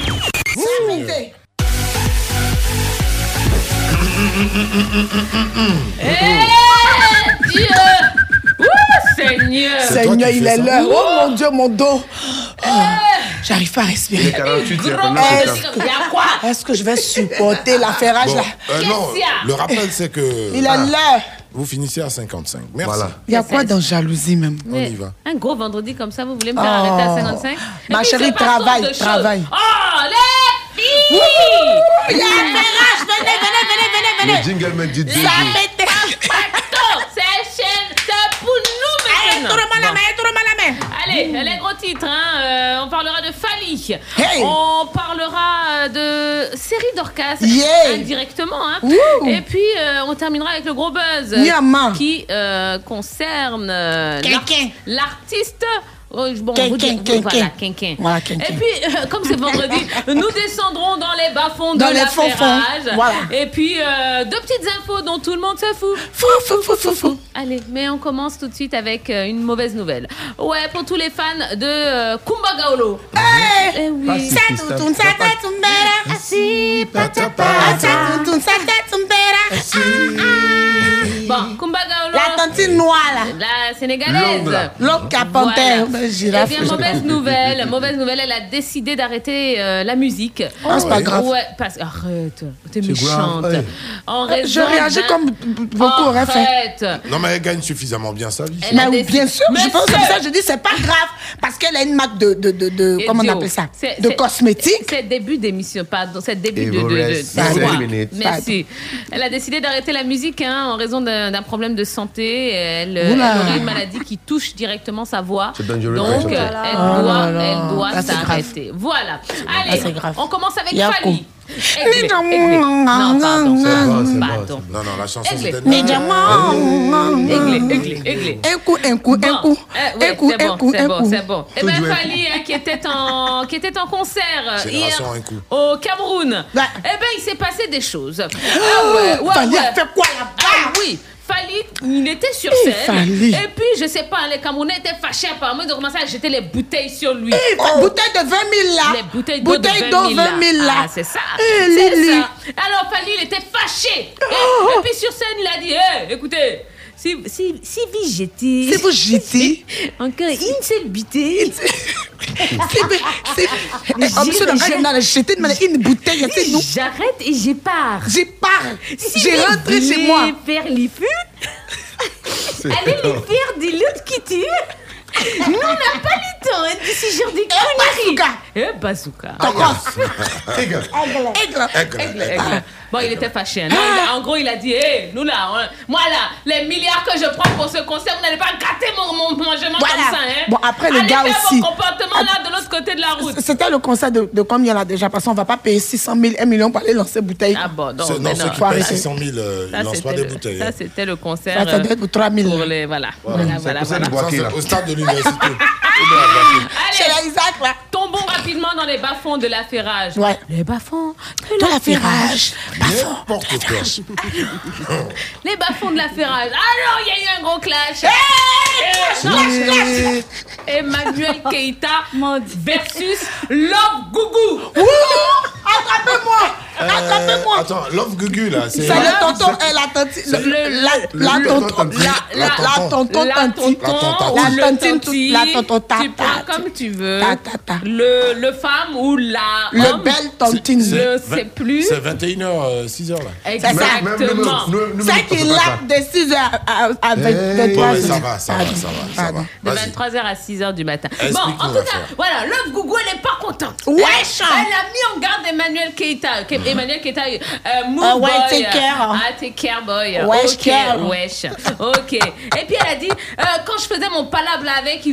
Dieu! Seigneur! Seigneur, il est l'heure. Oh mon Dieu, mon dos. J'arrive pas à respirer. Est-ce que je vais supporter l'affairage là? Non, le rappel c'est que... Il est l'heure. Vous finissez à 55. Merci. Voilà. Il y a quoi dans jalousie même? On y va. Un gros vendredi comme ça, vous voulez me faire arrêter à 55? Ma chérie, travaille. Oh, les filles! Il y a l'affairage. Venez. Le jingle me dit Ça m'était. C'est pour nous maintenant. Allez, les gros titres. On parlera de Fali. Hey. On parlera de série Dorcas. Yeah. Indirectement. Et puis, on terminera avec le gros buzz. Qui concerne l'artiste. Quinquin. Et puis, comme c'est vendredi, nous descendrons dans les bas-fonds de l'affairage. Voilà. Et puis, deux petites infos dont tout le monde se fout. Fou. Allez, mais on commence tout de suite avec une mauvaise nouvelle. Ouais, pour tous les fans de Kumba Gawlo. Hey! Oui. Bon, Kumba Gawlo. La tontine noire là. La sénégalaise. L'autre qui a panthère. Eh bien, mauvaise nouvelle, elle a décidé d'arrêter la musique. C'est pas grave. Ouais, arrête, t'es méchante. En raison je réagis comme beaucoup auraient fait. Non, mais elle gagne suffisamment bien sa vie. Mais bien sûr, je pense comme ça, je dis c'est pas grave, parce qu'elle a une marque de comment on appelle ça? De cosmétiques. C'est début d'émission, pardon, c'est début de Merci. Elle a décidé d'arrêter la musique en raison d'un problème de santé elle aurait une maladie qui touche directement sa voix. Donc, elle doit s'arrêter. Voilà. Allez, on commence avec Fally. Non, pardon. Non, la chanson c'est Aiglé. C'est bon. Eh bien, Fally, qui était en concert hier au Cameroun, eh bien, il s'est passé des choses. Fally a fait quoi là-bas? Oui. Fally, il était sur scène. Et puis, je sais pas, les Camerounais étaient fâchés apparemment. Ils ont commencé à jeter les bouteilles sur lui. Bouteilles de 20 000 là. Les bouteilles d'eau de 20 000 là. Ah, c'est ça. C'est ça. Alors, Fally, il était fâché. Et puis, sur scène, il a dit, écoutez, si vous jetez encore une seule bouteille. Une bouteille, j'arrête et je pars. J'ai rentré chez moi. Faire les feux. Allez les faire de l'autre qui tue. Nous, on n'a pas le temps de ce genre de conneries. Bazooka. Aigle. Bon, il était fâché. En gros, il a dit, nous là, moi là, les milliards que je prends pour ce concert, vous n'allez pas gâter mon mangement comme ça. Bon, après, le gars aussi. Allez faire vos comportements là de l'autre côté de la route. C'était le concert de combien là déjà? Parce qu'on ne va pas payer 600 000, 1 million pour aller lancer bouteille. Ah bon, non. Ceux qui payent 600 000, ils lancent pas des bouteilles. Ça, c'était le concert. Ça doit être pour 3 000. Voilà. Au stade de l'université. Chez la Isaac, là. Tombons rapidement dans les bas-fonds de l'affairage. Ouais. Les bas-fonds de l'affairage. Les bas-fonds de l'affairage. Alors, il y a eu un gros clash. Emmanuel Keïta versus Love Gougou. Attrapez-moi. Attends, Love Gougou là, c'est le tonton et la tu prends comme tu veux. Le femme ou le belle tontine. Je sais plus. C'est 21h, 6h là. Exactement. C'est qu'il l'a de 6h à 23h. Ça va. De 23h à 6h du matin. Bon, en tout cas, voilà, Love Gougou, elle n'est pas contente. Wesh. Elle a mis en garde Emmanuel Keïta. Emmanuel Keïta, move boy. Take care boy. Wesh. Ok. Et puis elle a dit, quand je faisais mon palabre avec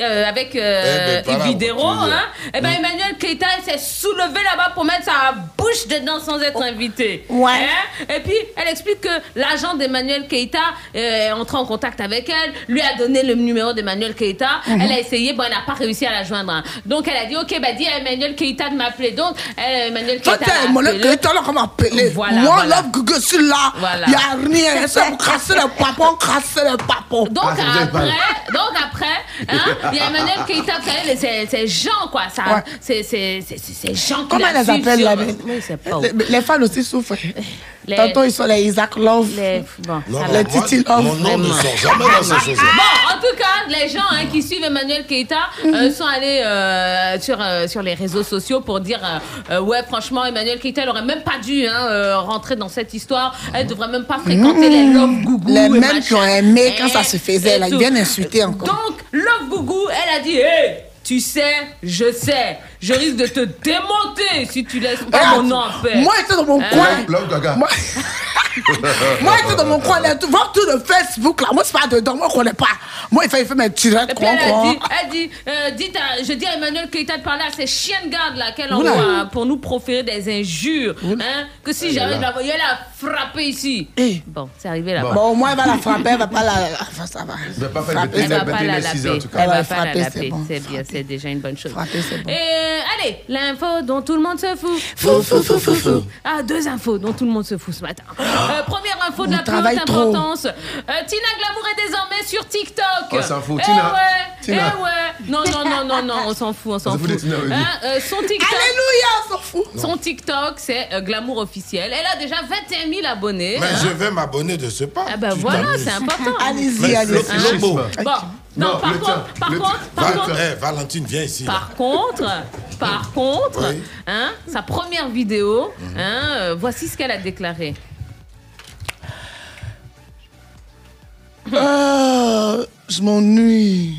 Vidéro, et ben Emmanuel Keïta s'est soulevé là-bas pour mettre sa bouche dedans sans être invité. Ouais. Et puis elle explique que l'agent d'Emmanuel Keïta est entré en contact avec elle, lui a donné le numéro d'Emmanuel Keïta. Elle a essayé, bon, elle n'a pas réussi à la joindre. Donc elle a dit, ok, dis à Emmanuel Keïta de m'appeler. Donc Emmanuel Keïta comment appeler. Moi, Love Gougou, je suis là. Il n'y a rien. C'est pour casser le papon. Donc après, il y a Emmanuel Keïta, ces gens, quoi. Ces gens qui comment elle les appelle là? Les fans aussi souffrent. Tantôt, ils sont les Isaac Love. Les Titi Love. Mon nom ne sort jamais dans ces choses-là. Bon, en tout cas, les gens qui suivent Emmanuel Keïta sont allés sur les réseaux sociaux pour dire ouais, franchement, Emmanuel Keïta, elle aurait même pas dû rentrer dans cette histoire. Elle devrait même pas fréquenter les Love Gougou. Les mêmes qui ont aimé quand ça se faisait, là, ils viennent insulter encore. Donc, Love Gougou, elle a dit, tu sais, je sais, je risque de te démonter si tu laisses pas mon nom en paix. Moi, j'étais dans mon coin. Moi, j'étais dans mon coin. Voir tout le Facebook, là. Moi, c'est pas dedans. Moi, je connais pas. Moi, il fait mes directs. Elle dit, je dis à Emmanuel Keïta de parler à ces chiens de garde, là, qu'elle envoie pour nous proférer des injures. Que si jamais je la voyais, elle a frappé ici. Bon, c'est arrivé là-bas. Bon, au moins, elle va la frapper. Elle va pas la. Ça va. Elle va pas la laper. Elle va pas la laper. C'est bien, c'est déjà une bonne chose. Frapper, c'est bon. Allez, l'info dont tout le monde se fout. Fou. Ah, 2 infos dont tout le monde se fout ce matin. Première info de la plus haute importance. Tina Glamour est désormais sur TikTok. On s'en fout, Tina. Non, on s'en fout. Son TikTok. Alléluia, on s'en fout. Son TikTok, c'est Glamour officiel. Elle a déjà 21 000 abonnés. Mais je vais m'abonner de ce pas. Ah ben voilà, c'est important. Allez-y. Bon. Non, par contre, Valentine, viens ici. Par contre, oui. Sa première vidéo, voici ce qu'elle a déclaré. Je m'ennuie.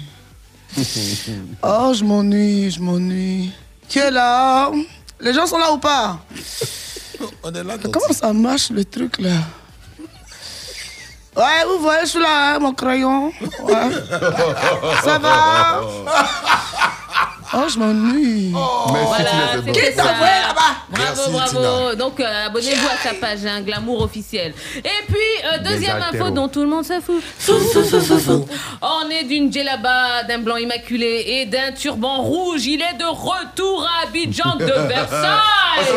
Je m'ennuie. Qui est là? Les gens sont là ou pas? On est là. Comment ça marche le truc là? Ouais, vous voyez, je suis là, hein, mon crayon. Ouais. Ça va? Oh, je m'ennuie. Voilà, qui t'a envoyé là-bas? Bravo, bravo. Donc, abonnez-vous à sa page, hein, Glamour officiel. Et puis, deuxième info dont tout le monde se fout. On est d'une djellaba, d'un blanc immaculé et d'un turban rouge. Il est de retour à Abidjan de Versailles.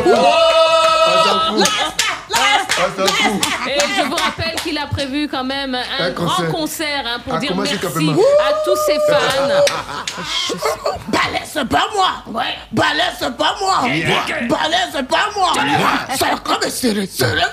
Et je vous rappelle qu'il a prévu quand même un grand concert, hein, pour dire merci à tous ses fans. Ballet, c'est pas moi. Ouais. Ballet, c'est pas moi. Ballet, c'est pas moi. Ça va comme serré.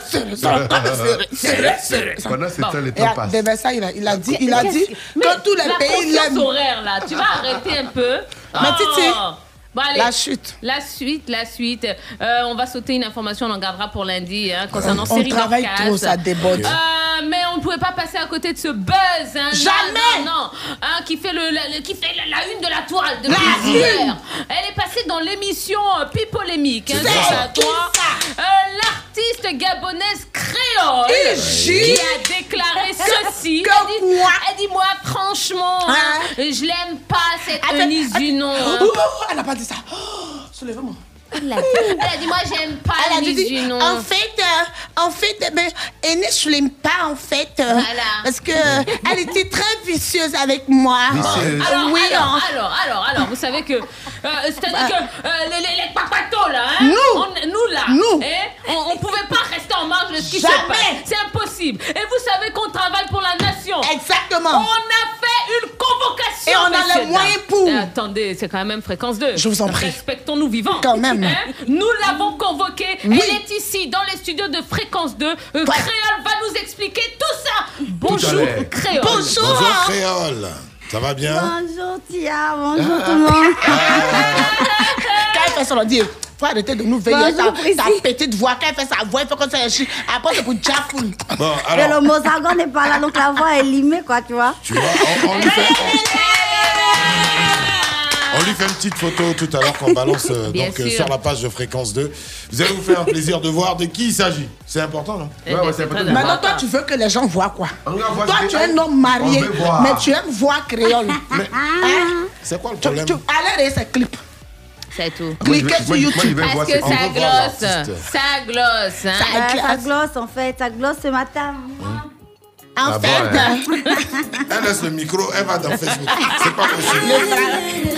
Pendant ce temps, le temps passe. De Versailles, il a dit que tous les pays l'aiment. La horaire, là, tu vas arrêter un peu. Mais Titi, bon, allez, la suite. On va sauter une information, on en gardera pour lundi, hein, concernant Série Dorcas. On travaille trop, ça déborde. Mais on ne pouvait pas passer à côté de ce buzz. Hein, jamais. Non. Hein, qui fait la une de la toile de hier. Elle est passée dans l'émission Pipolémique. Hein, l'artiste gabonaise Créole qui a déclaré ceci. Elle dit moi franchement, je l'aime pas cette Eunice Junon. Elle n'a pas dit ça. Soulevez-moi. Elle a dit moi j'aime pas Eunice Junon. En fait, Eunice je l'aime pas en fait. Voilà. Parce que elle était très vicieuse avec moi. Alors, vous savez que c'est-à-dire que les papatos là, hein, nous, on pouvait pas rester en marge de ce qui se passe. C'est impossible. Et vous savez qu'on travaille pour la nation. Exactement. On a fait une convocation. Et on a les moyens pour. Attendez, c'est quand même Fréquence 2. Je vous en prie. Respectons-nous vivants. Quand même. Hein? Nous l'avons convoquée. Oui. Elle est ici dans les studios de Fréquence 2. Créole va nous expliquer tout ça. Bonjour Créole. Bonjour Créole. Ça va bien? Bonjour Tia, bonjour tout le monde. Quand elle fait ça, on dit, faut arrêter de nous veiller. Ta petite voix, quand elle fait sa voix, il faut qu'on s'enchie. Après, c'est pour Jafoul. Bon, alors. Mais le mot Sargon n'est pas là, donc la voix est limée, quoi, tu vois. Tu vois, on lui fait. On lui fait une petite photo tout à l'heure qu'on balance sur la page de Fréquence 2. Vous allez vous faire un plaisir de voir de qui il s'agit. C'est important, non? Ouais, c'est important. Maintenant, toi, tu veux que les gens voient quoi? Toi, tu es un homme marié, mais tu aimes voir Créole. C'est quoi le problème? Allez, regarder ses clips. C'est tout. Cliquez sur YouTube. Parce que ça glosse. Ça glosse. Hein? Ça glosse, en fait. Ça glosse ce matin. En fait, elle laisse le micro, elle va dans Facebook. C'est pas possible.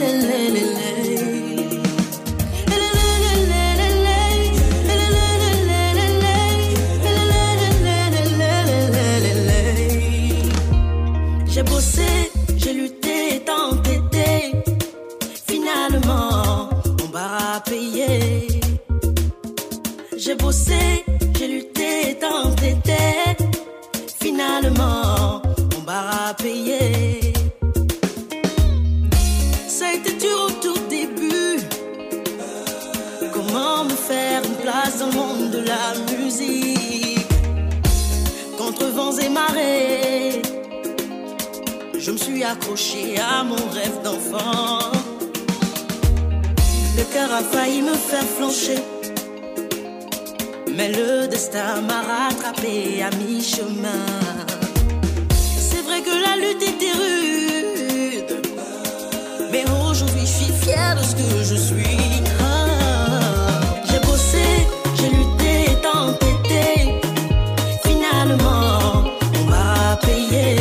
J'ai bossé, j'ai lutté, tant été. Finalement, mon bar a payé. J'ai bossé, j'ai lutté, tant été. Finalement, mon bar a payé. Ça a été dur au tout début. Comment me faire une place dans le monde de la musique? Contre vents et marées, je me suis accroché à mon rêve d'enfant. Le cœur a failli me faire flancher, mais le destin m'a rattrapé à mi-chemin. C'est vrai que la lutte était rude, mais aujourd'hui je suis fière de ce que je suis. J'ai bossé, j'ai lutté, tant été. Finalement, on m'a payé.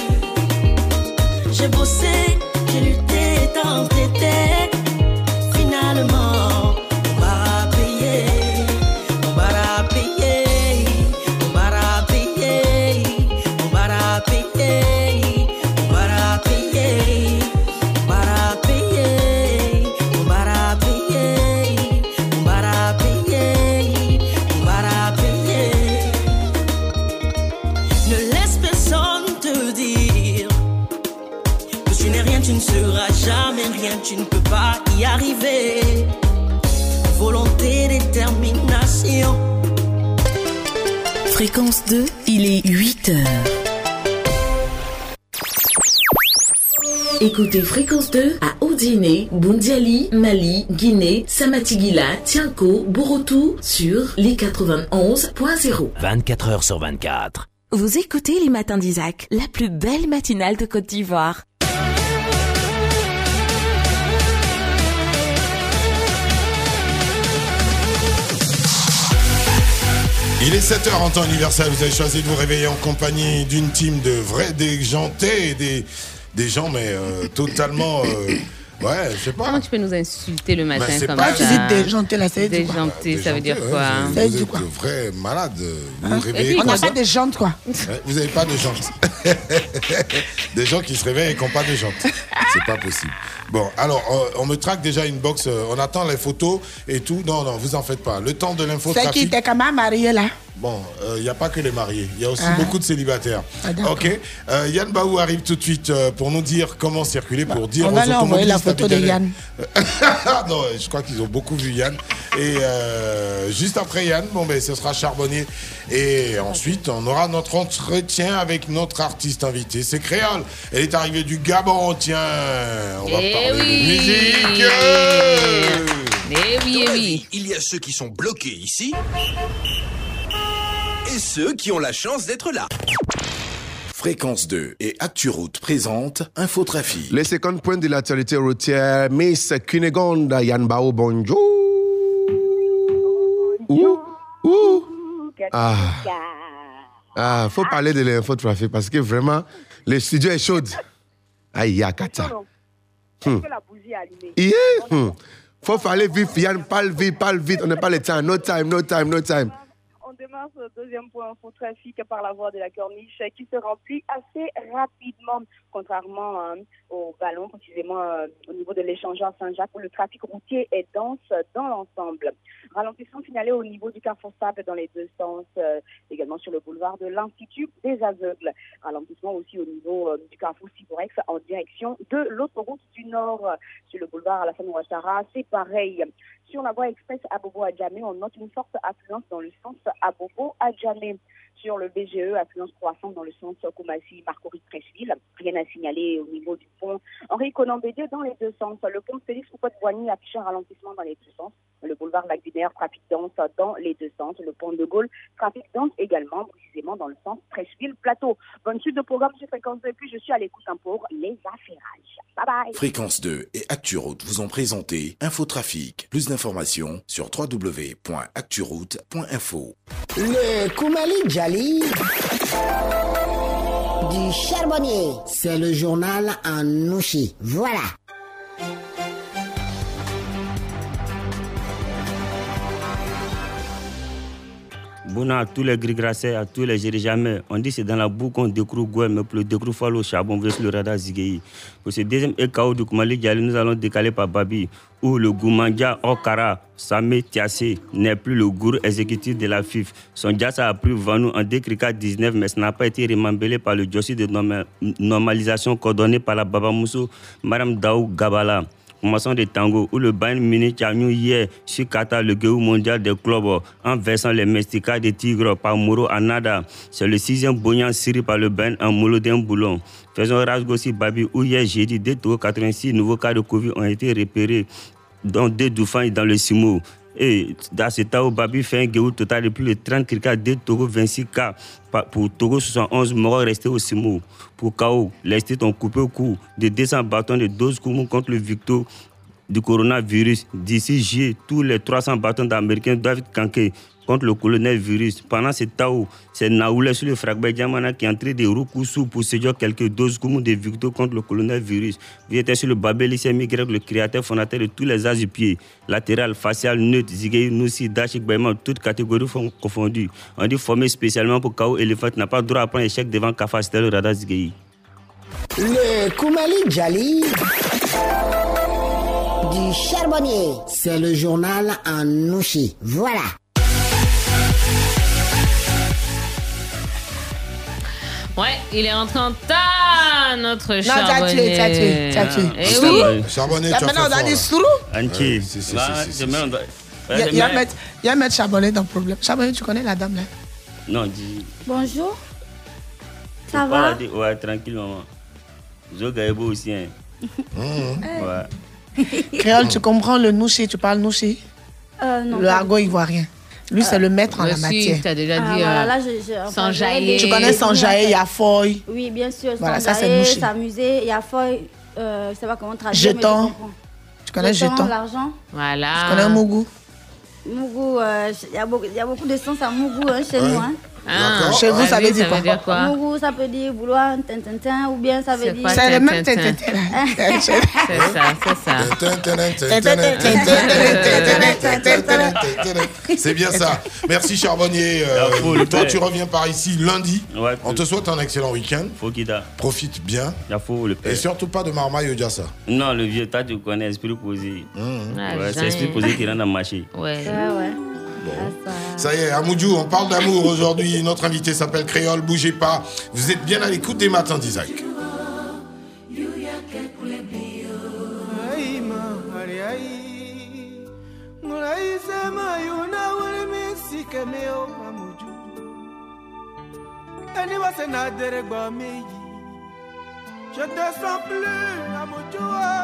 J'ai bossé, j'ai lutté, tant été. Finalement, on m'a payé. Tu ne peux pas y arriver. Volonté, détermination. Fréquence 2, il est 8h. Écoutez Fréquence 2 à Odiné, Bundiali, Mali, Guinée, Samatigila, Tianko, Borotou sur les 91.0. 24 heures sur 24. Vous écoutez les matins d'Isaac, la plus belle matinale de Côte d'Ivoire. Il est 7h en temps universel, vous avez choisi de vous réveiller en compagnie d'une team de vrais déjantés, des gens mais totalement... ouais, je sais pas. Comment tu peux nous insulter le matin comme pas ça? Tu dis déjanté, là, ça veut dire quoi? Déjanté, ça veut dire quoi? Vous êtes de vrais malades. Vous vous réveillez. On n'a pas des jantes, quoi. Vous n'avez pas de jantes. Des gens qui se réveillent et qui n'ont pas de jantes. C'est pas possible. Bon, alors, on me traque déjà une box. On attend les photos et tout. Non, vous en faites pas. Le temps de l'infotrafic. C'est qui t'es quand même marié, là? Bon, il n'y a pas que les mariés. Il y a aussi beaucoup de célibataires. Ok. Yann Baou arrive tout de suite pour nous dire comment circuler, pour dire on va leur envoyer la photo de Yann. Non, je crois qu'ils ont beaucoup vu Yann. Et juste après Yann, ce sera Charbonnier. Et ensuite, on aura notre entretien avec notre artiste invité. C'est Créole. Elle est arrivée du Gabon. Tiens, on va parler de musique. Oui. Il y a ceux qui sont bloqués ici et ceux qui ont la chance d'être là. Fréquence 2 et ActuRoute présente Infotrafic. Les 50 points de l'actualité routière. Miss Cunégonde, Yann Bao, bonjour. Faut parler de l'infotrafic parce que vraiment, le studio est chaud. Aïe, Yakata. Est-ce que la bougie est allumée? Faut parler vite, Yann, parle vite. On n'a pas le temps. No time. On démarre ce deuxième point infotrafic par la voie de la Corniche qui se remplit assez rapidement, contrairement au ballon, précisément au niveau de l'échangeur Saint-Jacques où le trafic routier est dense dans l'ensemble. Ralentissement signalé au niveau du Carrefour Sable dans les deux sens, également sur le boulevard de l'Institut des Aveugles. Ralentissement aussi au niveau du Carrefour Siborex en direction de l'autoroute du Nord. Sur le boulevard Alassane Ouattara, c'est pareil. Sur la voie express Abobo-Adjamé, on note une forte affluence dans le sens Abobo-Adjamé. Sur le BGE, affluence croissante dans le sens Koumassi-Marcory-Treichville. Rien à signaler au niveau du pont Henri-Conan Bédieu dans les deux sens. Le pont Félix Foucault-Boigny affiche un ralentissement dans les deux sens. Le boulevard Lac-du-Mer, trafic dense dans les deux sens. Le pont de Gaulle, trafic dense également, précisément dans le sens Treichville-Plateau. Bonne suite de programme sur Fréquence 2, puis je suis à l'écoute pour les affairages. Bye bye. Fréquence 2 et ActuRoute vous ont présenté Infotrafic. Plus d'informations sur www.acturoute.info. Le Koumali Djali du Charbonnier, c'est le journal en nouchi. Voilà. Bon à tous les gris-grassés, à tous les jamais. On dit c'est dans la boue qu'on découvre Gouel, mais pour le découvrir, il faut aller au charbon versus le radar Zigueyi. Pour ce deuxième EKO du Koumali Djali, nous allons décaler par Babi, où le Goumandia Okara Samé Tiassé n'est plus le gourou exécutif de la FIF. Son jazz a appris Vanou en décricat 19, mais ça n'a pas été remembélé par le dossier de normalisation coordonné par la Baba Moussou, Madame Daou Gabala. Commençons de tango, où le Bayern Munich a eu hier sur Qatar le guéou mondial des clubs en versant les mesticats des Tigres par Moro Anada. C'est le 6e bognan siri par le Bayern en Molodin Boulon. Faisons Rasgossi Babi, où hier jeudi, dès 86 nouveaux cas de Covid ont été repérés, dont 2 Doufans dans le Simo. Et dans ce temps, Babi fait un guéou total de plus de 30 criquets, de Togo 26 cas. Pour Togo, 71 morts restés au Simo. Pour Kao, les States ont coupé au cou de 200 bâtons de 12 coups contre le Victo du coronavirus. D'ici juillet, tous les 300 bâtons d'Américains doivent être cankés contre le colonel virus. Pendant ce temps, c'est Naoulé sur le fragment Diamana qui est entré de Roukoussou pour séduire quelques doses coups de Victo contre le colonel virus. Vous êtes sur le Babel Lycémi grec, le créateur fondateur de tous les arts du pied. Latéral, facial, neutre, Zigueyi, Noussi, Dachik, Bayman, toutes catégories confondues. On dit formé spécialement pour Kao Elephant n'a pas le droit à prendre échec devant Kafa, c'était le radar Zigueyi. Le Koumali Djali du Charbonnier, c'est le journal en nouchi. Voilà. Ouais, il est rentré en tas, notre Charbonnier. Non, t'as tué. Eh oui. Charbonnier, tu as maintenant, on a des sourous. Anti. Il y a mettre Charbonnier dans le problème. Charbonnier, tu connais la dame là? Non, dis. Bonjour. Ça va? Ouais, tranquille, maman. Zogaïbo aussi, hein. Ouais. Créole, tu comprends le nouchi, tu parles nouchi? Non. Le argot ivoirien. Lui, c'est le maître en la matière. Tu as déjà dit voilà, là, s'enjailler. Tu connais s'enjailler, Yafoy? Oui, bien sûr. Voilà, ça, c'est mouché. S'amuser, Yafoy, je ne sais pas comment traduire. Jeton. Tu connais jeton? L'argent. Voilà. Tu connais Mougou? Mougou, il y a beaucoup de sens à Mougou chez nous. Hein. Chez vous, ça veut dire quoi? Mougou, ça peut dire vouloir un tintintin, ou bien ça veut dire... C'est le même tintintin. C'est ça. C'est bien ça. Merci Charbonnier. Toi, tu reviens par ici lundi. Ouais, on te souhaite un excellent week-end. Profite bien. Et surtout pas de marmaille au Diassa. Non, le vieux tas, tu connais, esprit posé. C'est esprit posé qui rend dans le marché. Ouais. Bon. Ça y est, Amoudjou, on parle d'amour aujourd'hui. Notre invité s'appelle Créole, bougez pas. Vous êtes bien à l'écoute des matins d'Isaac. Je te sens plus, Amoudjou,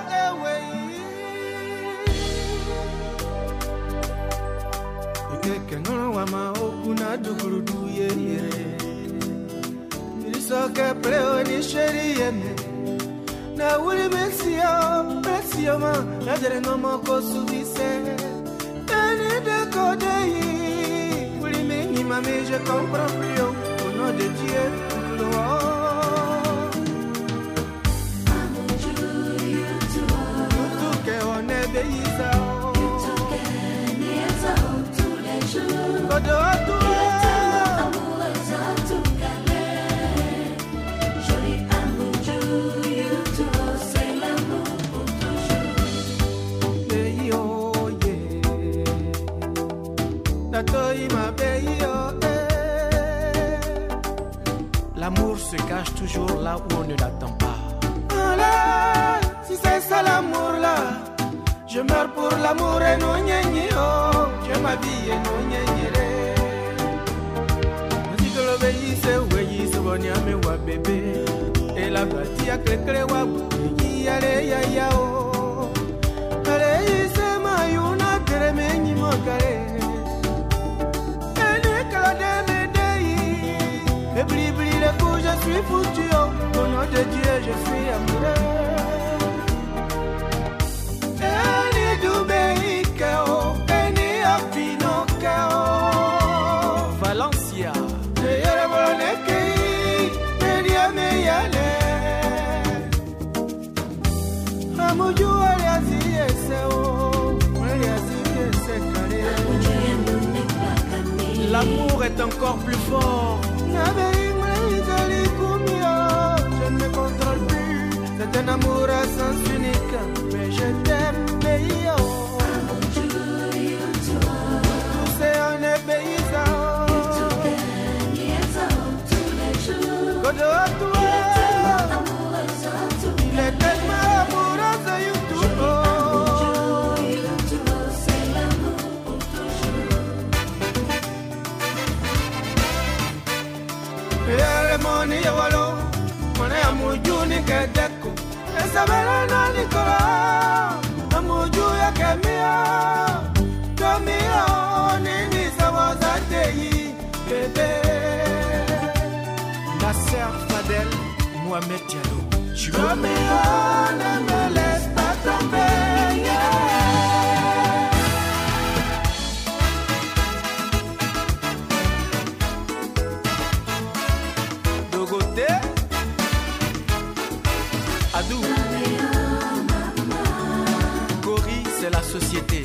Kengono wama okuna dukurudu yere Mirisoke pleo ni sheri yeme Na wuli mesio ma La dere nomo kosubise Eni de kodei Wuli meni mami je comprends plus Au nom de Dieu Tout que on est beisa L'amour se cache toujours là où on ne l'attend pas. Allez, si c'est ça l'amour là, je meurs pour l'amour et non nyényi oh, je m'habille et non nyényi. Si tu l'obéissais, oui, c'est bon, y'a me wa bébé. Et la bâtie a clé wa bouki, allez, ya ya oh. Allez, c'est ma yuna, kreme ni mo kare. Et bli bli le coup, je suis foutu oh. Au nom de Dieu, je suis amoureux. Eni Dubai Kao, Eni Afino Kao, Valencia. Yere boloneki, Eni Ameyale. Amuju aliazi eseo, aliazi esekare. L'amour est encore plus fort. Je ne me contrôle plus, c'est un amour à sens unique, mais je t'aime, pays oh. Tout c'est un paysage. Godo à toi, il est tellement amoureux de YouTube. Money yawalo, money amuju ni kedeko. Esa bela na nikola, amuju ya kemia, kemia nini sawazatei bébé. Nasser Fadel, Mohamed Diallo. Tu vois ne me laisse pas tomber. Yeah. Adou, Gori, c'est la société.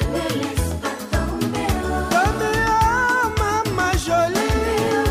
Maman jolie,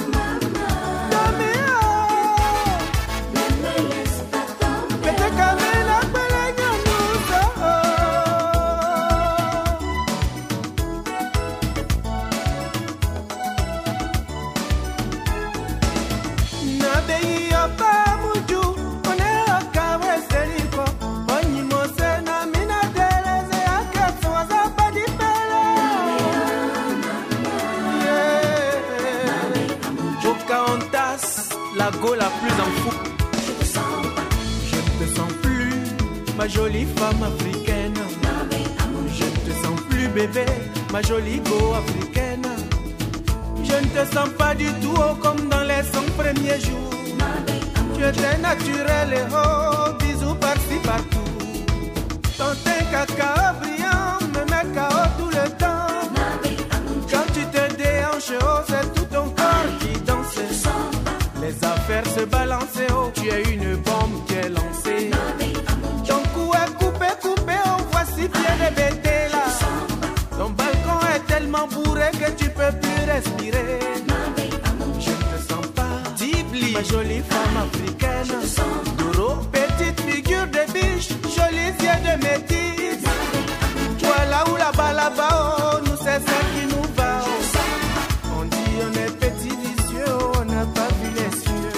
la go la plus en fou. Je ne te sens plus, ma jolie femme africaine. Je ne te sens plus bébé, ma jolie go africaine. Je ne te sens pas du tout comme dans les 100 premiers jours. Tu étais naturel et oh, bisous par-ci partout. Ton teint cacao brillant me met KO tout le temps. Quand tu te déhanches, oh, c'est tout ton corps qui danse. Les affaires se balancent, oh, tu es une bombe qui est lancée. Ton cou est coupé, oh, voici pied répété là. Ton balcon est tellement bourré que tu peux plus respirer. Je ne te sens pas, Dibli, ma jolie femme africaine. Doro, petite figure de biche, jolis yeux de métis. Voilà où là-bas, oh, nous c'est ça qui nous va. Oh. On dit on est petit vicieux, oh, on n'a pas vu les cieux.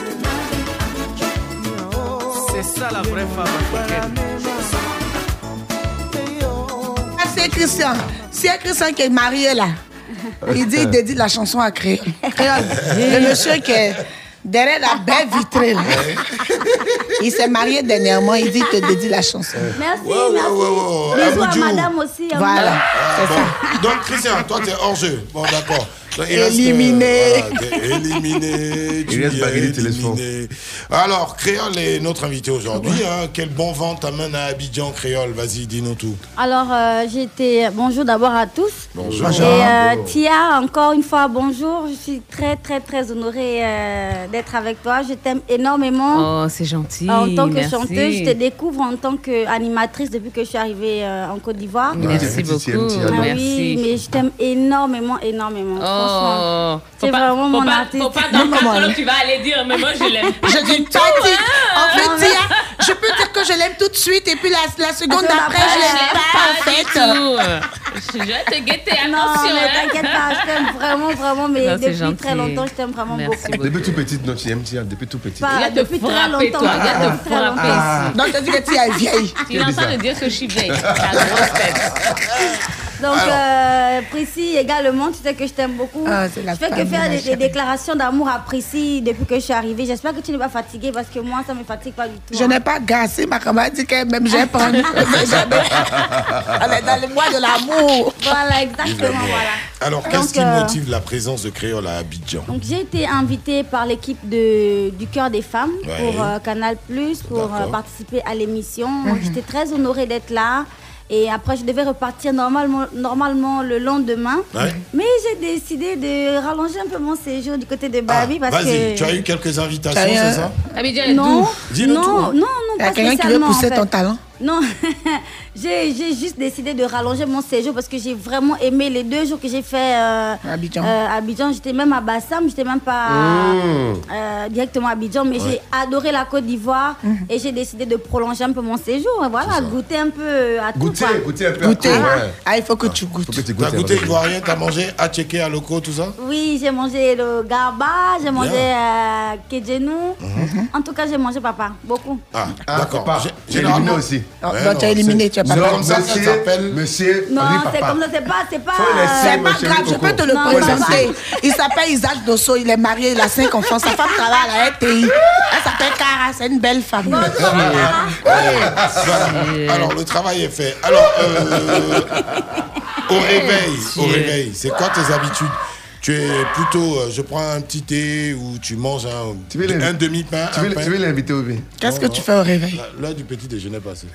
Oh, c'est ça la vraie femme africaine. Ah, c'est Christian. C'est Christian qui est marié là. Il dédie la chanson à Créole. Le monsieur qui est derrière la belle vitrée là. Il s'est marié dernièrement, il dit te dédie la chanson. Merci, merci. Bisous à madame aussi. Voilà, c'est ça. Donc Christian, toi t'es hors jeu. Bon d'accord. Éliminé. Éliminé. Il reste Baghetti Télésphore. Alors, Créole est notre invité aujourd'hui. Hein. Quel bon vent t'amène à Abidjan, Créole? Vas-y, dis-nous tout. Alors, bonjour d'abord à tous. Bonjour. Et Tia, encore une fois, bonjour. Je suis très, très, très honorée d'être avec toi. Je t'aime énormément. Oh, c'est gentil. En tant que merci. chanteuse, je te découvre en tant qu'animatrice depuis que je suis arrivée en Côte d'Ivoire. Merci beaucoup. Oui, mais je t'aime énormément, énormément. Oh, c'est vraiment mon artiste. Faut pas dans 4 ans, tu vas aller dire, mais moi je l'aime. Je dis pas en fait, Tia, je peux dire que je l'aime tout de suite et puis la seconde d'après, je l'aime pas en fait. Je vais te guetter, attention. Non, mais t'inquiète pas, je t'aime vraiment, vraiment, mais Non, depuis très longtemps, je t'aime vraiment beaucoup. Depuis tout petit, non, tu aimes Tia, depuis tout petit. Depuis très longtemps. Donc, tu as dit que Tia est vieille. Tu es en train de dire que je suis vieille. Ta grosse tête. Donc, Prissy également, tu sais que je t'aime beaucoup. Ah, je fais que faire des déclarations d'amour à Prissy depuis que je suis arrivée. J'espère que tu n'es pas fatiguée parce que moi, ça ne me fatigue pas du tout. Je n'ai pas gassé, ma camarade dit qu'elle même j'ai pris. Elle est dans le mois de l'amour. Voilà, exactement, voilà. Alors, qu'est-ce qui motive la présence de Créole à Abidjan? Donc, j'ai été invitée par l'équipe du Cœur des Femmes pour Canal+, pour participer à l'émission. J'étais très honorée d'être là. Et après, je devais repartir normalement le lendemain. Mais j'ai décidé de rallonger un peu mon séjour du côté de Babi. Vas-y, tu as eu quelques invitations, c'est ça? Non, dis-nous tout. Non, pas spécialement. Il y a quelqu'un qui veut pousser ton talent? Non, j'ai juste décidé de rallonger mon séjour parce que j'ai vraiment aimé les 2 jours que j'ai fait à Abidjan. J'étais même à Bassam, j'étais même pas directement à Abidjan, mais j'ai adoré la Côte d'Ivoire et j'ai décidé de prolonger un peu mon séjour. Voilà, goûter un peu à tout. Goûter un peu. Ah, il faut que tu goûtes. T'as goûté ivoirien, t'as mangé attiéké à loco, tout ça? Oui, j'ai mangé le garba, j'ai mangé kedjenou. En tout cas, j'ai mangé papa, beaucoup. Ah, d'accord. J'ai éliminé aussi. Non, tu as éliminé, tu as pas comme ça, ça s'appelle Monsieur. Non, c'est comme ça, c'est pas. C'est pas grave, je peux te le présenter. Il s'appelle Isaac Dosso, il est marié, il a 5 enfants. Sa femme travaille à la RTI. Elle s'appelle Cara, c'est une belle femme. Alors, le travail est fait. Alors, au réveil, c'est quoi tes habitudes? Tu es plutôt, je prends un petit thé ou tu manges un demi-pain. Tu veux l'inviter au bien? Qu'est-ce que tu fais au réveil? Là, du petit déjeuner passé.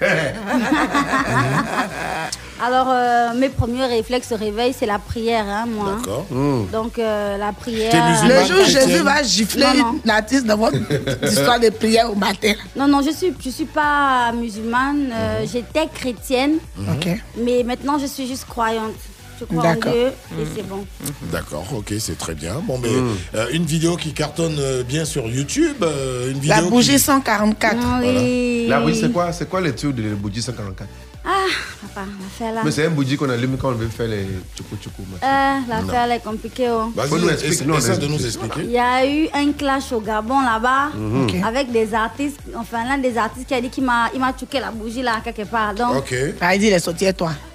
Alors, mes premiers réflexes au réveil, c'est la prière, hein, moi. D'accord. Donc, la prière. Le jour où Jésus va gifler une artiste dans votre histoire de prière au matin. Non, je suis pas musulmane. J'étais chrétienne. Mais maintenant, je suis juste croyante. Je crois en Dieu et c'est bon. D'accord, ok, c'est très bien. Bon, mais une vidéo qui cartonne bien sur YouTube. Une vidéo la bougie 144. Oui. La bougie, c'est quoi les trucs de la bougie 144? Ah, papa, l'affaire là. Mais c'est un bougie qu'on allume quand on veut faire les tchoukou-tchoukou. L'affaire est compliquée. Vas-y, essaie de nous expliquer. Il y a eu un clash au Gabon là-bas avec des artistes. Enfin, l'un des artistes qui a dit qu'il m'a tchouqué la bougie là quelque part. Donc, il dit, il est sorti à toi.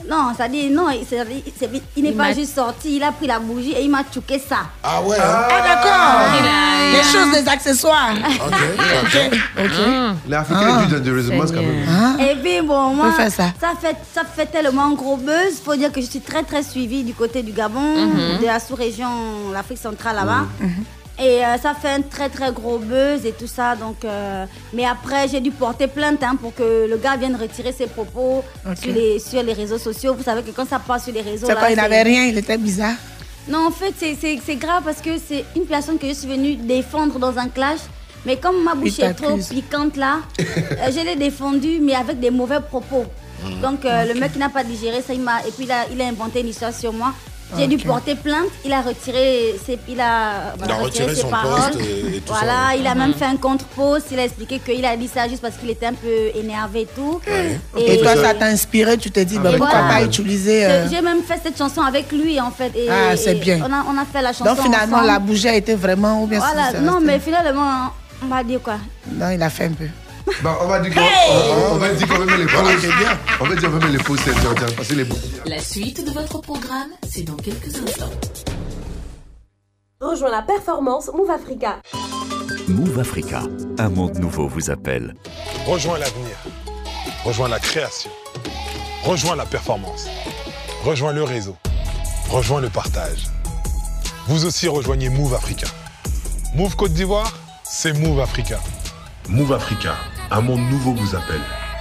Non, ça dit non, il n'est pas juste sorti, il a pris la bougie et il m'a tchouqué ça. Ah ouais. D'accord. Les choses, des accessoires. Ok. Les Africains étudient dangereusement quand même. Et puis bon, moi, faire ça. Ça fait tellement gros buzz. Faut dire que je suis très très suivie du côté du Gabon, de la sous-région, l'Afrique centrale là-bas. Et ça fait un très très gros buzz et tout ça. Donc, mais après, j'ai dû porter plainte pour que le gars vienne retirer ses propos sur les réseaux sociaux. Vous savez que quand ça passe sur les réseaux... C'est quoi, il n'avait rien, il était bizarre? Non, en fait, c'est grave parce que c'est une personne que je suis venue défendre dans un clash. Mais comme ma bouche est trop piquante là, je l'ai défendu, mais avec des mauvais propos. Donc, le mec, il n'a pas digéré ça. Et puis, il a inventé une histoire sur moi. J'ai dû porter plainte, il a retiré ses paroles. Post et tout voilà, ça. il a même fait un contre-post, il a expliqué qu'il a dit ça juste parce qu'il était un peu énervé et tout. Et toi, ça t'a inspiré, tu t'es dit, pourquoi pas utiliser... J'ai même fait cette chanson avec lui en fait. Et, c'est bien. On a fait la chanson. Donc finalement, ensemble. la bougie a été vraiment... Ou bien voilà, non, mais finalement, on va dire quoi? Non, il a fait un peu. Bon, on va dire qu'on va dire qu'on va mettre les pauses. On va dire qu'on va mettre les pauses, parce que les bougies. La suite de votre programme, c'est dans quelques instants. Rejoins la performance Move Africa. Move Africa, un monde nouveau vous appelle. Rejoins l'avenir. Rejoins la création. Rejoins la performance. Rejoins le réseau. Rejoins le partage. Vous aussi rejoignez Move Africa. Move Côte d'Ivoire, c'est Move Africa. Move Africa, un monde nouveau vous appelle.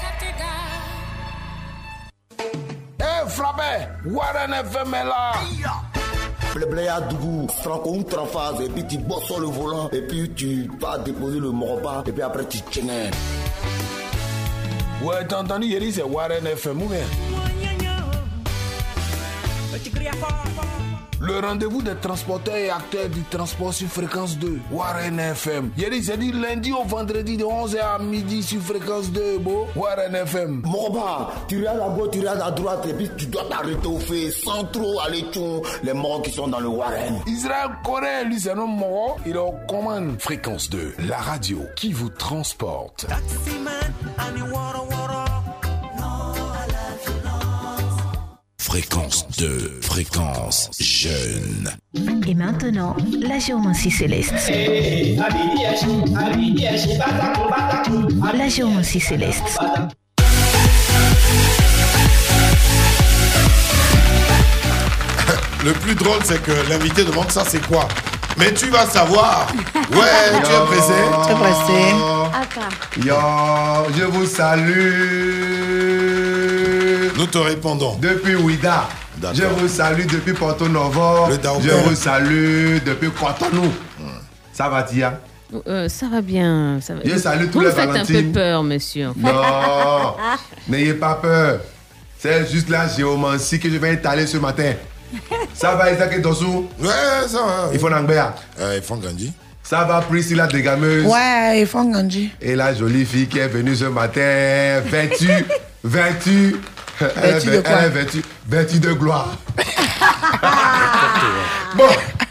Frappé, Warren FM est là. Blébléa Dougou, Franco ou Trafaz, et puis tu bosses sur le volant, et puis tu vas déposer le moroba, et puis après tu tiens. Ouais, t'as entendu, Yeri, c'est Warren FM ou bien? Le rendez-vous des transporteurs et acteurs du transport sur fréquence 2, Warren FM. Yeri, c'est dit lundi au vendredi de 11h à midi sur fréquence 2, beau. Warren FM. Moroba, tu regardes à gauche, tu regardes à droite, et puis tu dois t'arrêter au fait sans trop aller tchon les morts qui sont dans le Warren. Israël Corée, lui, c'est un homme mort, il est en commande. Fréquence 2, la radio qui vous transporte. Fréquence 2, fréquence jeune. Et maintenant, la géomancie céleste. La géomancie céleste. Le plus drôle, c'est que l'invité demande ça, c'est quoi? Mais tu vas savoir. Ouais, tu es pressé? Tu es pressé? Yo, je vous salue. Nous te répondons. Depuis Ouida. Je vous salue depuis Porto Novo. Je vous salue depuis Cotonou. Ça va, Tia? Ça va bien. Ça va. Je salue tous les Valentines. Vous faites un peu peur, monsieur. Non, n'ayez pas peur. C'est juste la géomancie que je vais étaler ce matin. Ça va, Isaac et Dossou? Ouais, ça va. Ils font Nangbea? Ils font Gandhi. Ça va, Priscilla Dégameuse? Ouais, ils font Gandhi. Et la jolie fille qui est venue ce matin, vêtue. Elle est vêtue de gloire. Bon.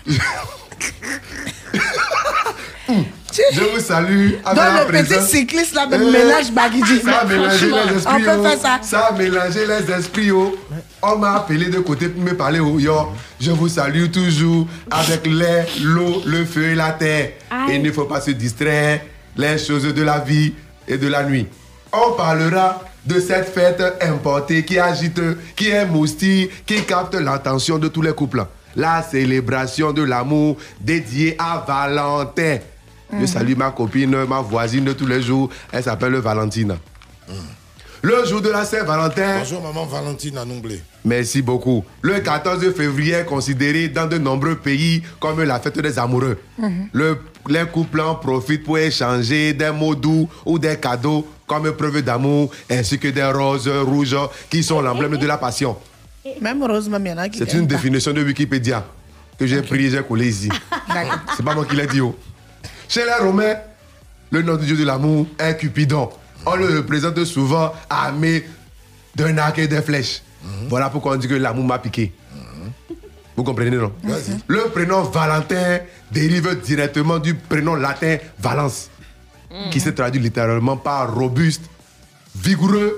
Je vous salue. Dans le petit cycliste là, mélange Bagidji. Ça a mélangé les esprits. On peut faire ça. Ça a mélangé les esprits. On m'a appelé de côté pour me parler. Je vous salue toujours avec l'air, l'eau, le feu et la terre. Et il ne faut pas se distraire les choses de la vie et de la nuit. On parlera de cette fête importée qui agite, qui est moustille, qui capte l'attention de tous les couples. La célébration de l'amour dédiée à Valentin. Je salue ma copine, ma voisine de tous les jours. Elle s'appelle Valentine. Le jour de la Saint-Valentin. Bonjour maman Valentine à Nomblé. Merci beaucoup. Le 14 février est considéré dans de nombreux pays comme la fête des amoureux. Les couples en profitent pour échanger des mots doux ou des cadeaux comme preuve d'amour, ainsi que des roses rouges qui sont l'emblème de la passion. Même rose, même il y en a qui c'est une définition de Wikipédia que j'ai pris et j'ai collé ici. C'est pas moi qui l'ai dit. Chez les Romains, le nom du dieu de l'amour est Cupidon. On le représente souvent armé d'un arc et des flèches. Voilà pourquoi on dit que l'amour m'a piqué. Vous comprenez, non? Le prénom Valentin dérive directement du prénom latin Valence, qui se traduit littéralement par robuste, vigoureux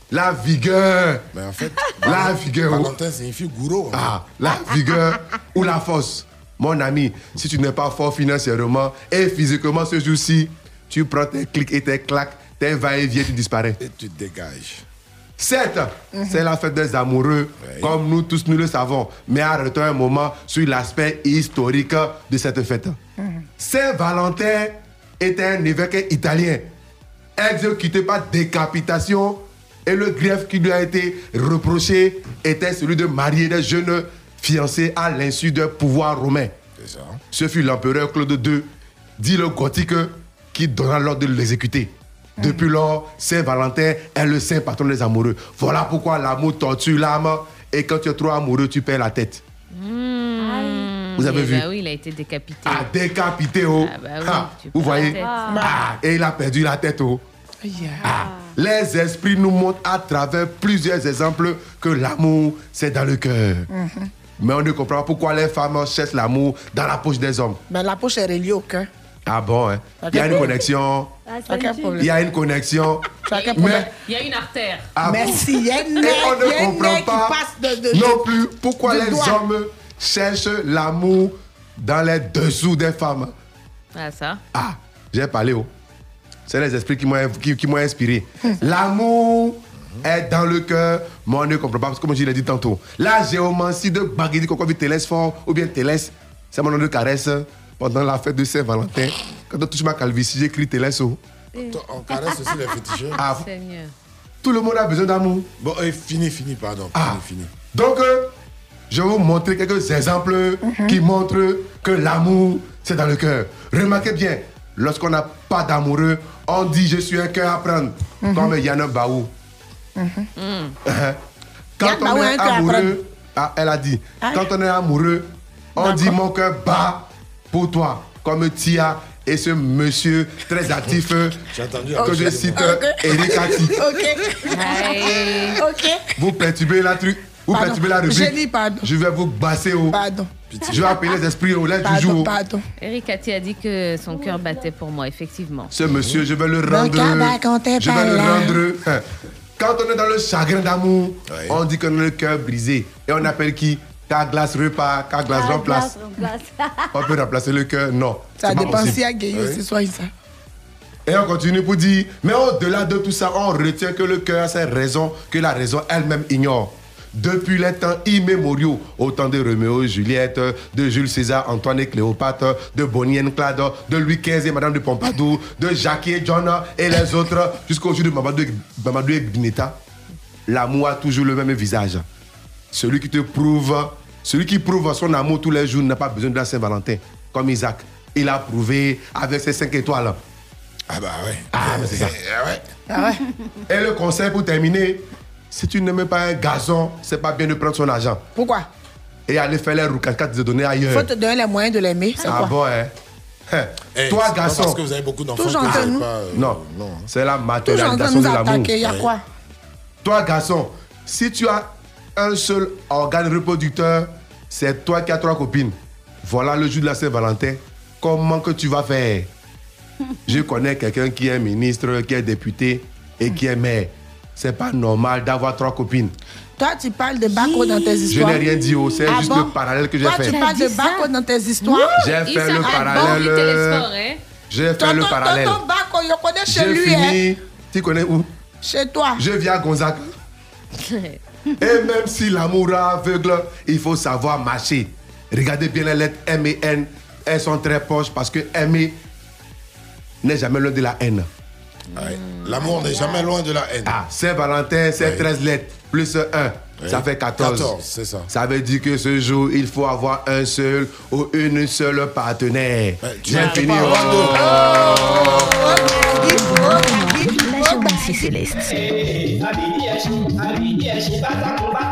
La vigueur. Mais en fait, la vigueur. Valentin signifie gourou. Ah, la vigueur ou la force. Mon ami, si tu n'es pas fort financièrement et physiquement ce jour-ci, tu prends tes clics et tes claques, tes va-et-vient, tu disparais. Et tu te dégages. Certes, c'est la fête des amoureux, comme nous tous nous le savons. Mais arrêtons un moment sur l'aspect historique de cette fête. Saint-Valentin était un évêque italien, exécuté par décapitation, et le grief qui lui a été reproché était celui de marier des jeunes fiancés à l'insu d'un pouvoir romain. C'est ça. Ce fut l'empereur Claude II, dit le gothique, qui donna l'ordre de l'exécuter. Depuis lors, Saint-Valentin est le saint patron des amoureux. Voilà pourquoi l'amour torture l'âme et quand tu es trop amoureux, tu perds la tête. Vous avez vu? Bah oui, il a été décapité. Ah, décapité, oh. Ah, bah oui, tu vous perds la voyez? tête. Et il a perdu la tête, oh. Les esprits nous montrent à travers plusieurs exemples que l'amour, c'est dans le cœur. Mais on ne comprend pas pourquoi les femmes cherchent l'amour dans la poche des hommes. Mais la poche est reliée au cœur. Ah bon, hein? Il y a une connexion. Il y a une connexion. Mais il y a une artère. Merci, il y a une et on ne comprend pas qui passe non plus pourquoi les hommes cherchent l'amour dans les dessous des femmes. Ah, ça. Ah, j'ai parlé, oh. C'est les esprits qui m'ont inspiré. L'amour est dans le cœur, mais on ne comprend pas, parce que comme je l'ai dit tantôt, la géomancie de Baguidi, qu'on dit Télès fort, ou bien Télès, c'est mon nom de caresse pendant la fête de Saint-Valentin. Quand on touche ma calvitie, j'écris Télès. Oh. On caresse aussi les féticheurs. Ah, Seigneur. tout le monde a besoin d'amour. Bon, fini, pardon. Fini. Donc, je vais vous montrer quelques exemples qui montrent que l'amour, c'est dans le cœur. Remarquez bien, lorsqu'on n'a pas d'amoureux, on dit je suis un cœur à prendre, comme Yana Baou. Quand on est amoureux, elle a dit, quand on est amoureux, on dit mon cœur bat pour toi, comme Tia et ce monsieur très actif que je cite, Eric Ati. Vous perturbez la truc. Vous perturbez la rubrique. Je vais vous basser au. Je vais appeler les esprits au lait du jour. Eric Ati a dit que son cœur battait pour moi, effectivement. Ce monsieur, je vais le rendre. Je vais le rendre. Quand on est dans le chagrin d'amour, on dit qu'on a le cœur brisé. Et on appelle qui? Ta glace repart, ta glace remplace. On peut remplacer le cœur? Non. Ça dépend si à Guéyo, c'est soit ça. Et on continue pour dire, mais au-delà de tout ça, on retient que le cœur a ses raisons que la raison elle-même ignore. Depuis les temps immémoriaux, au temps de Roméo et Juliette, de Jules César, Antoine et Cléopâtre, de Bonnie et Clyde, de Louis XV et Madame de Pompadour, de Jackie et John et les autres, jusqu'au jour de Mamadou et Bineta, l'amour a toujours le même visage. Celui qui prouve son amour tous les jours n'a pas besoin de la Saint-Valentin, comme Isaac. Il a prouvé avec ses 5 étoiles. Ah bah ouais. Ah, c'est ça. Et le conseil pour terminer, si tu n'aimes pas un garçon, c'est pas bien de prendre son argent. Pourquoi? Et aller faire les roucades de donner ailleurs. Faut te donner les moyens de l'aimer. Ah bon, hein? Toi, garçon. Parce que vous avez beaucoup d'enfants. Toujours entre nous. Non, c'est la matérialisation de l'amour. Il y a quoi? Toi, garçon, si tu as un seul organe reproducteur, c'est toi qui as 3 copines. Voilà le jour de la Saint-Valentin. Comment que tu vas faire? Je connais quelqu'un qui est ministre, qui est député et qui est maire. C'est pas normal d'avoir 3 copines. Toi, tu parles de Bako dans tes histoires. Je n'ai rien dit, c'est juste le parallèle que j'ai fait. Toi, tu parles de Bako dans tes histoires. J'ai fait le parallèle. J'ai fait le parallèle. Tonton Bako, je connais chez lui. J'ai fini. Tu connais où? Chez toi. Je vis à Gonzague. Et même si l'amour est aveugle, il faut savoir marcher. Regardez bien les lettres M et N. Elles sont très proches parce que aimer n'est jamais loin de la haine. Ouais. L'amour n'est jamais loin de la haine. Ah, Saint-Valentin, c'est 13 lettres, plus 1. Ça fait 14. 14, c'est ça. Ça veut dire que ce jour, il faut avoir un seul ou une seule partenaire. J'ai fini. La géomancie céleste.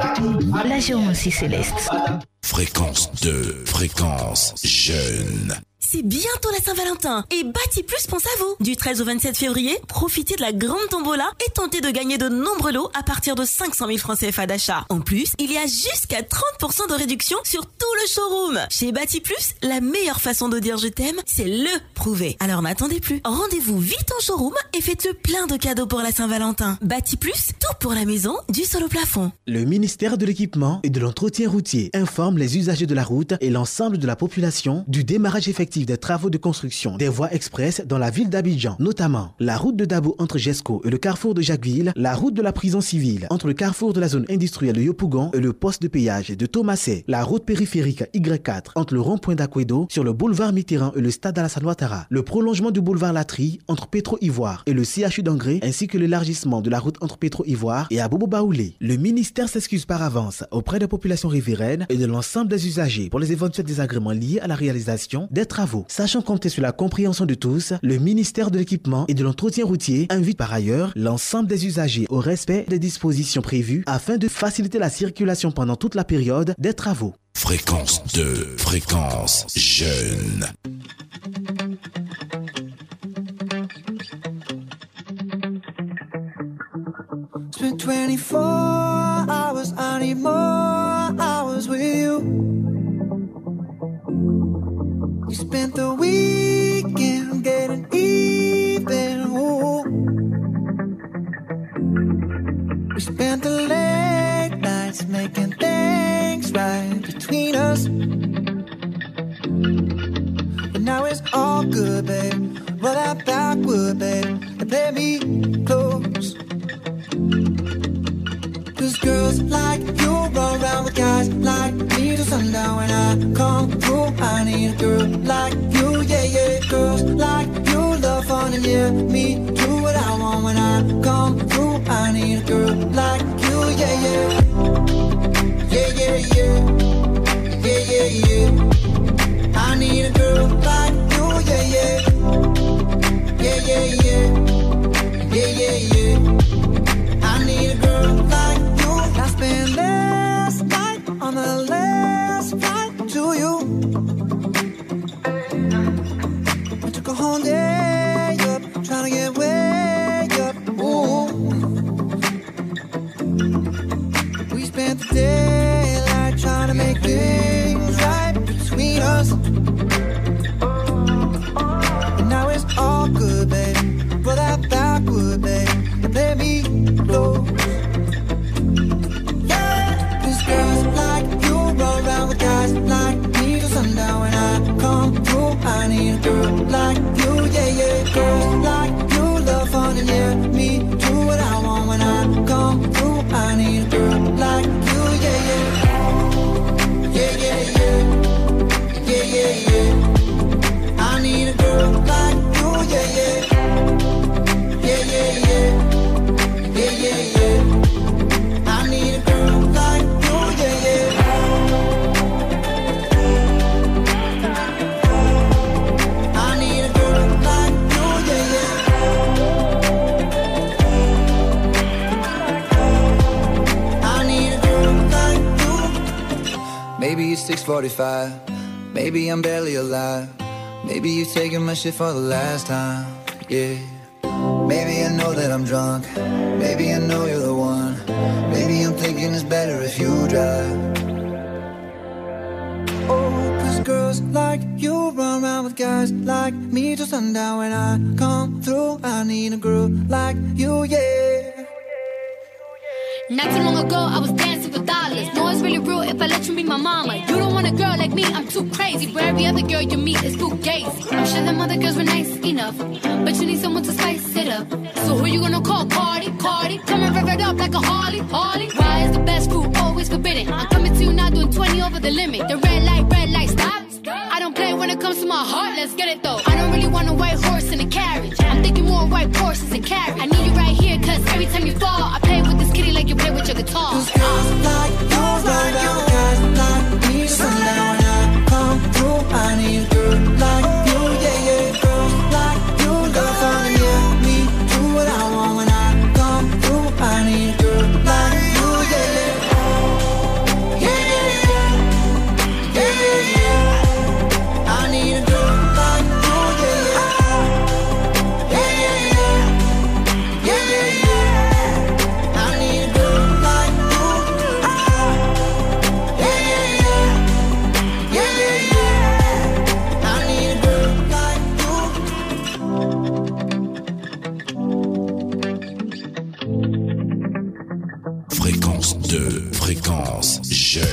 La géomancie céleste. Fréquence 2, fréquence jeune. C'est bientôt la Saint-Valentin et Bati Plus pense à vous. Du 13 au 27 février, profitez de la grande tombola et tentez de gagner de nombreux lots à partir de 500 000 francs CFA d'achat. En plus, il y a jusqu'à 30% de réduction sur tout le showroom. Chez Bati Plus, la meilleure façon de dire je t'aime, c'est le prouver. Alors n'attendez plus. Rendez-vous vite en showroom et faites-le plein de cadeaux pour la Saint-Valentin. Bati Plus, tout pour la maison, du sol au plafond. Le ministère de l'Équipement et de l'Entretien routier informe les usagers de la route et l'ensemble de la population du démarrage effectif des travaux de construction des voies express dans la ville d'Abidjan, notamment la route de Dabo entre Jesco et le carrefour de Jacquesville, la route de la prison civile entre le carrefour de la zone industrielle de Yopougon et le poste de péage de Thomasset, la route périphérique Y4 entre le rond-point d'Akwedo sur le boulevard Mitterrand et le stade Alassane Ouattara, le prolongement du boulevard Latry entre Petro-Ivoire et le CHU d'Angré, ainsi que l'élargissement de la route entre Petro-Ivoire et Abobo Baoulé. Le ministère s'excuse par avance auprès des populations riveraines et de l'ensemble des usagers pour les éventuels désagréments liés à la réalisation des travaux. Sachant compter sur la compréhension de tous, le ministère de l'Équipement et de l'Entretien routier invite par ailleurs l'ensemble des usagers au respect des dispositions prévues afin de faciliter la circulation pendant toute la période des travaux. Fréquence 2, fréquence jeune. It's been 24 hours, I need more hours with you. You spent the weekend getting even, ooh. We spent the late nights making things right between us. But now it's all good, babe. Roll that backward, babe, and play me close. Cause girls like you run around with guys like me till sundown. When I come through, I need a girl like you, yeah, yeah. Girls like you love fun and yeah, me do what I want. When I come through, I need a girl like you, yeah, yeah. Yeah, yeah, yeah. Yeah, yeah, yeah. I need a girl like you, yeah, yeah. Yeah, yeah, yeah. Yeah, yeah, yeah. I need a girl like you. I spent last night on the last flight to you. I took a whole day up, trying to get way up. Ooh. We spent the daylight trying to make things right between us. And now it's all good, babe. Roll that backward, babe, and play me close. Girls like you roll around with guys like me till sundown. When I come through, I need a girl like you, yeah, yeah. Girls like you love fun and yeah, me do what I want. When I come through, I need a girl like you, yeah, yeah. Yeah, yeah, yeah. Yeah, yeah, yeah. I need a girl like you, yeah, yeah. Yeah, yeah, yeah. Yeah, yeah, yeah. I need a girl like you. Maybe it's 6:45, maybe I'm barely alive. Maybe you're taking my shit for the last time, yeah. Maybe I know that I'm drunk, maybe I know you're the one. Maybe I'm thinking it's better if you drive. Oh, cause girls like you run around with guys like me till sundown. When I come through, I need a girl like you, yeah. Not too long ago, I was dancing for dollars. No, it's really real if I let you be my mama. You don't want a girl like me, I'm too crazy. For every other girl you meet is too gazy. I'm sure them other girls were nice enough, but you need someone to spice it up. So who you gonna call? Cardi, Cardi. Come and rev it up like a Harley, Harley. Why is the best food always forbidden? I'm coming to you now doing 20 over the limit. The red light, stop. I don't play when it comes to my heart, let's get it though. I don't really want a white horse in a carriage. I'm thinking more white horses and carriage. I need you right here, cause every time you fall, I play with this kitty like you play with your guitar. Cause girls like you run around with guys like me till sundown. When I come through, I need a girl like you, yeah, yeah. Girls like you love fun and yeah, me do what I want. When I come through, I need a girl like you, yeah, yeah. Yeah, yeah, yeah. Yeah, yeah, yeah. I need a girl Fréquence 2, fréquence jeune.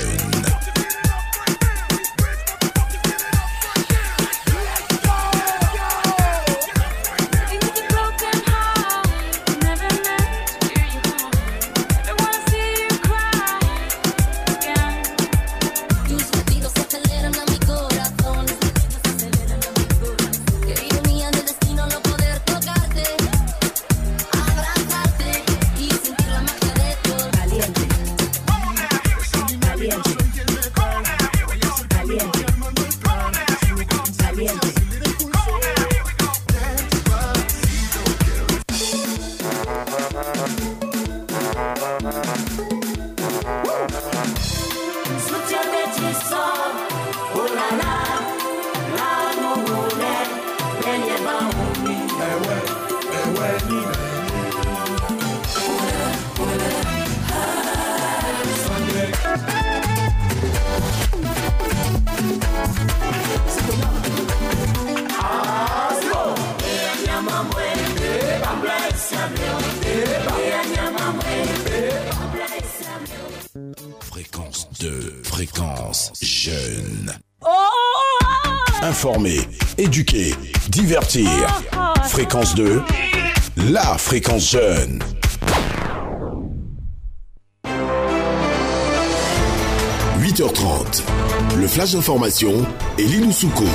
Fréquence 2, fréquence jeune. Informer, éduquer, divertir. Fréquence 2, la fréquence jeune. « 8h30, le flash d'information et Lilou Souko.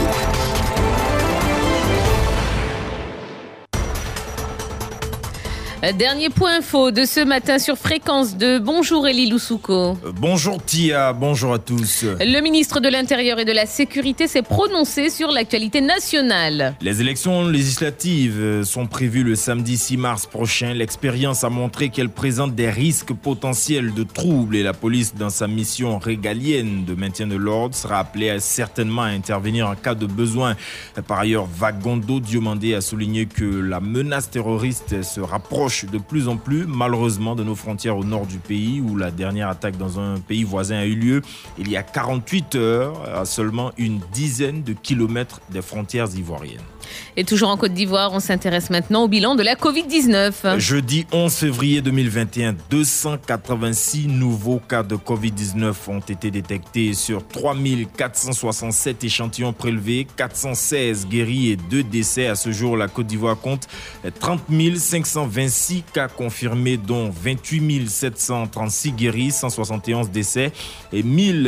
Dernier point info de ce matin sur Fréquence 2. Bonjour Elie Loussouko. Bonjour Tia, bonjour à tous. Le ministre de l'Intérieur et de la Sécurité s'est prononcé sur l'actualité nationale. Les élections législatives sont prévues le samedi 6 mars prochain. L'expérience a montré qu'elle présente des risques potentiels de troubles et la police, dans sa mission régalienne de maintien de l'ordre, sera appelée certainement à intervenir en cas de besoin. Par ailleurs, Vagondo Diomandé a souligné que la menace terroriste se rapproche de plus en plus, malheureusement, de nos frontières au nord du pays, où la dernière attaque dans un pays voisin a eu lieu il y a 48 heures, à seulement une dizaine de kilomètres des frontières ivoiriennes. Et toujours en Côte d'Ivoire, on s'intéresse maintenant au bilan de la Covid-19. Jeudi 11 février 2021, 286 nouveaux cas de Covid-19 ont été détectés sur 3467 échantillons prélevés, 416 guéris et 2 décès. À ce jour, la Côte d'Ivoire compte 30 526 cas confirmés, dont 28 736 guéris, 171 décès et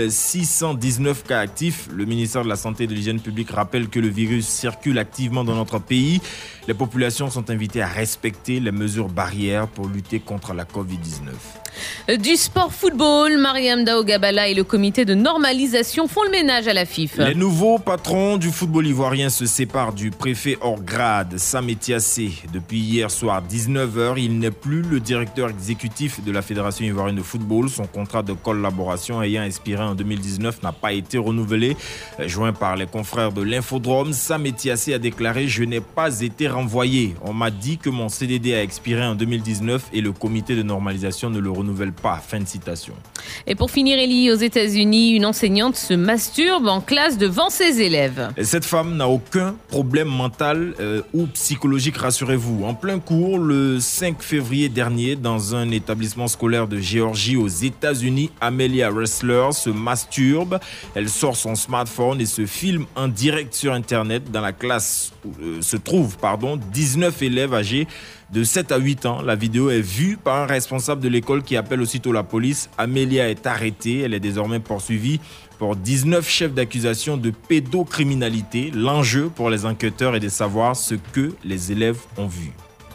1619 cas actifs. Le ministère de la Santé et de l'Hygiène publique rappelle que le virus circule activement dans notre pays. Les populations sont invitées à respecter les mesures barrières pour lutter contre la Covid-19. Du sport football, Mariam Daougabala et le comité de normalisation font le ménage à la FIF. Les nouveaux patrons du football ivoirien se séparent du préfet hors grade, Sam Etiassé. Depuis hier soir 19h, il n'est plus le directeur exécutif de la Fédération ivoirienne de football. Son contrat de collaboration ayant expiré en 2019 n'a pas été renouvelé. Joint par les confrères de l'Infodrome, Sam Etiassé a déclaré « Je n'ai pas été renvoyé. On m'a dit que mon CDD a expiré en 2019 et le comité de normalisation ne le renouvelle pas. » Fin de citation. Et pour finir, Elie, aux États-Unis, une enseignante se masturbe en classe devant ses élèves. Et cette femme n'a aucun problème mental ou psychologique, rassurez-vous. En plein cours, le 5 février dernier, dans un établissement scolaire de Géorgie aux États-Unis, Amelia Ressler se masturbe. Elle sort son smartphone et se filme en direct sur Internet. Dans la classe se trouvent 19 élèves âgés de 7 à 8 ans. La vidéo est vue par un responsable de l'école qui appelle aussitôt la police. Amelia est arrêtée. Elle est désormais poursuivie pour 19 chefs d'accusation de pédocriminalité. L'enjeu pour les enquêteurs est de savoir ce que les élèves ont vu.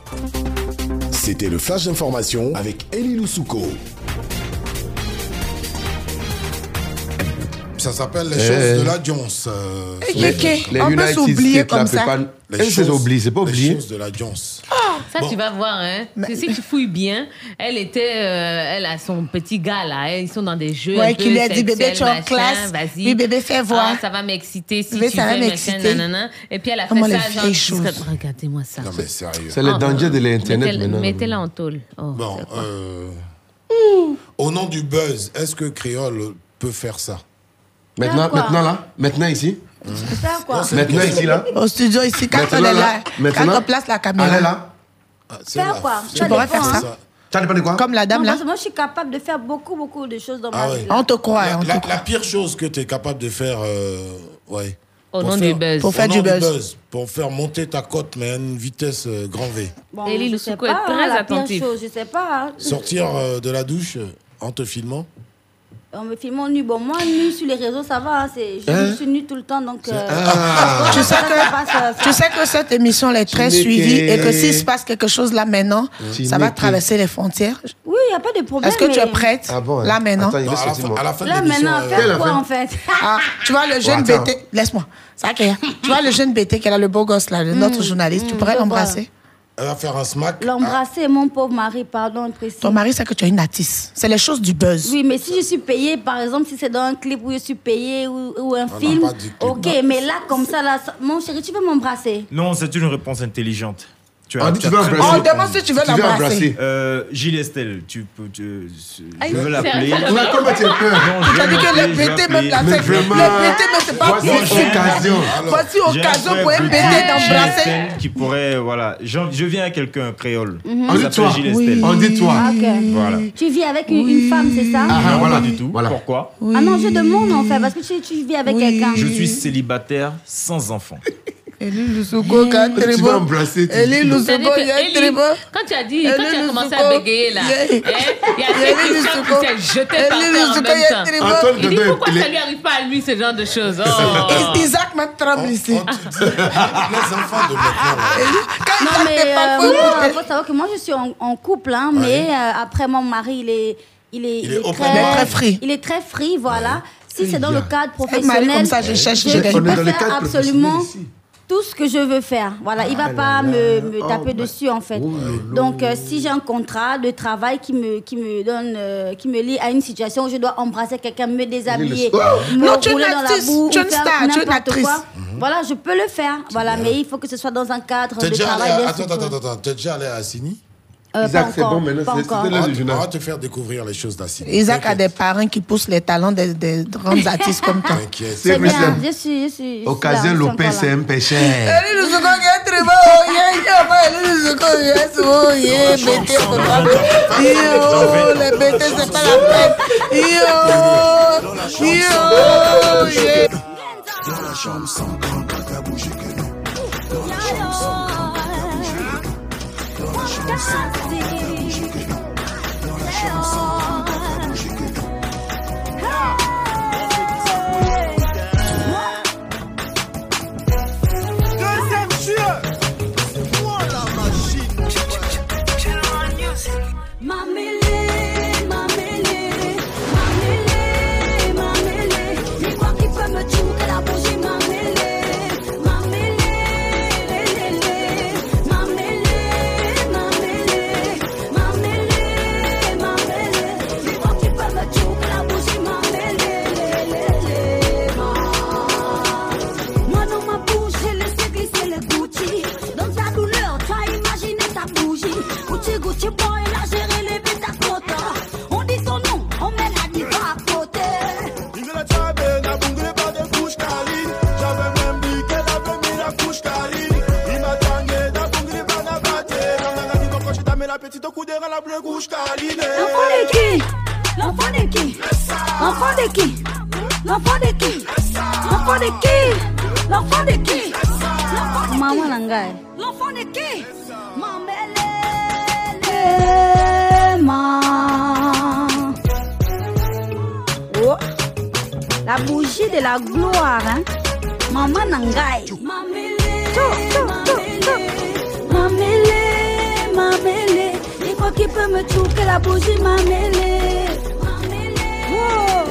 C'était le flash d'information avec Elie Loussouko. Ça s'appelle les choses de la Jones. On peut s'oublier comme ça. Les choses de la Jones. Ça, tu vas voir, hein. Mais... Si tu fouilles bien, elle a son petit gars, là. Ils sont dans des jeux. Ouais, qui lui a dit, bébé, tu es en classe. Vas-y. Oui, bébé, fais voir. Ah, ça va m'exciter si bébé, tu ça veux, va m'exciter. Nanana. Et puis, elle a fait ça, genre, regardez-moi ça. Non, mais sérieux. C'est le danger de l'Internet maintenant. Mettez-la en tôle. Oh, bon, au nom du buzz, est-ce que Créole peut faire ça? Maintenant là? Maintenant ici? Faire quoi? Maintenant ici là? Au studio ici, quand on est là, quand on place la caméra. Elle est là? Faire quoi? Tu pourrais faire ça? Ça dépend de quoi? Comme la dame Non, là. parce que moi, je suis capable de faire beaucoup de choses dans ma vie. Ah On te croit. La pire chose que tu es capable de faire, ouais. Au nom du buzz. Pour faire du buzz. Pour faire monter ta cote, mais à une vitesse grand V. Bon, Elie je sais Lusoko est pas, très la pire attentif. chose, je sais pas. Sortir de la douche en te filmant. On me filme en nu. Bon, moi, nu sur les réseaux, ça va. Hein, je suis nu tout le temps, donc... Tu sais que cette émission elle est très suivie et que s'il se passe quelque chose là maintenant, ça va traverser les frontières. Oui, il n'y a pas de problème. Est-ce que tu es prête là maintenant? À la fin de Là, l'émission, maintenant, faire quoi, en fait? Tu vois le jeune BT... Laisse-moi. Ça, tu vois le jeune BT qui est là, le beau gosse là, notre journaliste, tu pourrais l'embrasser? Elle va faire un smack. L'embrasser, mon pauvre mari, pardon, précis. Ton mari, c'est que tu as une artiste. C'est les choses du buzz. Oui, mais si je suis payée, par exemple, si c'est dans un clip où je suis payée ou un film, ok, mais là, comme ça, là, mon chéri, tu veux m'embrasser? Non, c'est une réponse intelligente. On dit tu veux embrasser. On demande si tu veux l'embrasser. Gilles Estelle, je veux c'est l'appeler. vrai, mais comment tu as peur? Tu as dit que le BT même la fait. Le BT même c'est pas occasion. Voici occasion pour un BT d'embrasser. Qui pourrait, voilà. Je viens à quelqu'un créole. On dit toi. On dit toi. Voilà. Tu vis avec une femme, c'est ça? Non, voilà du tout. Pourquoi? Ah non, je demande en fait, parce que tu vis avec quelqu'un. Je suis célibataire sans enfant. Elie Lusoko, quand tu vas embrasser. Elie Lusoko, quand tu as dit, quand tu as commencé à bégayer là, il y a Christian qui s'est jeté par terre en même temps. Il dit pourquoi ça lui arrive pas à lui ce genre de choses. Isaac même tremble ici. Les enfants de maintenant. Non mais il faut savoir que moi je suis en couple, hein, mais après mon mari il est très free. Il est très free, voilà. Si c'est dans le cadre professionnel, comme ça, je peux faire absolument tout ce que je veux faire. Voilà, il va pas me taper dessus en fait. Donc si j'ai un contrat de travail qui me donne qui me lie à une situation où je dois embrasser quelqu'un, me déshabiller, me rouler dans la boue, tu es une star, tu es une actrice. Voilà, je peux le faire. Voilà, mais il faut que ce soit dans un cadre de travail. Attends, t'es déjà allé à Assini? Isaac, c'est bon, maintenant, c'est l'heure du journal. On va te faire découvrir les choses d'Assini. Isaac a des parents qui poussent les talents des grands artistes comme toi. C'est bien, je suis Occasion Lopez, c'est un péché. Elie Lusoko, est très beau. Elie Lusoko, est beau. Les BT, c'est pas la peine. Dans la chambre sans grand, pas qu'à bouger que non. Dans la chambre sans grand, pas qu'à bouger que non. Dans la chambre sans grand, pas qu'à bouger que non. Dans la chambre sans grand, pas qu'à bouger que non. Deuxième jeu. Moi la machine. Dis quoi qui peut me tuer la bougie, moi dans ma bouche, j'ai laissé glisser le Gucci. Dans ta douleur, tu as imaginé ta bougie. Gucci boy, là j'ai relevé ta cote. On dit ton nom, on met la diva à côté. Il la tchabe, n'a bungulé pas de couche caline. J'avais même dit qu'elle avait mis la couche caline. Il m'a tangé, n'a bungulé pas n'a batté. N'a dit pourquoi je t'ai mis la petite au coup derrière la bleue couche caline. L'enfant de qui? L'enfant de qui? L'enfant de qui? L'enfant de qui? L'enfant de qui? L'enfant de qui? Maman Nangai. L'enfant de qui? Oh, la bougie de la gloire, hein? Maman Nangai. Mamélé, dis quoi qui peut me tuer la bougie, mamélé. Oh.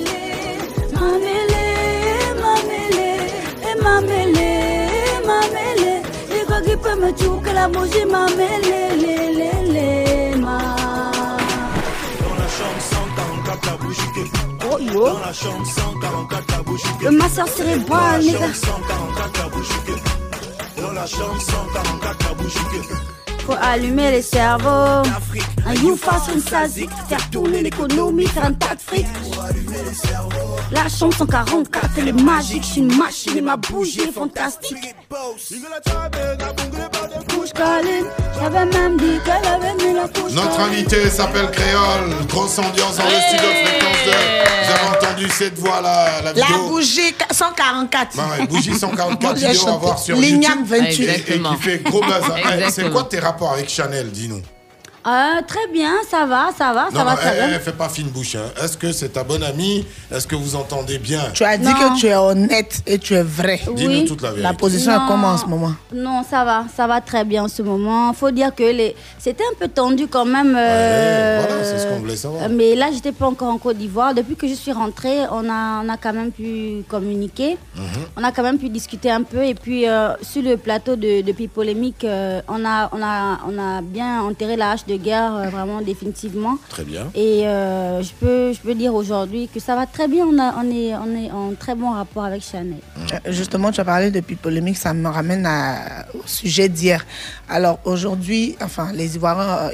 Mamélé, dis quoi qui peut me tuer la bougie, mamélé, ma. Dans la chambre 144, la bougie que. Oh yo. Dans la chambre 144, la bougie que. Le masseur cérébral, les gars. Dans la chambre 144, la bougie que. Dans la chambre 144, la bougie que. Faut allumer les cerveaux. Un you façon sasique. Faire tourner l'économie, faire un tas de fric. La chambre 144, elle est magique. J'suis une machine et ma bougie est fantastique. Il la tchabe, n'a bungulé pas de couche bouche câline. J'avais même dit qu'elle avait mis la couche. Notre invité s'appelle Créole. Grosse ambiance dans le studio Fréquence 2. Vous avez entendu cette voix-là, la vidéo. La bougie 144. Ouais, bougie 144 vidéo à voir sur Lignac YouTube. 28. Et qui fait gros buzz. Exactement. C'est quoi tes rapports avec Chanel, dis-nous? Très bien, ça va très bien. Elle fait pas fine bouche. Hein. Est-ce que c'est ta bonne amie? Est-ce que vous entendez bien? Tu as dit que tu es honnête et tu es vrai. Dis-nous toute la vérité. La position est comment en ce moment? Non, ça va très bien en ce moment. Faut dire que c'était un peu tendu quand même. Voilà, c'est ce qu'on voulait savoir. Mais là, j'étais pas encore en Côte d'Ivoire. Depuis que je suis rentrée, on a quand même pu communiquer. On a quand même pu discuter un peu. Et puis, sur le plateau de Pipolémique, on a bien enterré la hache de guerre, vraiment définitivement. Très bien. Et je peux dire aujourd'hui que ça va très bien. On est en très bon rapport avec Chanel. Justement, tu as parlé de Pipolémique, ça me ramène au sujet d'hier. Alors aujourd'hui, enfin, les Ivoiriens,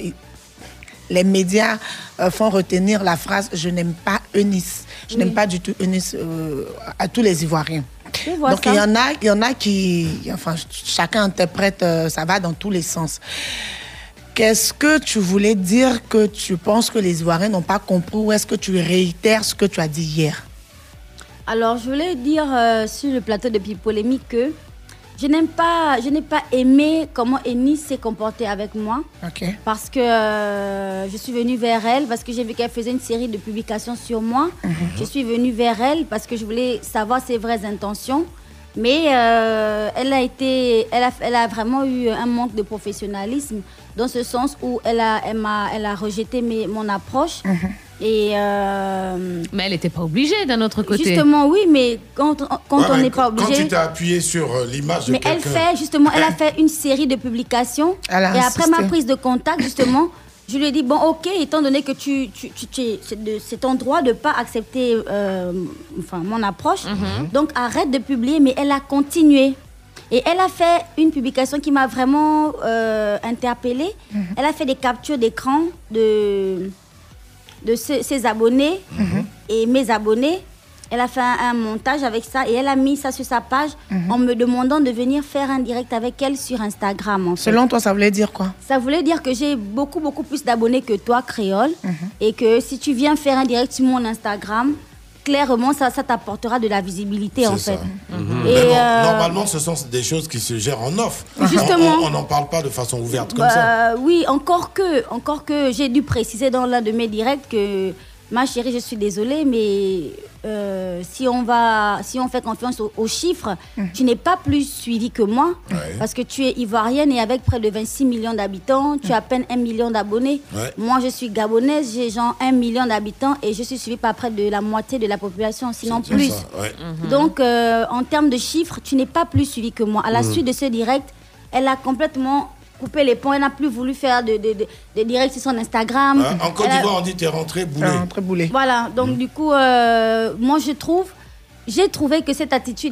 les médias font retenir la phrase « Je n'aime pas Eunice ». Je n'aime pas du tout Eunice à tous les Ivoiriens. Donc il y en a qui, enfin, chacun interprète, ça va dans tous les sens. Qu'est-ce que tu voulais dire que tu penses que les Ivoiriens n'ont pas compris, ou est-ce que tu réitères ce que tu as dit hier? Alors, je voulais dire sur le plateau de Pipolémique que je n'ai pas aimé comment Eunice s'est comportée avec moi. Okay. Parce que je suis venue vers elle, parce que j'ai vu qu'elle faisait une série de publications sur moi. Je suis venue vers elle parce que je voulais savoir ses vraies intentions. Mais elle a vraiment eu un manque de professionnalisme, dans ce sens où elle a rejeté mon approche. Et mais elle n'était pas obligée d'un autre côté. Justement, oui, mais quand on n'est pas obligé. Quand tu t'es appuyé sur l'image de quelqu'un. Mais elle a fait une série de publications. Et après ma prise de contact, justement, je lui ai dit, bon, ok, étant donné que c'est ton droit de ne pas accepter mon approche, donc arrête de publier. Mais elle a continué. Et elle a fait une publication qui m'a vraiment interpellée. Elle a fait des captures d'écran de ses abonnés et mes abonnés. Elle a fait un montage avec ça et elle a mis ça sur sa page en me demandant de venir faire un direct avec elle sur Instagram. Selon toi, ça voulait dire quoi? Ça voulait dire que j'ai beaucoup plus d'abonnés que toi, Créole, et que si tu viens faire un direct sur mon Instagram, clairement, ça t'apportera de la visibilité, en fait. Et normalement, ce sont des choses qui se gèrent en off. Justement. On n'en parle pas de façon ouverte comme ça. Oui, encore que j'ai dû préciser dans l'un de mes directs que, ma chérie, je suis désolée, mais si on fait confiance aux chiffres, tu n'es pas plus suivie que moi, parce que tu es ivoirienne et avec près de 26 millions d'habitants, tu as à peine 1 million d'abonnés. Moi, je suis gabonaise, j'ai genre 1 million d'habitants et je suis suivie par près de la moitié de la population, sinon plus. Donc, en termes de chiffres, tu n'es pas plus suivie que moi. À la suite de ce direct, elle a complètement coupé les ponts, elle n'a plus voulu faire de directs sur son Instagram. En Côte d'Ivoire, on dit t'es rentré boulé. Voilà, donc du coup, moi j'ai trouvé que cette attitude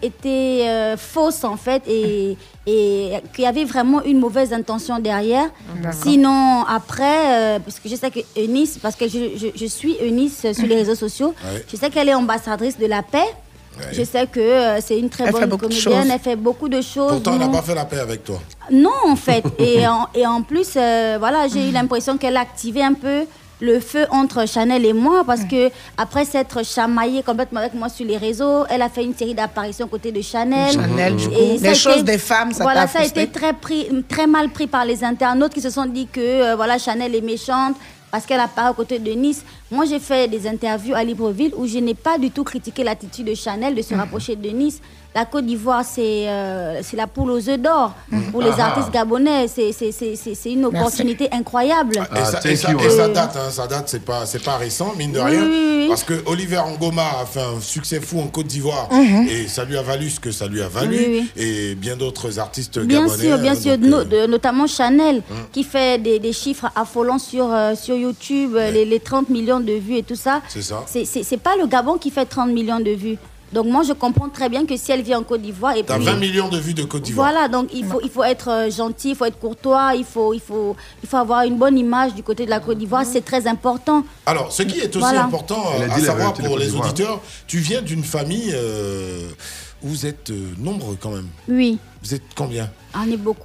était fausse en fait et qu'il y avait vraiment une mauvaise intention derrière. Sinon, après, parce que je sais que Eunice, parce que je suis Eunice sur les réseaux sociaux, je sais qu'elle est ambassadrice de la paix. Je sais que c'est une très bonne comédienne, elle fait beaucoup de choses. Pourtant, elle n'a pas fait la paix avec toi. Non, en fait. et en plus, voilà, j'ai eu l'impression qu'elle a activé un peu le feu entre Chanel et moi, parce que après s'être chamaillée complètement avec moi sur les réseaux, elle a fait une série d'apparitions aux côtés de Chanel. Et des choses des femmes, ça voilà, ça a été très mal pris par les internautes qui se sont dit que voilà, Chanel est méchante parce qu'elle apparaît aux côtés de Nice. Moi, j'ai fait des interviews à Libreville où je n'ai pas du tout critiqué l'attitude de Chanel de se rapprocher de Nice. La Côte d'Ivoire, c'est la poule aux œufs d'or pour les artistes gabonais. C'est une opportunité incroyable. Et ça date, c'est pas récent, mine de rien. Parce que Oliver Ngoma a fait un succès fou en Côte d'Ivoire et ça lui a valu ce que ça lui a valu. Et bien d'autres artistes gabonais. Bien sûr, notamment Chanel qui fait des chiffres affolants sur YouTube, les 30 millions de vues et tout ça. C'est ça. C'est pas le Gabon qui fait 30 millions de vues. Donc moi je comprends très bien que si elle vient en Côte d'Ivoire et t'as 20 millions de vues de Côte d'Ivoire. Voilà, donc il faut être gentil, il faut être courtois, il faut avoir une bonne image du côté de la Côte d'Ivoire, c'est très important. Alors ce qui est aussi important à savoir pour les auditeurs, tu viens d'une famille où vous êtes nombreux quand même. Oui. Vous êtes combien? On est beaucoup.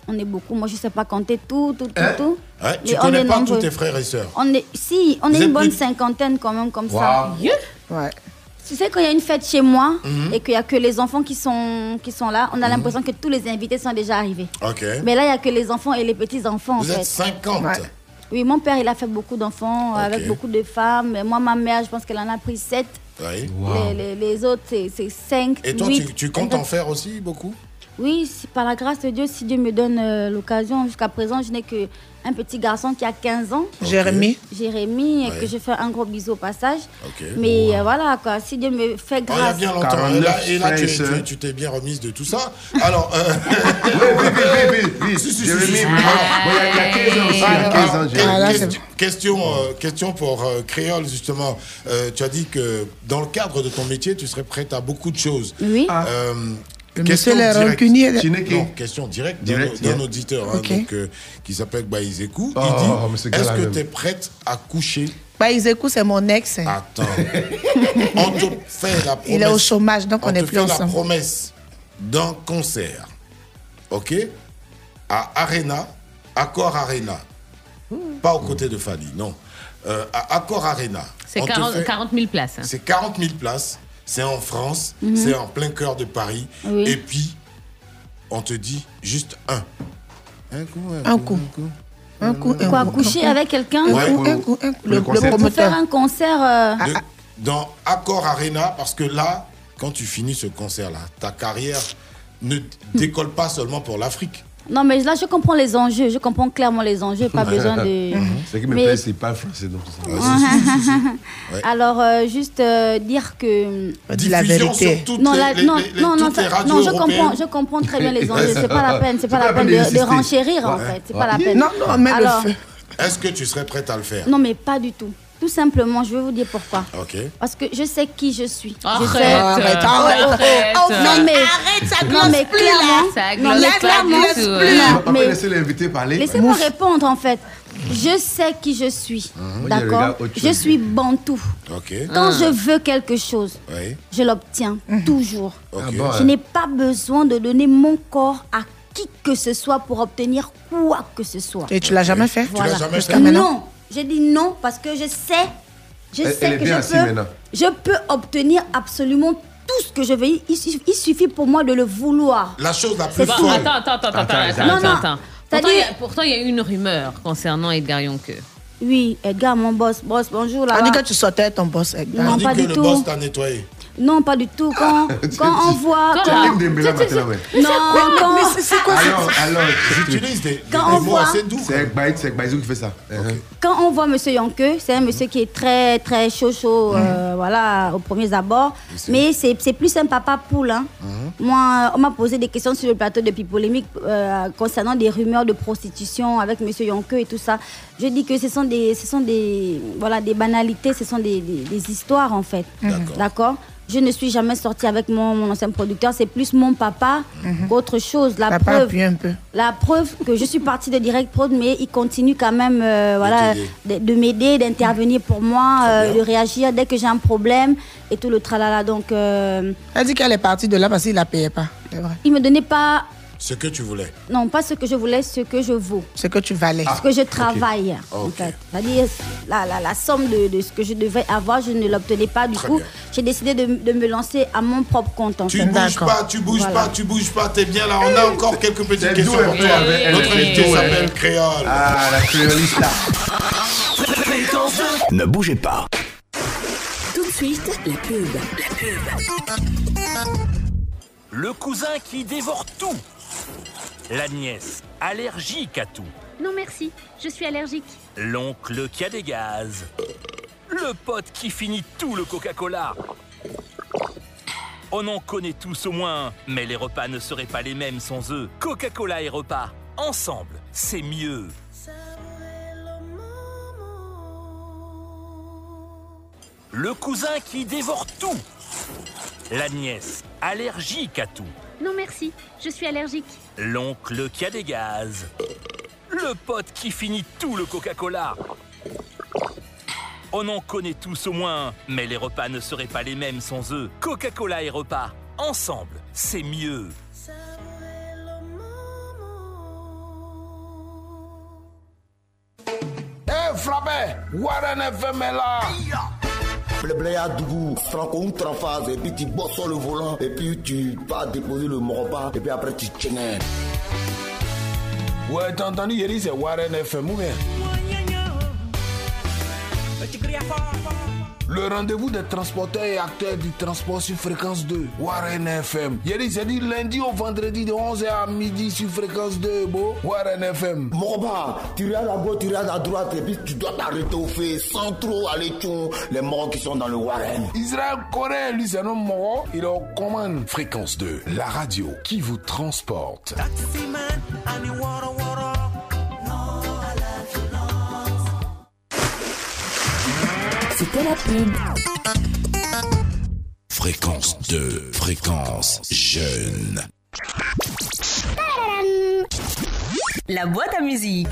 On est beaucoup. Moi, je ne sais pas compter tout. Ouais, tu connais pas tous tes frères et sœurs. On est une bonne cinquantaine quand même comme ça. Ouais. Tu sais, quand il y a une fête chez moi et qu'il n'y a que les enfants qui sont là, on a l'impression que tous les invités sont déjà arrivés. Ok. Mais là, il n'y a que les enfants et les petits-enfants, Vous êtes 50. Ouais. Oui, mon père, il a fait beaucoup d'enfants avec beaucoup de femmes. Mais moi, ma mère, je pense qu'elle en a pris 7. Oui. Les autres, c'est 5. Et toi, 8. tu comptes en faire aussi beaucoup? Oui, par la grâce de Dieu, si Dieu me donne l'occasion. Jusqu'à présent, je n'ai qu'un petit garçon qui a 15 ans. Jérémy. Et que je fais un gros bisou au passage. Mais voilà, quoi, si Dieu me fait grâce. Il y a bien longtemps. Et là, tu t'es bien remise de tout ça. Alors, oui. Jérémy, il y a 15 ans. Question pour Créole, justement. Tu as dit que dans le cadre de ton métier, tu serais prête à beaucoup de choses. Oui. Question directe. Non, question directe d'un auditeur qui s'appelle Baïzekou. Il dit, est-ce que tu es prête à coucher? Baïzekou, c'est mon ex. Attends. On te fait la promesse. Il est au chômage, donc on n'est plus ensemble. On te fait la promesse d'un concert, ok, à Arena, Accor Arena. Pas aux côtés de Fanny, non. À Accor Arena. C'est 40 000 places. Hein. C'est 40 000 places. C'est en France, c'est en plein cœur de Paris. Oui. Et puis, on te dit juste un coup. Quoi, coucher avec quelqu'un? Ouais. Le Pour promoteur. faire un concert. Dans Accor Arena, parce que là, quand tu finis ce concert-là, ta carrière ne décolle pas seulement pour l'Afrique. Non, mais là, je comprends les enjeux. Je comprends clairement les enjeux. Pas besoin de. Ce qui me plaît, c'est pas français. Donc Ouais. Alors, juste dire que. Dis la vérité. Sur toutes les radios je comprends très bien les enjeux. C'est pas la peine. C'est pas la peine de renchérir, en fait. C'est pas la peine. Non, mais alors, le feu. Est-ce que tu serais prête à le faire? Non, mais pas du tout. Tout simplement, je vais vous dire pourquoi. Ok. Parce que je sais qui je suis. Arrête, Non, mais ça non, mais clairement. Ça Non, mais clairement. On va laisser l'invité parler. Laissez-moi répondre, en fait. Je sais qui je suis. D'accord? Je suis bantou. Ok. Quand je veux quelque chose, je l'obtiens toujours. Je n'ai pas besoin de donner mon corps à qui que ce soit pour obtenir quoi que ce soit. Et tu l'as jamais fait? Voilà. Tu l'as jamais fait? Non. J'ai dit non parce que je sais que je peux obtenir absolument tout ce que je veux. Il suffit pour moi de le vouloir. La chose la plus C'est folle. Attends. Pourtant, il y a une rumeur concernant Edgar Yonke. Oui, Edgar, mon boss, bonjour là. On dit que tu sortais ton boss, Edgar. Non, On dit pas que du le tout. boss t'a nettoyé. Non, pas du tout. Quand on voit. Mais c'est quoi alors, j'utilise des on mots voit- assez doux. c'est Baïzou qui fait ça. Quand on voit Monsieur Yonke, c'est un monsieur qui est très très chaud, voilà, aux premiers abords. Mais c'est plus un papa poule. Hein. Moi, on m'a posé des questions sur le plateau de Pipolémique concernant des rumeurs de prostitution avec Monsieur Yonke et tout ça. Je dis que ce sont des banalités, ce sont des histoires en fait. D'accord. Je ne suis jamais sortie avec mon ancien producteur, c'est plus mon papa qu'autre chose. La preuve que je suis partie de Direct Prod, mais il continue quand même de m'aider, d'intervenir pour moi, de réagir dès que j'ai un problème et tout le tralala. Donc, elle dit qu'elle est partie de là parce qu'il ne la payait pas. C'est vrai. Il ne me donnait pas. Ce que tu voulais. Non, pas ce que je voulais, ce que je vaux. Ce que tu valais. Ce que je travaille, en fait. C'est-à-dire, la somme de ce que je devais avoir, je ne l'obtenais pas. Du coup, j'ai décidé de me lancer à mon propre compte. En tu bouges pas, t'es bien là. On a encore quelques petites questions pour toi. Notre invité s'appelle Créole. Ah, la créoliste là. Ne bougez pas. Tout de suite, la pub. Le cousin qui dévore tout. La nièce, allergique à tout. Non merci, je suis allergique. L'oncle qui a des gaz. Le pote qui finit tout le Coca-Cola. On en connaît tous au moins, mais les repas ne seraient pas les mêmes sans eux. Coca-Cola et repas, ensemble, c'est mieux. Le cousin qui dévore tout. La nièce, allergique à tout. Non merci, je suis allergique. L'oncle qui a des gaz. Le pote qui finit tout le Coca-Cola. On en connaît tous au moins, mais les repas ne seraient pas les mêmes sans eux. Coca-Cola et repas, ensemble, c'est mieux. Ouais, Warren FM est là. Blé à Dougou, Franco ou Trafaz, et puis tu bosses sur le volant, et puis tu vas déposer le moroba, et puis après tu tiennes. Ouais, t'as entendu, Yeri, c'est Warren FM ou bien? Le rendez-vous des transporteurs et acteurs du transport sur fréquence 2, Warren FM. Yeri, c'est du lundi au vendredi de 11h à midi sur fréquence 2, beau. Warren FM. Moroba, tu regardes à gauche, tu regardes à droite, et puis tu dois t'arrêter au fait sans trop aller tchou les morts qui sont dans le Warren. Israël Corée, lui, c'est un homme mort, il est aux commandes. Fréquence 2, la radio qui vous transporte. C'était la pub. Fréquence 2, fréquence jeune. La boîte à musique.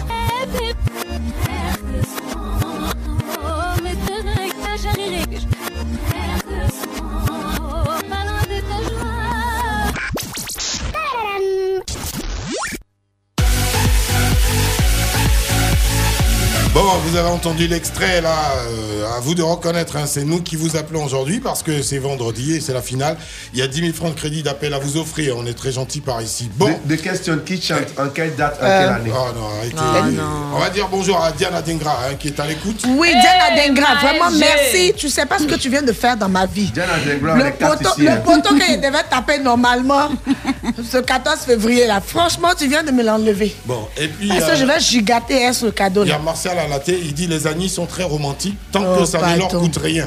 Bon, vous avez entendu l'extrait là, à vous de reconnaître, hein, c'est nous qui vous appelons aujourd'hui parce que c'est vendredi et c'est la finale. Il y a 10 000 francs de crédit d'appel à vous offrir, on est très gentils par ici. Bon. Des questions qui chantent, en quelle date, en quelle année? Oh non, arrêtez. On va dire bonjour à Diana Dengra hein, qui est à l'écoute. Oui, Diana Dengra, vraiment merci. Tu sais pas ce que tu viens de faire dans ma vie. Diana Dengra, le poteau que je devais taper normalement ce 14 février là, franchement, tu viens de me l'enlever. Bon, et puis. Parce que je vais gigater ce cadeau là. Il y a Martial à la télé, il dit les amis sont très romantiques tant que ça ne leur coûte rien.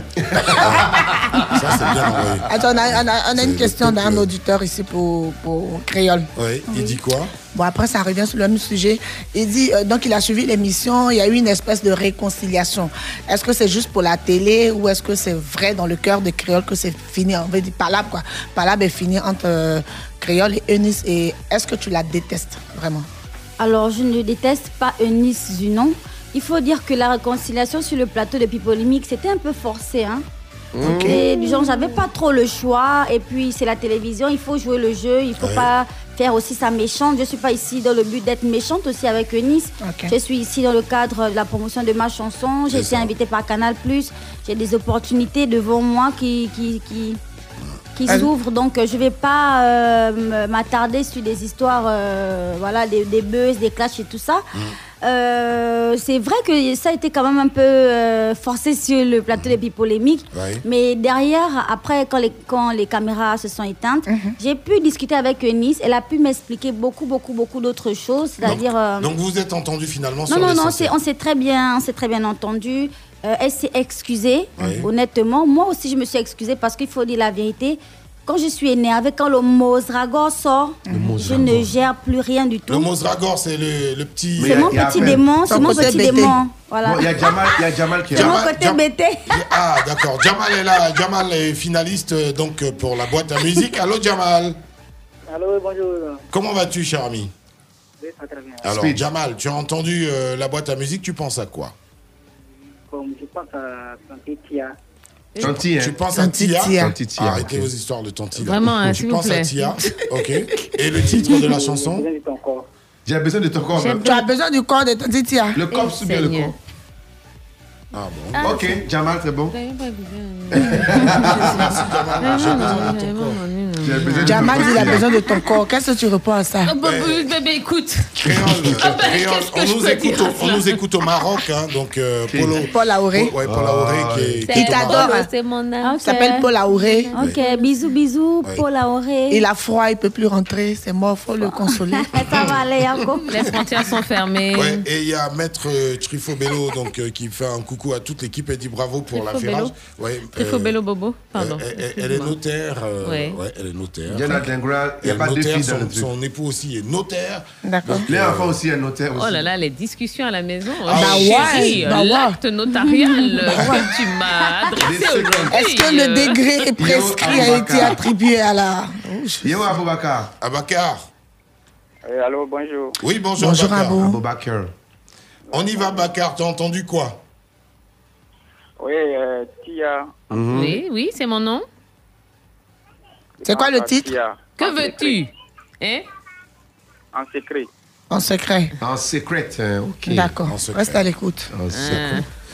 Ça, c'est bien envoyé. Attends, on a une question d'un auditeur ici pour Créole. Oui, il dit quoi? Bon, après, ça revient sur le même sujet. Il dit, donc, il a suivi l'émission, il y a eu une espèce de réconciliation. Est-ce que c'est juste pour la télé ou est-ce que c'est vrai dans le cœur de Créole que c'est fini? On veut dire Palab, quoi. Palab est fini entre Créole et Eunice. Et est-ce que tu la détestes, vraiment? Alors, je ne déteste pas Eunice Zunon. Il faut dire que la réconciliation sur le plateau de Pipolémique, c'était un peu forcé, hein. Et du genre, j'avais pas trop le choix. Et puis, c'est la télévision, il faut jouer le jeu, il faut pas faire aussi ça méchante. Je suis pas ici dans le but d'être méchante aussi avec Eunice. Je suis ici dans le cadre de la promotion de ma chanson. J'ai été invitée par Canal+. J'ai des opportunités devant moi qui s'ouvrent. Donc, je vais pas m'attarder sur des histoires, voilà, des buzz, des clashs et tout ça. C'est vrai que ça a été quand même un peu forcé sur le plateau des Pipolémiques. Mais derrière, après, quand les caméras se sont éteintes, j'ai pu discuter avec Eunice. Elle a pu m'expliquer beaucoup d'autres choses. C'est-à-dire. Donc vous vous êtes entendu finalement sur Non, l'essentiel. on s'est très bien entendu. Elle s'est excusée, honnêtement. Moi aussi, je me suis excusée parce qu'il faut dire la vérité. Quand je suis énervée, quand le Mozragor sort, je ne gère plus rien du tout. Le Mozragor, c'est le petit... C'est mon petit démon, c'est mon petit démon. Voilà. Il y a Jamal qui est là. C'est mon côté bêté. Ah, d'accord. Jamal est là. Jamal est finaliste donc, pour la boîte à musique. Allô, Jamal. Allô, bonjour. Comment vas-tu, cher ami? Oui, très bien. Alors, Jamal, tu as entendu la boîte à musique, tu penses à quoi? Comme je pense à Tantitia. Tu penses à Tia? Arrêtez vos histoires de Tantia. Vraiment, hein, tu penses à Tia? Ok. Et le titre de la chanson? J'ai besoin de ton corps. Tu as besoin du corps de Tantitia. Le corps sous bien le corps. Ah bon. Ok, Jamal, c'est bon. Merci, Jamal. J'ai besoin de ton corps. Jamal, il a besoin de ton corps. Qu'est-ce que tu réponds à ça? Bébé, écoute. Créole, on nous écoute au Maroc, hein, donc Paul Aouré. Oui, Paul Aouré qui t'adore. C'est mon âme. Il s'appelle Paul Aouré. Ok, bisous, Paul Aouré. Il a froid, il peut plus rentrer. C'est mort, faut le consoler. Ça va aller, Yanko. Les frontières sont fermées. Ouais, et il y a Maître Trifo Bello donc, qui fait un coucou à toute l'équipe et dit bravo pour l'affairage. Trifo Bello Bobo, pardon. Elle est notaire. Ouais, elle est notaire. Diana Dengra, il n'y a pas de fille dans le truc. Son époux aussi est notaire. D'accord. Les enfants aussi est notaire. Oh là là, les discussions à la maison. Chérie, l'acte notarial que tu m'as adressé aujourd'hui. Est-ce que le degré prescrit a été attribué à la... Yo, Aboubakar. Abakar. Allô, bonjour. Oui, bonjour, bonjour Aboubakar. On y va, Bakar. Tu as entendu quoi? Oui, Tia. Oui, c'est mon nom. C'est quoi le titre? Que veux-tu? Hein? En secret. En secret. En secret, ok. D'accord. Reste à l'écoute. En secret.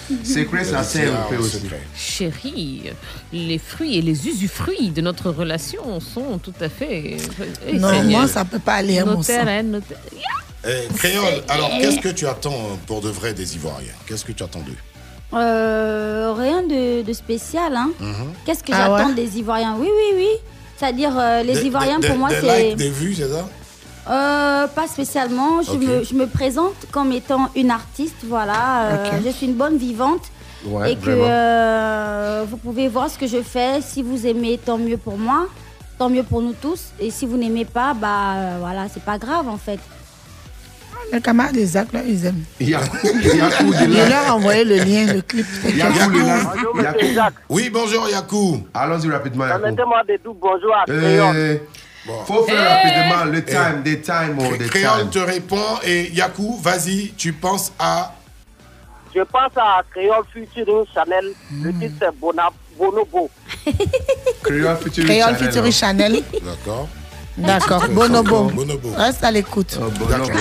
Secret, ça sert un peu aussi. Chérie, les fruits et les usufruits de notre relation sont tout à fait... Non, moi, ça peut pas aller à mon sang. Créole, alors qu'est-ce que tu attends pour de vrai des Ivoiriens? Qu'est-ce que tu attends d'eux? Rien de spécial. Hein. Qu'est-ce que j'attends des Ivoiriens? Oui. C'est-à-dire, les Ivoiriens, pour moi, c'est... Des vues, c'est ça? Pas spécialement. Je me présente comme étant une artiste. Voilà. Je suis une bonne vivante. Ouais, et que vous pouvez voir ce que je fais. Si vous aimez, tant mieux pour moi. Tant mieux pour nous tous. Et si vous n'aimez pas, voilà, c'est pas grave, en fait. Les camarades des Zach, là, ils aiment. Yakou, il leur a envoyé le lien, le clip. Yakou. Oui, bonjour Yakou. Allons-y rapidement, Yakou. Permettez-moi de dire bonjour à Créole. Faut faire rapidement le time, des time. Créole te répond et Yakou, vas-y, tu penses à... Je pense à Créole featuring Chanel. Le titre c'est Bonobo. Créole featuring Chanel. D'accord. D'accord, Bonobo. Reste à l'écoute. D'accord.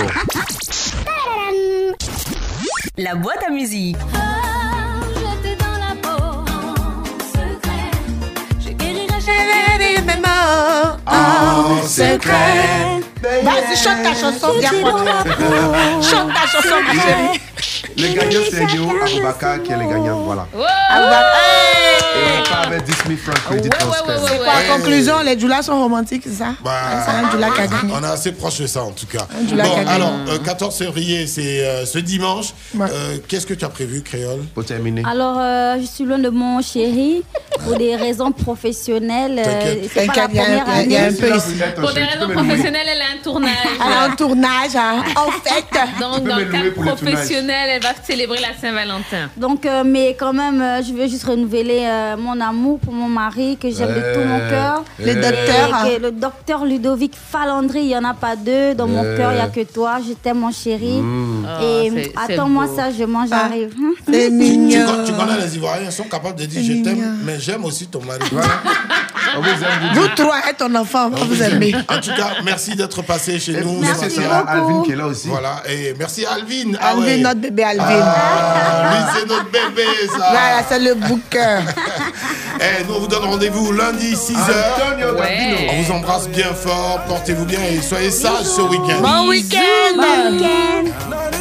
La boîte à musique. J'étais dans la peau, en secret. Je guérirai les mémoires en secret. Vas-y, chante ta chanson, viens moi. Chante ta chanson, ma chérie. Le gagnant, c'est Yo Aboubakar qui est le gagnant, voilà. Et on part avec 10 000 francs crédit transfert. En conclusion, les Djoula sont romantiques, c'est ça? C'est un Djoula qui a gagné. On est assez proche de ça, en tout cas. Bon, alors, 14 février, c'est ce dimanche. Qu'est-ce que tu as prévu, Créole? Pour terminer. Alors, je suis loin de mon chéri pour des raisons professionnelles. C'est pas la première année. Pour des raisons professionnelles, elle a un tournage. Elle a un tournage, en fait. Donc, dans le cadre professionnel, elle va célébrer la Saint-Valentin. Donc, mais quand même, je veux juste renouveler mon amour pour mon mari, que j'aime de tout mon cœur. Le docteur Ludovic Falandry, il n'y en a pas deux. Dans mon cœur, il n'y a que toi. Je t'aime, mon chéri. Et attends-moi ça, je mange, j'arrive. C'est mignon. Tu connais les Ivoiriens, ils sont capables de dire je t'aime, mais j'aime aussi ton mari. Vous trois et ton enfant, vous aimez. En tout cas, merci d'être passé chez nous. Merci à Alvin qui est là aussi. Voilà, et merci à Alvin. Alvin, notre bébé Alvin. Lui, c'est notre bébé, ça. Voilà, c'est le booker. Nous, on vous donne rendez-vous lundi, 6h. On vous embrasse bien fort, portez-vous bien et soyez sages ce week-end. Bon week-end.